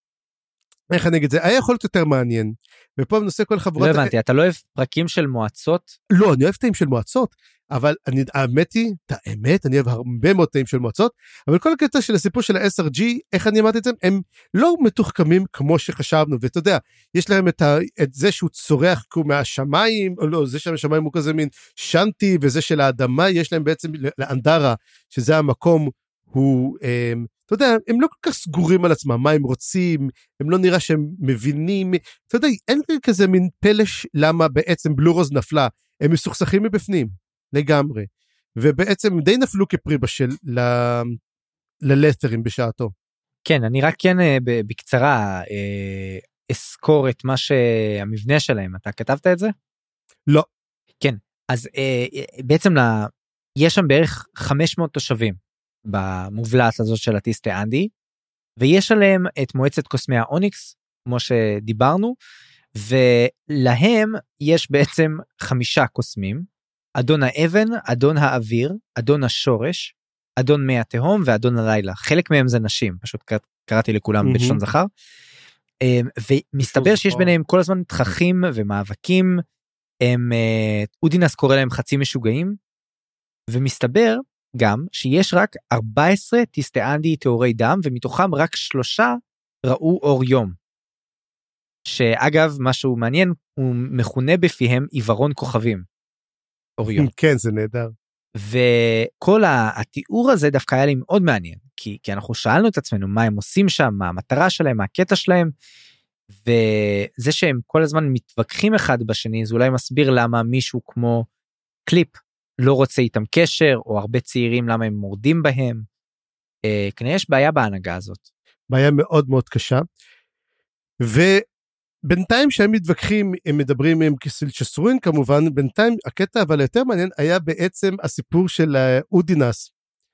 B: איך אני אגיד זה, היה יכול להיות יותר מעניין, ופה בנושא כל חברות...
C: לא הבנתי, אתה לא אוהב פרקים של מועצות?
B: לא, אני אוהב תאים של מועצות, אבל אני, האמת היא, את האמת, אני אוהב הרבה מאוד תאים של מועצות, אבל כל הקטע של הסיפור של ה-אס אר ג'י, איך אני אמרתי את זה, הם לא מתוחכמים כמו שחשבנו, ואתה יודע, יש להם את, ה, את זה שהוא צורח מהשמיים, או לא, זה שהשמיים הוא כזה מין שנטי, וזה של האדמה, יש להם בעצם לאנדרה, שזה המקום, הוא, הם, אתה יודע, הם לא כל כך סגורים על עצמם, מה הם רוצים, הם לא נראה שהם מבינים, אתה יודע, אין כזה מין פלש למה בעצם בלורוז נפלה, הם מסוכסכים מבפנים, לגמרי, ובעצם די נפלו כפרי בשל ל... ללת'רים בשעתו.
C: כן, אני רק כן בקצרה אה, אזכור את מה שהמבנה שלהם, אתה כתבת את זה?
B: לא.
C: כן, אז אה, בעצם לה, יש שם בערך חמש מאות תושבים, במובלעת הזאת של הטיסטה אנדי, ויש עליהם את מועצת קוסמי האוניקס, כמו שדיברנו, ולהם יש בעצם חמישה קוסמים, אדון האבן, אדון האוויר, אדון השורש, אדון מי התהום ואדון הלילה. חלק מהם זה נשים, פשוט קראתי לכולם בלשון זכר, ומסתבר שיש ביניהם כל הזמן תככים ומאבקים, הם, אודינס קורא להם חצי משוגעים, ומסתבר גם שיש רק ארבע עשרה טיסטאנדי תיאורי דם, ומתוכם רק שלושה ראו אור יום. שאגב, משהו מעניין, הוא מכונה בפיהם עיוורון כוכבים. אור יום.
B: כן, זה נהדר.
C: וכל התיאור הזה דווקא היה לי מאוד מעניין, כי, כי אנחנו שאלנו את עצמנו מה הם עושים שם, מה המטרה שלהם, מה הקטע שלהם, וזה שהם כל הזמן מתווכחים אחד בשני, זה אולי מסביר למה מישהו כמו קליפ, לא רוצה איתם קשר, או הרבה צעירים למה הם מורדים בהם. אה, כנראה יש בעיה בהנהגה הזאת.
B: בעיה מאוד מאוד קשה. ובינתיים שהם מתווכחים, הם מדברים עם סילצ'סרואין כמובן, בינתיים הקטע אבל יותר מעניין, היה בעצם הסיפור של אודינס,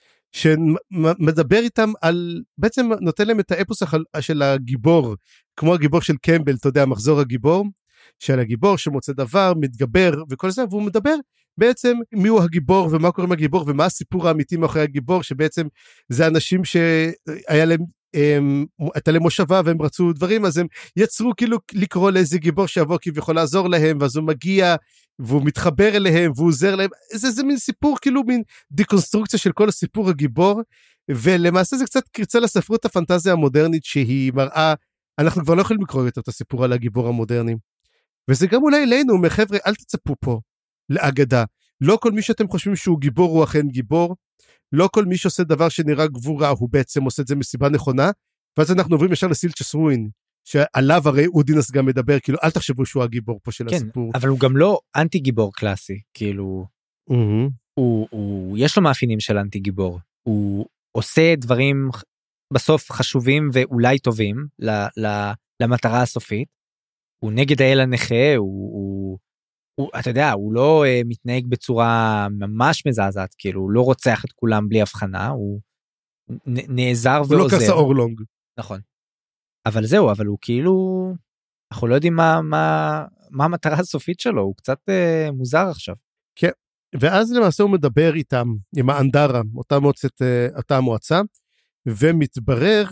B: שמדבר איתם על, בעצם נותן להם את האפוס של הגיבור, כמו הגיבור של קמבל, אתה יודע, מחזור הגיבור, של הגיבור שמוצא דבר, מתגבר וכל זה, והוא מדבר בעצם מי הוא הגיבור ומה קורה עם הגיבור ומה הסיפור האמיתי מאחורי הגיבור, שבעצם זה אנשים שהיה להם, הייתה להם מושבה והם רצו דברים, אז הם יצרו כאילו לקרוא לאיזה גיבור שיבוא כביכול לעזור להם, ואז הוא מגיע והוא מתחבר אליהם והוא עוזר להם, זה, זה מין סיפור כאילו מין דיקונסטרוקציה של כל הסיפור הגיבור, ולמעשה זה קצת קריצה לספרות הפנטזיה המודרנית שהיא מראה, אנחנו כבר לא יכולים לקרוא יותר את הסיפור על הגיבור המודרני, וזה גם אולי אלינו, מחבר'ה, אל תצפו פה לאגדה, לא כל מי שאתם חושבים שהוא גיבור הוא אכן גיבור, לא כל מי שעושה דבר שנראה גבורה הוא בעצם עושה את זה מסיבה נכונה, ואז אנחנו עוברים ישר לסילצ'סרואין, שעליו הרי אודינס גם מדבר, כאילו אל תחשבו שהוא הגיבור פה של
C: כן,
B: הסיפור.
C: אבל הוא גם לא אנטי גיבור קלאסי, כאילו,
B: Mm-hmm.
C: הוא, הוא, יש לו מאפיינים של אנטי גיבור, הוא עושה דברים בסוף חשובים ואולי טובים ל, ל, למטרה הסופית, הוא נגד האל הנכה, הוא, הוא, הוא, אתה יודע, הוא לא uh, מתנהג בצורה ממש מזעזעת, כאילו, הוא לא רוצח את כולם בלי הבחנה, הוא נ, נעזר
B: הוא
C: ועוזר.
B: לא קסה אורלונג.
C: נכון. אבל זהו, אבל הוא כאילו, אנחנו לא יודעים מה, מה, מה המטרה הסופית שלו, הוא קצת uh, מוזר עכשיו.
B: כן, ואז למעשה הוא מדבר איתם, עם האנדרה, אותה מועצת, אותה מועצה, ומתברר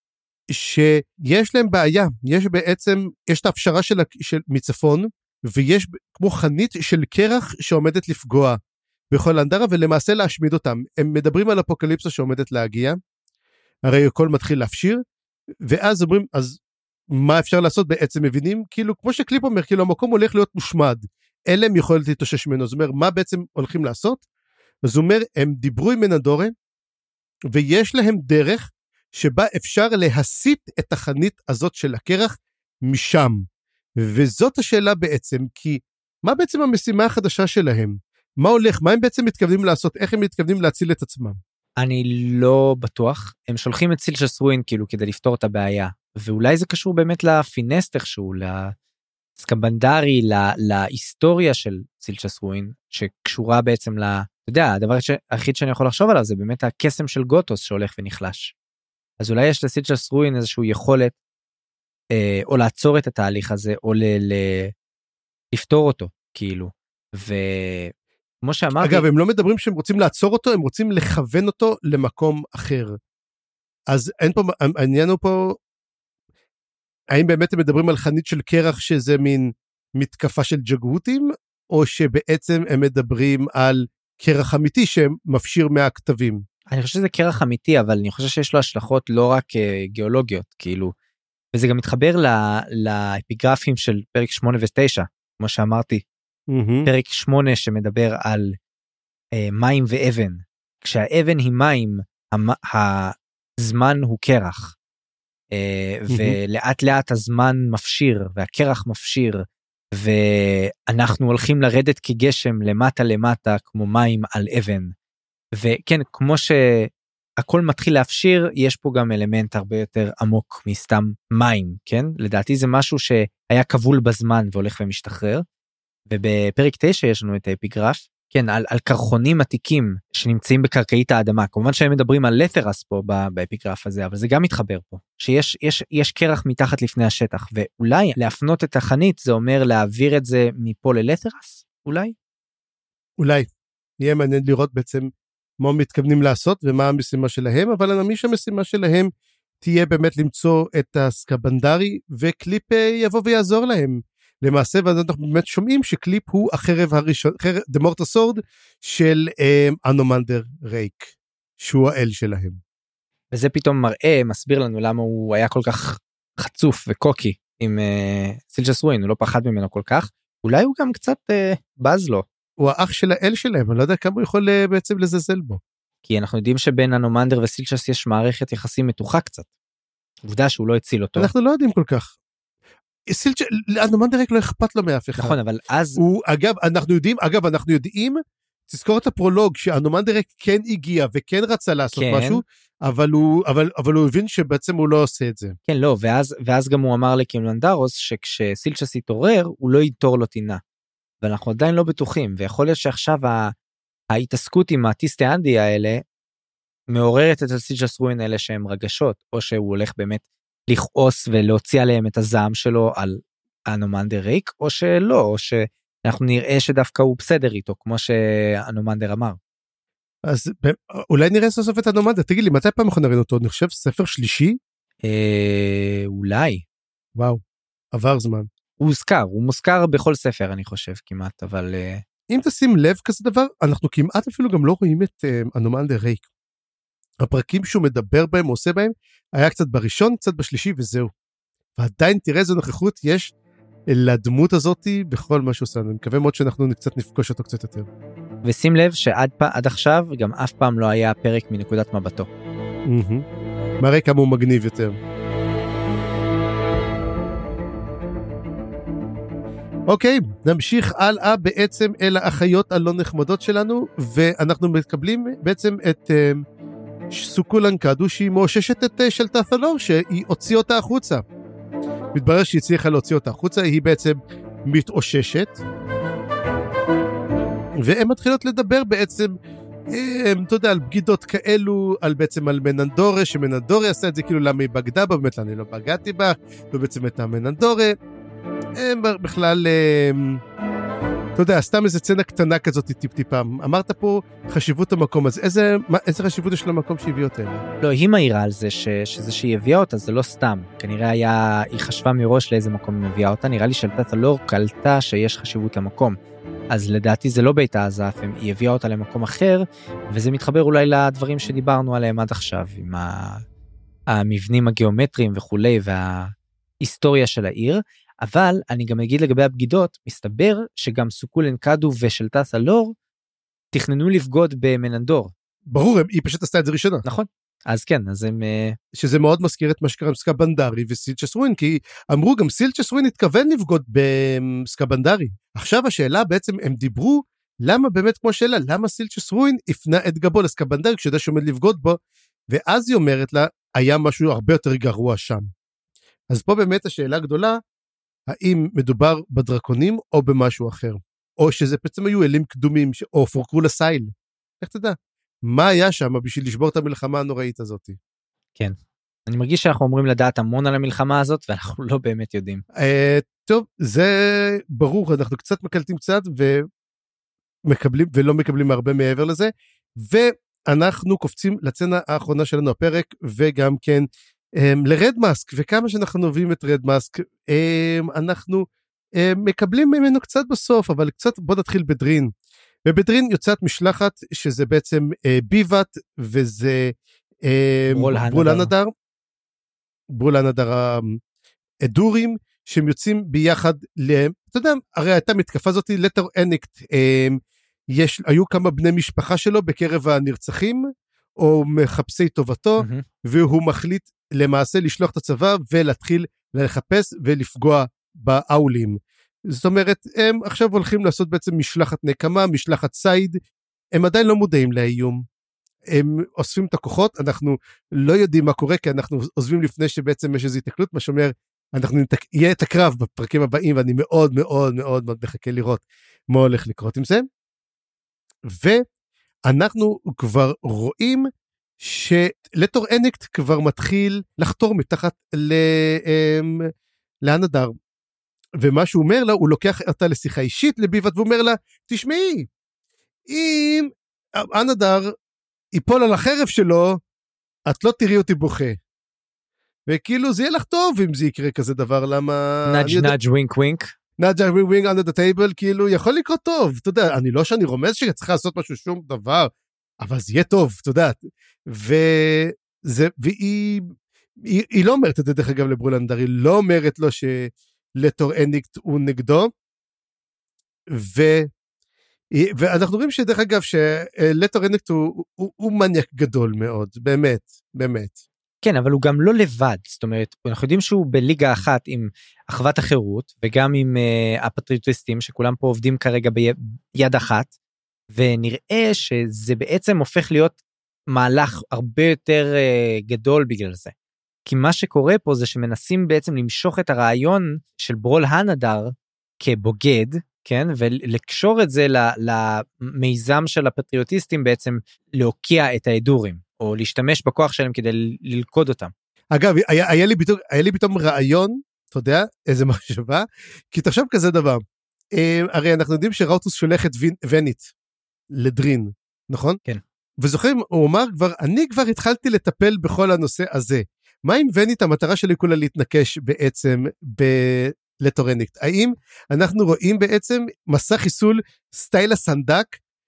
B: שיש להם בעיה, יש בעצם, יש את ההפשרה של, של מצפון, ויש כמו חנית של קרח שעומדת לפגוע בכל האנדרה, ולמעשה להשמיד אותם. הם מדברים על אפוקליפסה שעומדת להגיע, הרי הכל מתחיל להפשיר, ואז אומרים, אז מה אפשר לעשות בעצם? מבינים, כאילו, כמו שקליפ אומר, כאילו המקום הולך להיות מושמד, אלה הם יכולים להתאושש ממנו, זאת אומרת, מה בעצם הולכים לעשות? אז הוא אומר, הם דיברו עם מנדורה, ויש להם דרך שבה אפשר להסיט את החנית הזאת של הקרח משם. וזאת השאלה בעצם, כי מה בעצם המשימה החדשה שלהם? מה הולך? מה הם בעצם מתכוונים לעשות? איך הם מתכוונים להציל את עצמם?
C: אני לא בטוח. הם שולחים את סילצ'ס רואין כאילו כדי לפתור את הבעיה, ואולי זה קשור באמת לפינסט איכשהו, לסקבנדרי, לה, להיסטוריה של סילצ'ס רואין, שקשורה בעצם ל... אתה יודע, הדבר היחיד שאני יכול לחשוב עליו זה באמת הקסם של גוטוס שהולך ונחלש. אז אולי יש לסילצ'ס רואין איזושהי יכולת, אה, או לעצור את התהליך הזה, או ל, ל, לפתור אותו, כאילו. וכמו שאמרתי...
B: אגב, הם לא מדברים שהם רוצים לעצור אותו, הם רוצים לכוון אותו למקום אחר. אז אין פה, העניין הוא פה, האם באמת הם מדברים על חנית של קרח שזה מין מתקפה של ג'גהותים, או שבעצם הם מדברים על קרח אמיתי שמפשיר מהכתבים?
C: אני חושב שזה קרח אמיתי, אבל אני חושב שיש לו השלכות לא רק גיאולוגיות, כאילו, וזה גם מתחבר לאפיגרפים של פרק שמונה ותשע, כמו שאמרתי, mm-hmm. פרק שמונה שמדבר על אה, מים ואבן, כשהאבן היא מים, המ, הזמן הוא קרח, אה, mm-hmm. ולאט לאט הזמן מפשיר, והקרח מפשיר, ואנחנו הולכים לרדת כגשם למטה למטה, כמו מים על אבן, וכן, כמו שהכל מתחיל להפשיר, יש פה גם אלמנט הרבה יותר עמוק מסתם מים, כן? לדעתי זה משהו שהיה כבול בזמן והולך ומשתחרר, ובפרק תשע יש לנו את האפיגרף, כן, על, על קרחונים עתיקים שנמצאים בקרקעית האדמה, כמובן שהם מדברים על לתרס פה באפיגרף הזה, אבל זה גם מתחבר פה, שיש יש, יש קרח מתחת לפני השטח, ואולי להפנות את החנית, זה אומר להעביר את זה מפה ללתרס, אולי?
B: אולי, יהיה מעניין לראות בעצם מה הם מתכוונים לעשות ומה המשימה שלהם, אבל אני מאמין שהמשימה שלהם תהיה באמת למצוא את הסקבנדרי, וקליפ יבוא ויעזור להם. למעשה, ואנחנו באמת שומעים שקליפ הוא החרב הראשון, The Mortar Sword של אנומנדר רייק, שהוא האל שלהם.
C: וזה פתאום מראה, מסביר לנו למה הוא היה כל כך חצוף וקוקי עם uh, סילצ'ס רואין, הוא לא פחד ממנו כל כך, אולי הוא גם קצת uh, בז לו.
B: הוא האח של האל שלהם, אני לא יודע כמה הוא יכול uh, בעצם לזלזל בו.
C: כי אנחנו יודעים שבין אנומנדר וסילצ'ס יש מערכת יחסים מתוחה קצת. עובדה שהוא לא הציל אותו.
B: אנחנו לא יודעים כל כך. סילצ'ס, אנומנדר רק לא אכפת לו מאף אחד.
C: נכון, אבל אז...
B: הוא, אגב, אנחנו יודעים, אגב, אנחנו יודעים, תזכור את הפרולוג, שאנומנדר כן הגיע וכן רצה לעשות כן. משהו, אבל הוא, אבל, אבל הוא הבין שבעצם הוא לא עושה את זה.
C: כן, לא, ואז, ואז גם הוא אמר לקימלנדרוס, שכשסילצ'ס יתעורר, הוא לא ייתור לו טינה. ואנחנו עדיין לא בטוחים, ויכול להיות שעכשיו ההתעסקות עם הטיסטי אנדי האלה, מעוררת את הסילצ'ס רואין האלה שהם רגשות, או שהוא הולך באמת לכעוס ולהוציא עליהם את הזעם שלו על אנומנדר ריק, או שלא, או שאנחנו נראה שדווקא הוא בסדר איתו, כמו שאנומנדר אמר.
B: אז אולי נראה סוף את אנומנדר, תגיד לי, מתי פעם אנחנו נראה אותו? אני חושב ספר שלישי?
C: אה, אולי.
B: וואו, עבר זמן.
C: הוא מוזכר, הוא מוזכר בכל ספר, אני חושב, כמעט, אבל...
B: אם תשים לב כזה דבר, אנחנו כמעט אפילו גם לא רואים את אנומנדר ריק. הפרקים שהוא מדבר בהם, הוא עושה בהם, היה קצת בראשון, קצת בשלישי, וזהו. ועדיין תראה איזו נוכחות יש לדמות הזאת בכל מה שהוא עושה. אני מקווה מאוד שאנחנו קצת נפגוש אותו קצת יותר.
C: ושים לב שעד פ... עד עכשיו גם אף פעם לא היה פרק מנקודת מבטו.
B: מראה כמה הוא מגניב יותר. אוקיי, נמשיך הלאה בעצם אל האחיות הלא נחמדות שלנו, ואנחנו מקבלים בעצם את סוקולן קדו, שהיא מאוששת את שלטת אלור, שהיא הוציאה אותה החוצה. מתברר שהיא הצליחה להוציא אותה החוצה, היא בעצם מתאוששת, והן מתחילות לדבר בעצם, אתה יודע, על בגידות כאלו, על בעצם על מננדורה, שמננדורה עשה את זה כאילו למה היא בגדה בה, באמת אני לא בגדתי בה, ובעצם את המננדורה, הם בכלל, אתה יודע, סתם איזה צנה קטנה כזאת טיפ-טיפה, אמרת פה חשיבות המקום, אז איזה, איזה חשיבות יש למקום שהביא אותה?
C: לא, היא מעירה על זה, ש, שזה שהיא הביאה אותה, זה לא סתם, כנראה היה, היא חשבה מראש לאיזה מקום היא הביאה אותה, נראה לי שלטת אלור קלטה שיש חשיבות למקום, אז לדעתי זה לא בית האזף, היא הביאה אותה למקום אחר, וזה מתחבר אולי לדברים שדיברנו עליהם עד עכשיו, עם המבנים הגיאומטריים וכולי, וההיסטוריה של העיר, אבל אני גם אגיד לגבי הבגידות, מסתבר שגם סוקולן קדו ושלטת אלור תכננו לבגוד במננדור.
B: ברור, היא פשוט עשתה את זה ראשונה.
C: נכון. אז כן, אז הם...
B: שזה מאוד מזכיר את מה שקרה עם סקבנדרי וסילצ'ס-רוין, כי אמרו גם סילצ'ס-רוין התכוון לבגוד בסקבנדרי. עכשיו השאלה בעצם, הם דיברו, למה באמת כמו שאלה, למה סילצ'ס-רוין הפנה את גבו לסקבנדרי, כשיודע שעומד לבגוד בו, ואז היא אומרת לה, היה משהו הרבה יותר גרוע שם. אז פה באמת השאלה הגדולה, האם מדובר בדרקונים או במשהו אחר, או שזה בעצם היו אלים קדומים, או פורקרו לסייל. איך תדע? מה היה שם בשביל לשבור את המלחמה הנוראית הזאת?
C: כן. אני מרגיש שאנחנו אומרים לדעת המון על המלחמה הזאת, ואנחנו לא באמת יודעים.
B: Uh, טוב, זה ברור, אנחנו קצת מקלטים קצת, ומקבלים, ולא מקבלים הרבה מעבר לזה, ואנחנו קופצים לצנה האחרונה שלנו הפרק, וגם כן um, לרד מאסק, וכמה שאנחנו נובעים את רד מאסק, um, אנחנו um, מקבלים ממנו קצת בסוף, אבל קצת בוא נתחיל בדרין. ובדרין יוצאת משלחת, שזה בעצם אה, ביבת, וזה אה, ברול הנדר, ברול הנדר האדורים, שהם יוצאים ביחד, ל, אתה יודע, הרי הייתה מתקפה הזאת, לטר אניקט, אה, יש, היו כמה בני משפחה שלו, בקרב הנרצחים, או מחפשי טובתו, mm-hmm. והוא מחליט למעשה לשלוח את הצבא, ולהתחיל לחפש ולפגוע באולים. זאת אומרת, הם עכשיו הולכים לעשות בעצם משלחת נקמה, משלחת סייד, הם עדיין לא מודעים לאיום, הם אוספים את הכוחות, אנחנו לא יודעים מה קורה, כי אנחנו עוזבים לפני שבעצם יש איזו התקלות, מה שאומר, אנחנו יהיה את הקרב בפרקים הבאים, ואני מאוד מאוד מאוד מאוד מחכה לראות מה הולך לקרות עם זה, ואנחנו כבר רואים, שלטור אניקט כבר מתחיל לחתור מתחת להנדר, ומה שהוא אומר לה, הוא לוקח אותה לשיחה אישית לביבת, ואומר לה, תשמעי, אם הנדר ייפול על החרב שלו, את לא תראי אותי בוכה. וכאילו זה יהיה לך טוב אם זה יקרה כזה דבר, למה...
C: נאג' נאג' ווינק ווינק.
B: נאג' ווינק ווינק under the table, כאילו יכול לקרות טוב, אתה יודע, אני לא שאני רומז שצריכה לעשות משהו שום דבר, אבל זה יהיה טוב, אתה יודע. וזה, והיא, היא, היא לא אומרת את זה דרך אגב לברול הנדר, היא לא אומרת לו ש... לטור אניקט הוא נגדו, ו... ואנחנו רואים שדרך אגב שלטור אניקט הוא, הוא, הוא מניאק גדול מאוד, באמת, באמת.
C: כן, אבל הוא גם לא לבד, זאת אומרת, אנחנו יודעים שהוא בליגה אחת עם אחוות החירות, וגם עם uh, הפטריוטיסטים, שכולם פה עובדים כרגע ביד אחת, ונראה שזה בעצם הופך להיות מהלך הרבה יותר uh, גדול בגלל זה. כי מה שקורה פה זה שמנסים בעצם למשוך את הרעיון של ברול הנדר כבוגד, כן, ולקשור את זה למיזם של הפטריוטיסטים בעצם להוקיע את האדורים, או להשתמש בכוח שלהם כדי ללכוד אותם.
B: אגב, היה, היה, לי פתאום, היה לי פתאום רעיון, אתה יודע, איזה מחשבה, כי תחשב כזה דבר, הרי אנחנו יודעים שראוטוס שולח את ונית לדרין, נכון?
C: כן.
B: וזוכרים, הוא אומר כבר, אני כבר התחלתי לטפל בכל הנושא הזה. מה עם ונית, המטרה שלי כולה להתנקש בעצם בלטור אניקט? האם אנחנו רואים בעצם מסע חיסול סטייל הסנדק,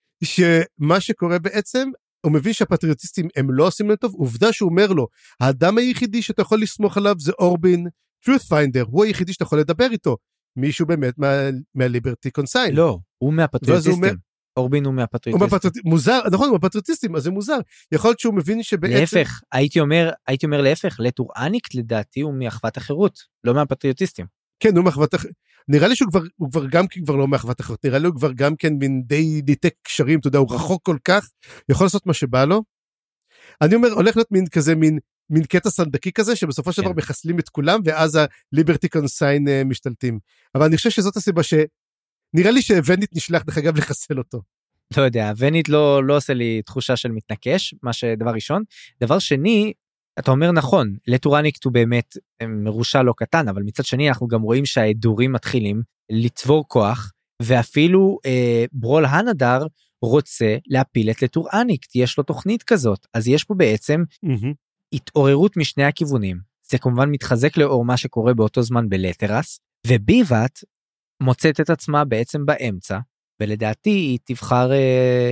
B: שמה שקורה בעצם, הוא מבין שהפטריוטיסטים הם לא עושים להם טוב, עובדה שהוא אומר לו, האדם היחידי שאתה יכול לסמוך עליו זה אורבין truth finder, הוא היחידי שאתה יכול לדבר איתו, מישהו באמת מהליברטי קונסיין.
C: לא, הוא מהפטריוטיסטים. אורבין הוא מהפטריוטיסטים.
B: מוזר, נכון, הוא מהפטריוטיסטים, אז זה מוזר. יכול להיות שהוא מבין שבעצם...
C: להפך, הייתי אומר, הייתי אומר להפך, לטור אניקט לדעתי הוא מאחוות החירות, לא מהפטריוטיסטים.
B: כן, הוא מאחוות החירות. נראה לי שהוא כבר, הוא כבר גם כן כבר לא מאחוות החירות, נראה לי הוא כבר גם כן מן די ניתק קשרים, אתה יודע, הוא רחוק כל כך, יכול לעשות מה שבא לו. אני אומר, הולך להיות מין כזה, מין, מין קטע סנדקי כזה, שבסופו של דבר מחסלים את כולם, ואז הליברטי קונסיין משתלטים. אבל אני חושב שזאת הסיבה ש... נראה לי שוונית נשלח דרך אגב לחסל אותו.
C: לא יודע, ונית לא, לא עושה לי תחושה של מתנקש, מה שדבר ראשון. דבר שני, אתה אומר נכון, לטור אניקט הוא באמת מרושע לא קטן, אבל מצד שני אנחנו גם רואים שהאדורים מתחילים לצבור כוח, ואפילו אה, ברול הנדר רוצה להפיל את לטור אניקט, יש לו תוכנית כזאת, אז יש פה בעצם mm-hmm. התעוררות משני הכיוונים, זה כמובן מתחזק לאור מה שקורה באותו זמן בלטרס, וביבת מוצאת את עצמה בעצם באמצע, ולדעתי היא תבחר אה,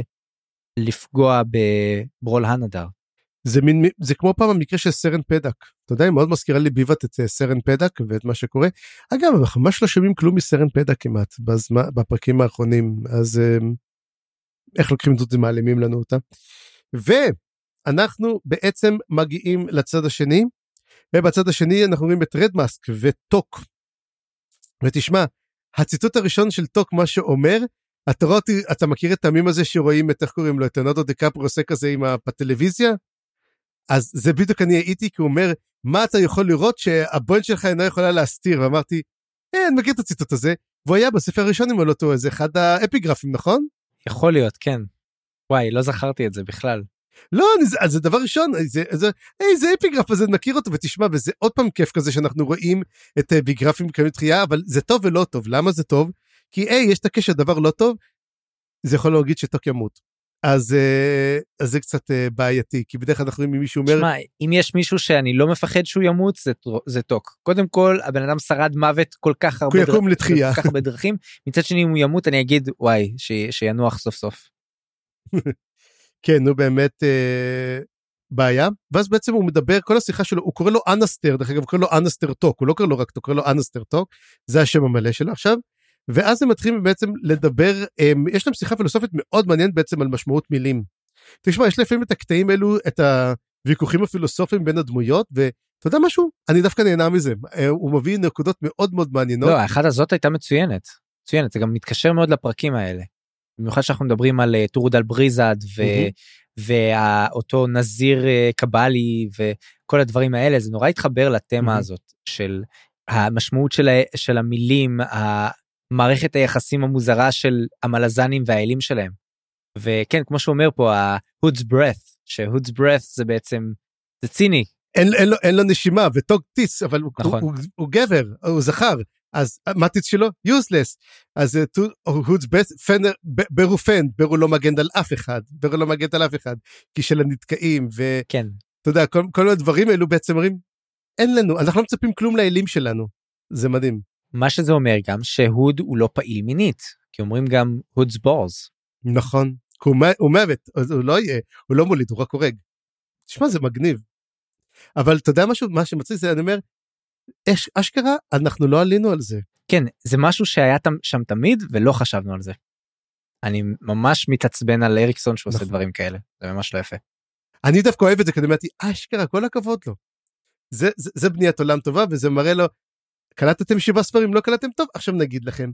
C: לפגוע בברול הנדר.
B: זה, מין, זה כמו פעם המקרה של סרן פדק, אתה יודע, היא מאוד מזכירה לי ביבת את סרן פדק ואת מה שקורה, אגב, אנחנו ממש לא שומעים כלום מסרן פדק כמעט, בזמן, בפרקים האחרונים, אז אה, איך לוקחים את זה, מעלימים לנו אותה, אנחנו בעצם מגיעים לצד השני, ובצד השני אנחנו רואים את רדמאסק וטוק. ותשמע, הציטוט הראשון של טוק, מה שאומר, אתה, רואה, אתה מכיר את המים הזה שרואים את, איך קוראים לו, את לנארדו דיקפריו עושה כזה עם הפטלוויזיה? אז זה בדיוק אני הייתי, כי הוא אומר, מה אתה יכול לראות שהבוינד שלך אינה יכולה להסתיר, ואמרתי, אה, אני מכיר את הציטוט הזה, והוא היה בספר הראשון עם אותו, זה אחד האפיגרפים, נכון?
C: יכול להיות, כן. וואי, לא זכרתי את זה בכלל.
B: לא, אז זה דבר ראשון, זה, זה, היי, זה אפיגרף הזה, נכיר אותו ותשמע, וזה עוד פעם כיף כזה שאנחנו רואים את אפיגרפים כמי תחייה, אבל זה טוב ולא טוב. למה זה טוב? כי היי, יש את הקשר דבר לא טוב, זה יכול להגיד שטוק ימות. אז, אז זה קצת בעייתי, כי בדרך כלל אנחנו רואים אם מישהו אומר...
C: שמע, אם יש מישהו שאני לא מפחד שהוא ימות, זה, זה טוק. קודם כל, הבן אדם שרד מוות כל כך הרבה,
B: יקום לתחייה.
C: כל כך הרבה דרכים, מצד שני אם הוא ימות אני אגיד, וואי, ש, שינוח סוף סוף.
B: כן, הוא באמת אה, בעיה, ואז בעצם הוא מדבר, כל השיחה שלו, הוא קורא לו אנסטר, דרך אגב, הוא קורא לו אנסטר טוק, הוא לא קורא לו רק טוק, הוא קורא לו אנסטר טוק, זה השם המלא שלו עכשיו, ואז הם מתחילים בעצם לדבר, הם, יש להם שיחה פילוסופית מאוד מעניינת בעצם על משמעות מילים. תשמע, יש לפעמים את הקטעים האלו, את הוויכוחים הפילוסופיים בין הדמויות, ואתה יודע משהו? אני דווקא נהנה מזה, הוא מביא נקודות מאוד מאוד מעניינות.
C: לא, האחת הזאת הייתה מצוינת, מצוינת, זה גם מתקשר מאוד לפרקים האלה. במיוחד שאנחנו מדברים על טורדל בריזד ואותו נזיר קבלי וכל הדברים האלה, זה נורא התחבר לתמה הזאת של המשמעות של המילים, המערכת היחסים המוזרה של המלזנים והאלים שלהם. וכן, כמו שהוא אומר פה, ה-Hood's Breath, ש-Hood's Breath זה בעצם, זה ציני.
B: אין לו נשימה וטוק טיס, אבל הוא גבר, הוא זכר. אז מה תיץ שלו? יוזלס. אז הודס פנר, ברו פן, ברו לא מגן על אף אחד, ברו לא מגן על אף אחד, כי של הנתקעים,
C: כן.
B: אתה יודע, כל, כל הדברים האלו בעצם אומרים, אין לנו, אנחנו לא מצפים כלום לאלים שלנו, זה מדהים.
C: מה שזה אומר גם, שהוד הוא לא פעיל מינית, כי אומרים גם הודס בורס.
B: נכון, כי הוא, הוא מוות, הוא לא יהיה, הוא לא מוליד, הוא רק הורג. תשמע, זה מגניב. אבל אתה יודע משהו, מה שמצריך זה, אני אומר, אש, אשכרה, אנחנו לא עלינו על זה.
C: כן, זה משהו שהיה שם תמיד, ולא חשבנו על זה. אני ממש מתעצבן על אריקסון שעושה נכון. דברים כאלה, זה ממש לא יפה.
B: אני דווקא אוהב את זה, כי אני אמרתי, אשכרה, כל הכבוד לו. זה, זה, זה בניית עולם טובה, וזה מראה לו, קלטתם שבעה ספרים, לא קלטתם טוב, עכשיו נגיד לכם.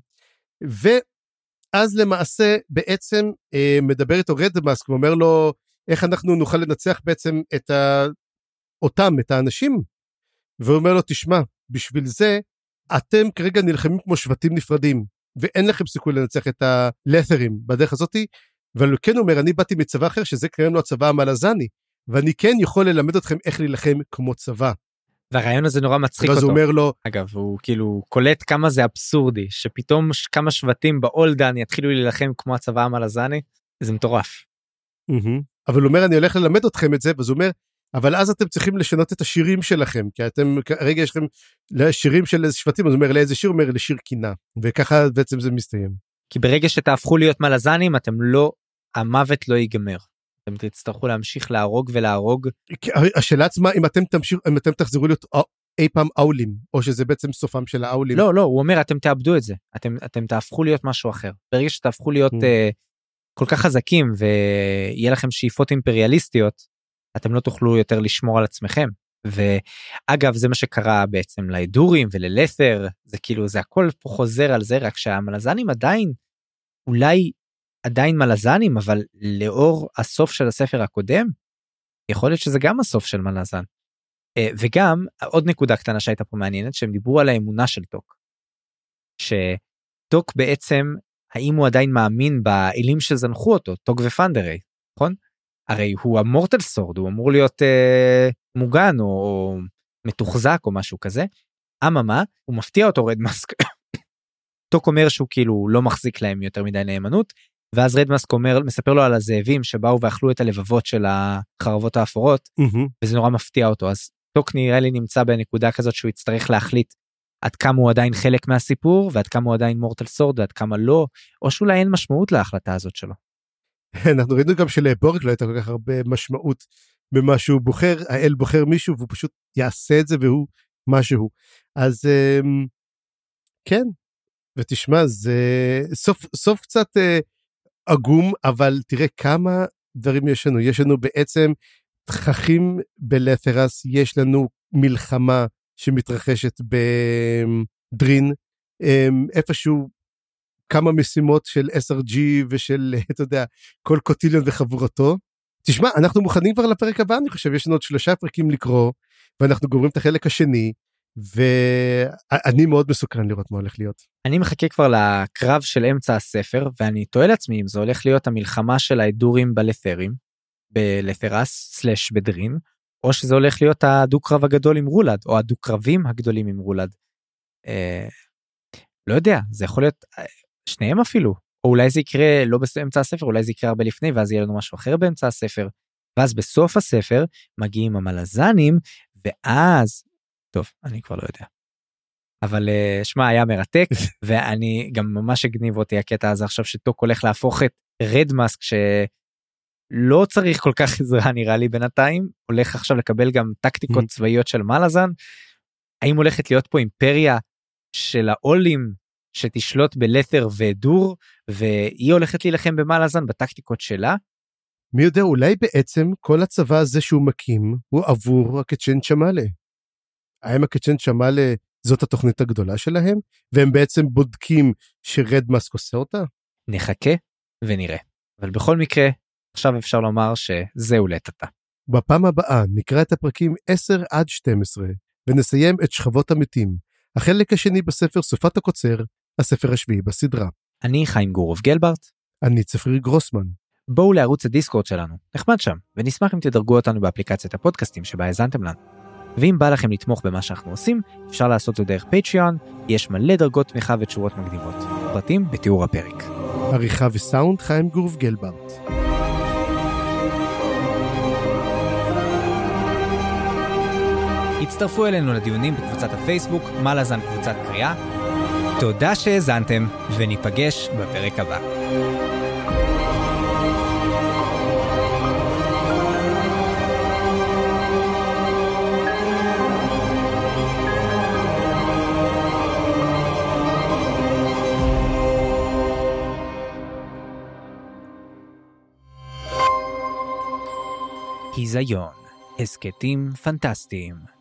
B: ואז למעשה, בעצם, אה, מדבר איתו רדמאסק, ואומר לו, איך אנחנו נוכל לנצח בעצם את ה... אותם, את האנשים, והוא אומר לו, תשמע, בשביל זה, אתם כרגע נלחמים כמו שבטים נפרדים, ואין לכם סיכוי לנצח את הלת'רים בדרך הזאת, אבל כן אומר, אני באתי מצבא אחר, שזה קראים לו הצבא המלזני, ואני כן יכול ללמד אתכם איך להילחם כמו צבא.
C: והרעיון הזה נורא מצחיק אותו.
B: ואז הוא אומר לו...
C: אגב, הוא כאילו קולט כמה זה אבסורדי, שפתאום כמה שבטים באולדן יתחילו להילחם כמו הצבא המלזני, זה מטורף.
B: אבל הוא אומר, אני הולך ללמד אתכם את זה, ואז הוא אומר, אבל אז אתם צריכים לשנות את השירים שלכם, כי אתם, רגע יש לכם שירים של שבטים, אז הוא אומר, לאיזה שיר? הוא אומר, לשיר קינה, וככה בעצם זה מסתיים.
C: כי ברגע שתהפכו להיות מלזנים, אתם לא, המוות לא ייגמר. אתם תצטרכו להמשיך להרוג ולהרוג.
B: השאלה עצמה, אם אתם תמשיך, אם אתם תחזרו להיות אי פעם אולים, או שזה בעצם סופם של האולים.
C: לא, לא, הוא אומר, אתם תאבדו את זה. אתם, אתם תהפכו להיות משהו אחר. ברגע שתהפכו להיות uh, כל כך חזקים, ויהיה לכם שאיפות אימפריאליסטיות, אתם לא תוכלו יותר לשמור על עצמכם. ואגב, זה מה שקרה בעצם לאדורים וללת'ר, זה כאילו, זה הכל פה חוזר על זה, רק שהמלזנים עדיין, אולי עדיין מלזנים, אבל לאור הסוף של הספר הקודם, יכול להיות שזה גם הסוף של מלזן. וגם, עוד נקודה קטנה שהייתה פה מעניינת, שהם דיברו על האמונה של טוק. שטוק בעצם, האם הוא עדיין מאמין באלים שזנחו אותו, טוק ופנדרי, נכון? הרי הוא המורטל סורד, הוא אמור להיות אה, מוגן או, או מתוחזק או משהו כזה. אממה, הוא מפתיע אותו רדמאסק. טוק אומר שהוא כאילו לא מחזיק להם יותר מדי נאמנות, ואז רדמאסק אומר, מספר לו על הזאבים שבאו ואכלו את הלבבות של החרבות האפורות, mm-hmm. וזה נורא מפתיע אותו. אז טוק נראה לי נמצא בנקודה כזאת שהוא יצטרך להחליט עד כמה הוא עדיין חלק מהסיפור, ועד כמה הוא עדיין מורטל סורד, ועד כמה לא, או שאולי אין משמעות להחלטה הזאת שלו.
B: אנחנו ראינו גם שלבורג לא הייתה כל כך הרבה משמעות במה שהוא בוחר, האל בוחר מישהו והוא פשוט יעשה את זה והוא משהו. אז כן, ותשמע, זה סוף, סוף קצת עגום, אבל תראה כמה דברים יש לנו. יש לנו בעצם תככים בלת'רס, יש לנו מלחמה שמתרחשת בדרין, איפשהו כמה משימות של אס אר ג'י ושל, אתה יודע, כל קוטיליון וחבורתו. תשמע, אנחנו מוכנים כבר לפרק הבא, אני חושב, יש לנו עוד שלושה פרקים לקרוא, ואנחנו גומרים את החלק השני, ואני מאוד מסוכן לראות מה הולך להיות.
C: אני מחכה כבר לקרב של אמצע הספר, ואני תוהה לעצמי אם זה הולך להיות המלחמה של האדורים בלת'רים, בלת'רס סלש בדרין, או שזה הולך להיות הדו-קרב הגדול עם רולד, או הדו-קרבים הגדולים עם רולד. אה, לא יודע, זה יכול להיות אה, שניהם אפילו, או אולי זה יקרה לא באמצע הספר, אולי זה יקרה הרבה לפני, ואז יהיה לנו משהו אחר באמצע הספר, ואז בסוף הספר מגיעים המלזנים, ואז, טוב, אני כבר לא יודע. אבל שמע, היה מרתק, ואני גם ממש הגניב אותי הקטע הזה עכשיו, שטוק הולך להפוך את רד מאסק, שלא צריך כל כך עזרה נראה לי בינתיים, הולך עכשיו לקבל גם טקטיקות צבאיות של מלזן, האם הולכת להיות פה אימפריה של העולים, שתשלוט בלת'ר ודור, והיא הולכת להילחם במלזן בטקטיקות שלה?
B: מי יודע, אולי בעצם כל הצבא הזה שהוא מקים, הוא עבור הקצ'ן צ'מאלה. האם הקצ'ן צ'מאלה זאת התוכנית הגדולה שלהם, והם בעצם בודקים שרד מאסק עושה אותה?
C: נחכה ונראה. אבל בכל מקרה, עכשיו אפשר לומר שזהו לטאטה.
B: בפעם הבאה נקרא את הפרקים עשר עד שתים עשרה, ונסיים את שכבות המתים. החלק השני בספר סופת הקוצר, הספר השביעי בסדרה.
C: אני חיים גורוב גלברט.
B: אני צפריר גרוסמן.
C: בואו לערוץ הדיסקורד שלנו, נחמד שם, ונשמח אם תדרגו אותנו באפליקציית הפודקאסטים שבה האזנתם לנו. ואם בא לכם לתמוך במה שאנחנו עושים, אפשר לעשות זאת דרך פטריון, יש מלא דרגות תמיכה ותשורות מקדימות. פרטים בתיאור הפרק.
B: עריכה וסאונד חיים גורוב גלברט.
A: הצטרפו אלינו לדיונים בקבוצת הפייסבוק, מלזן קבוצת קריאה. תודה שהאזנתם, וניפגש בפרק הבא. היזיון, הסקטים פנטסטיים.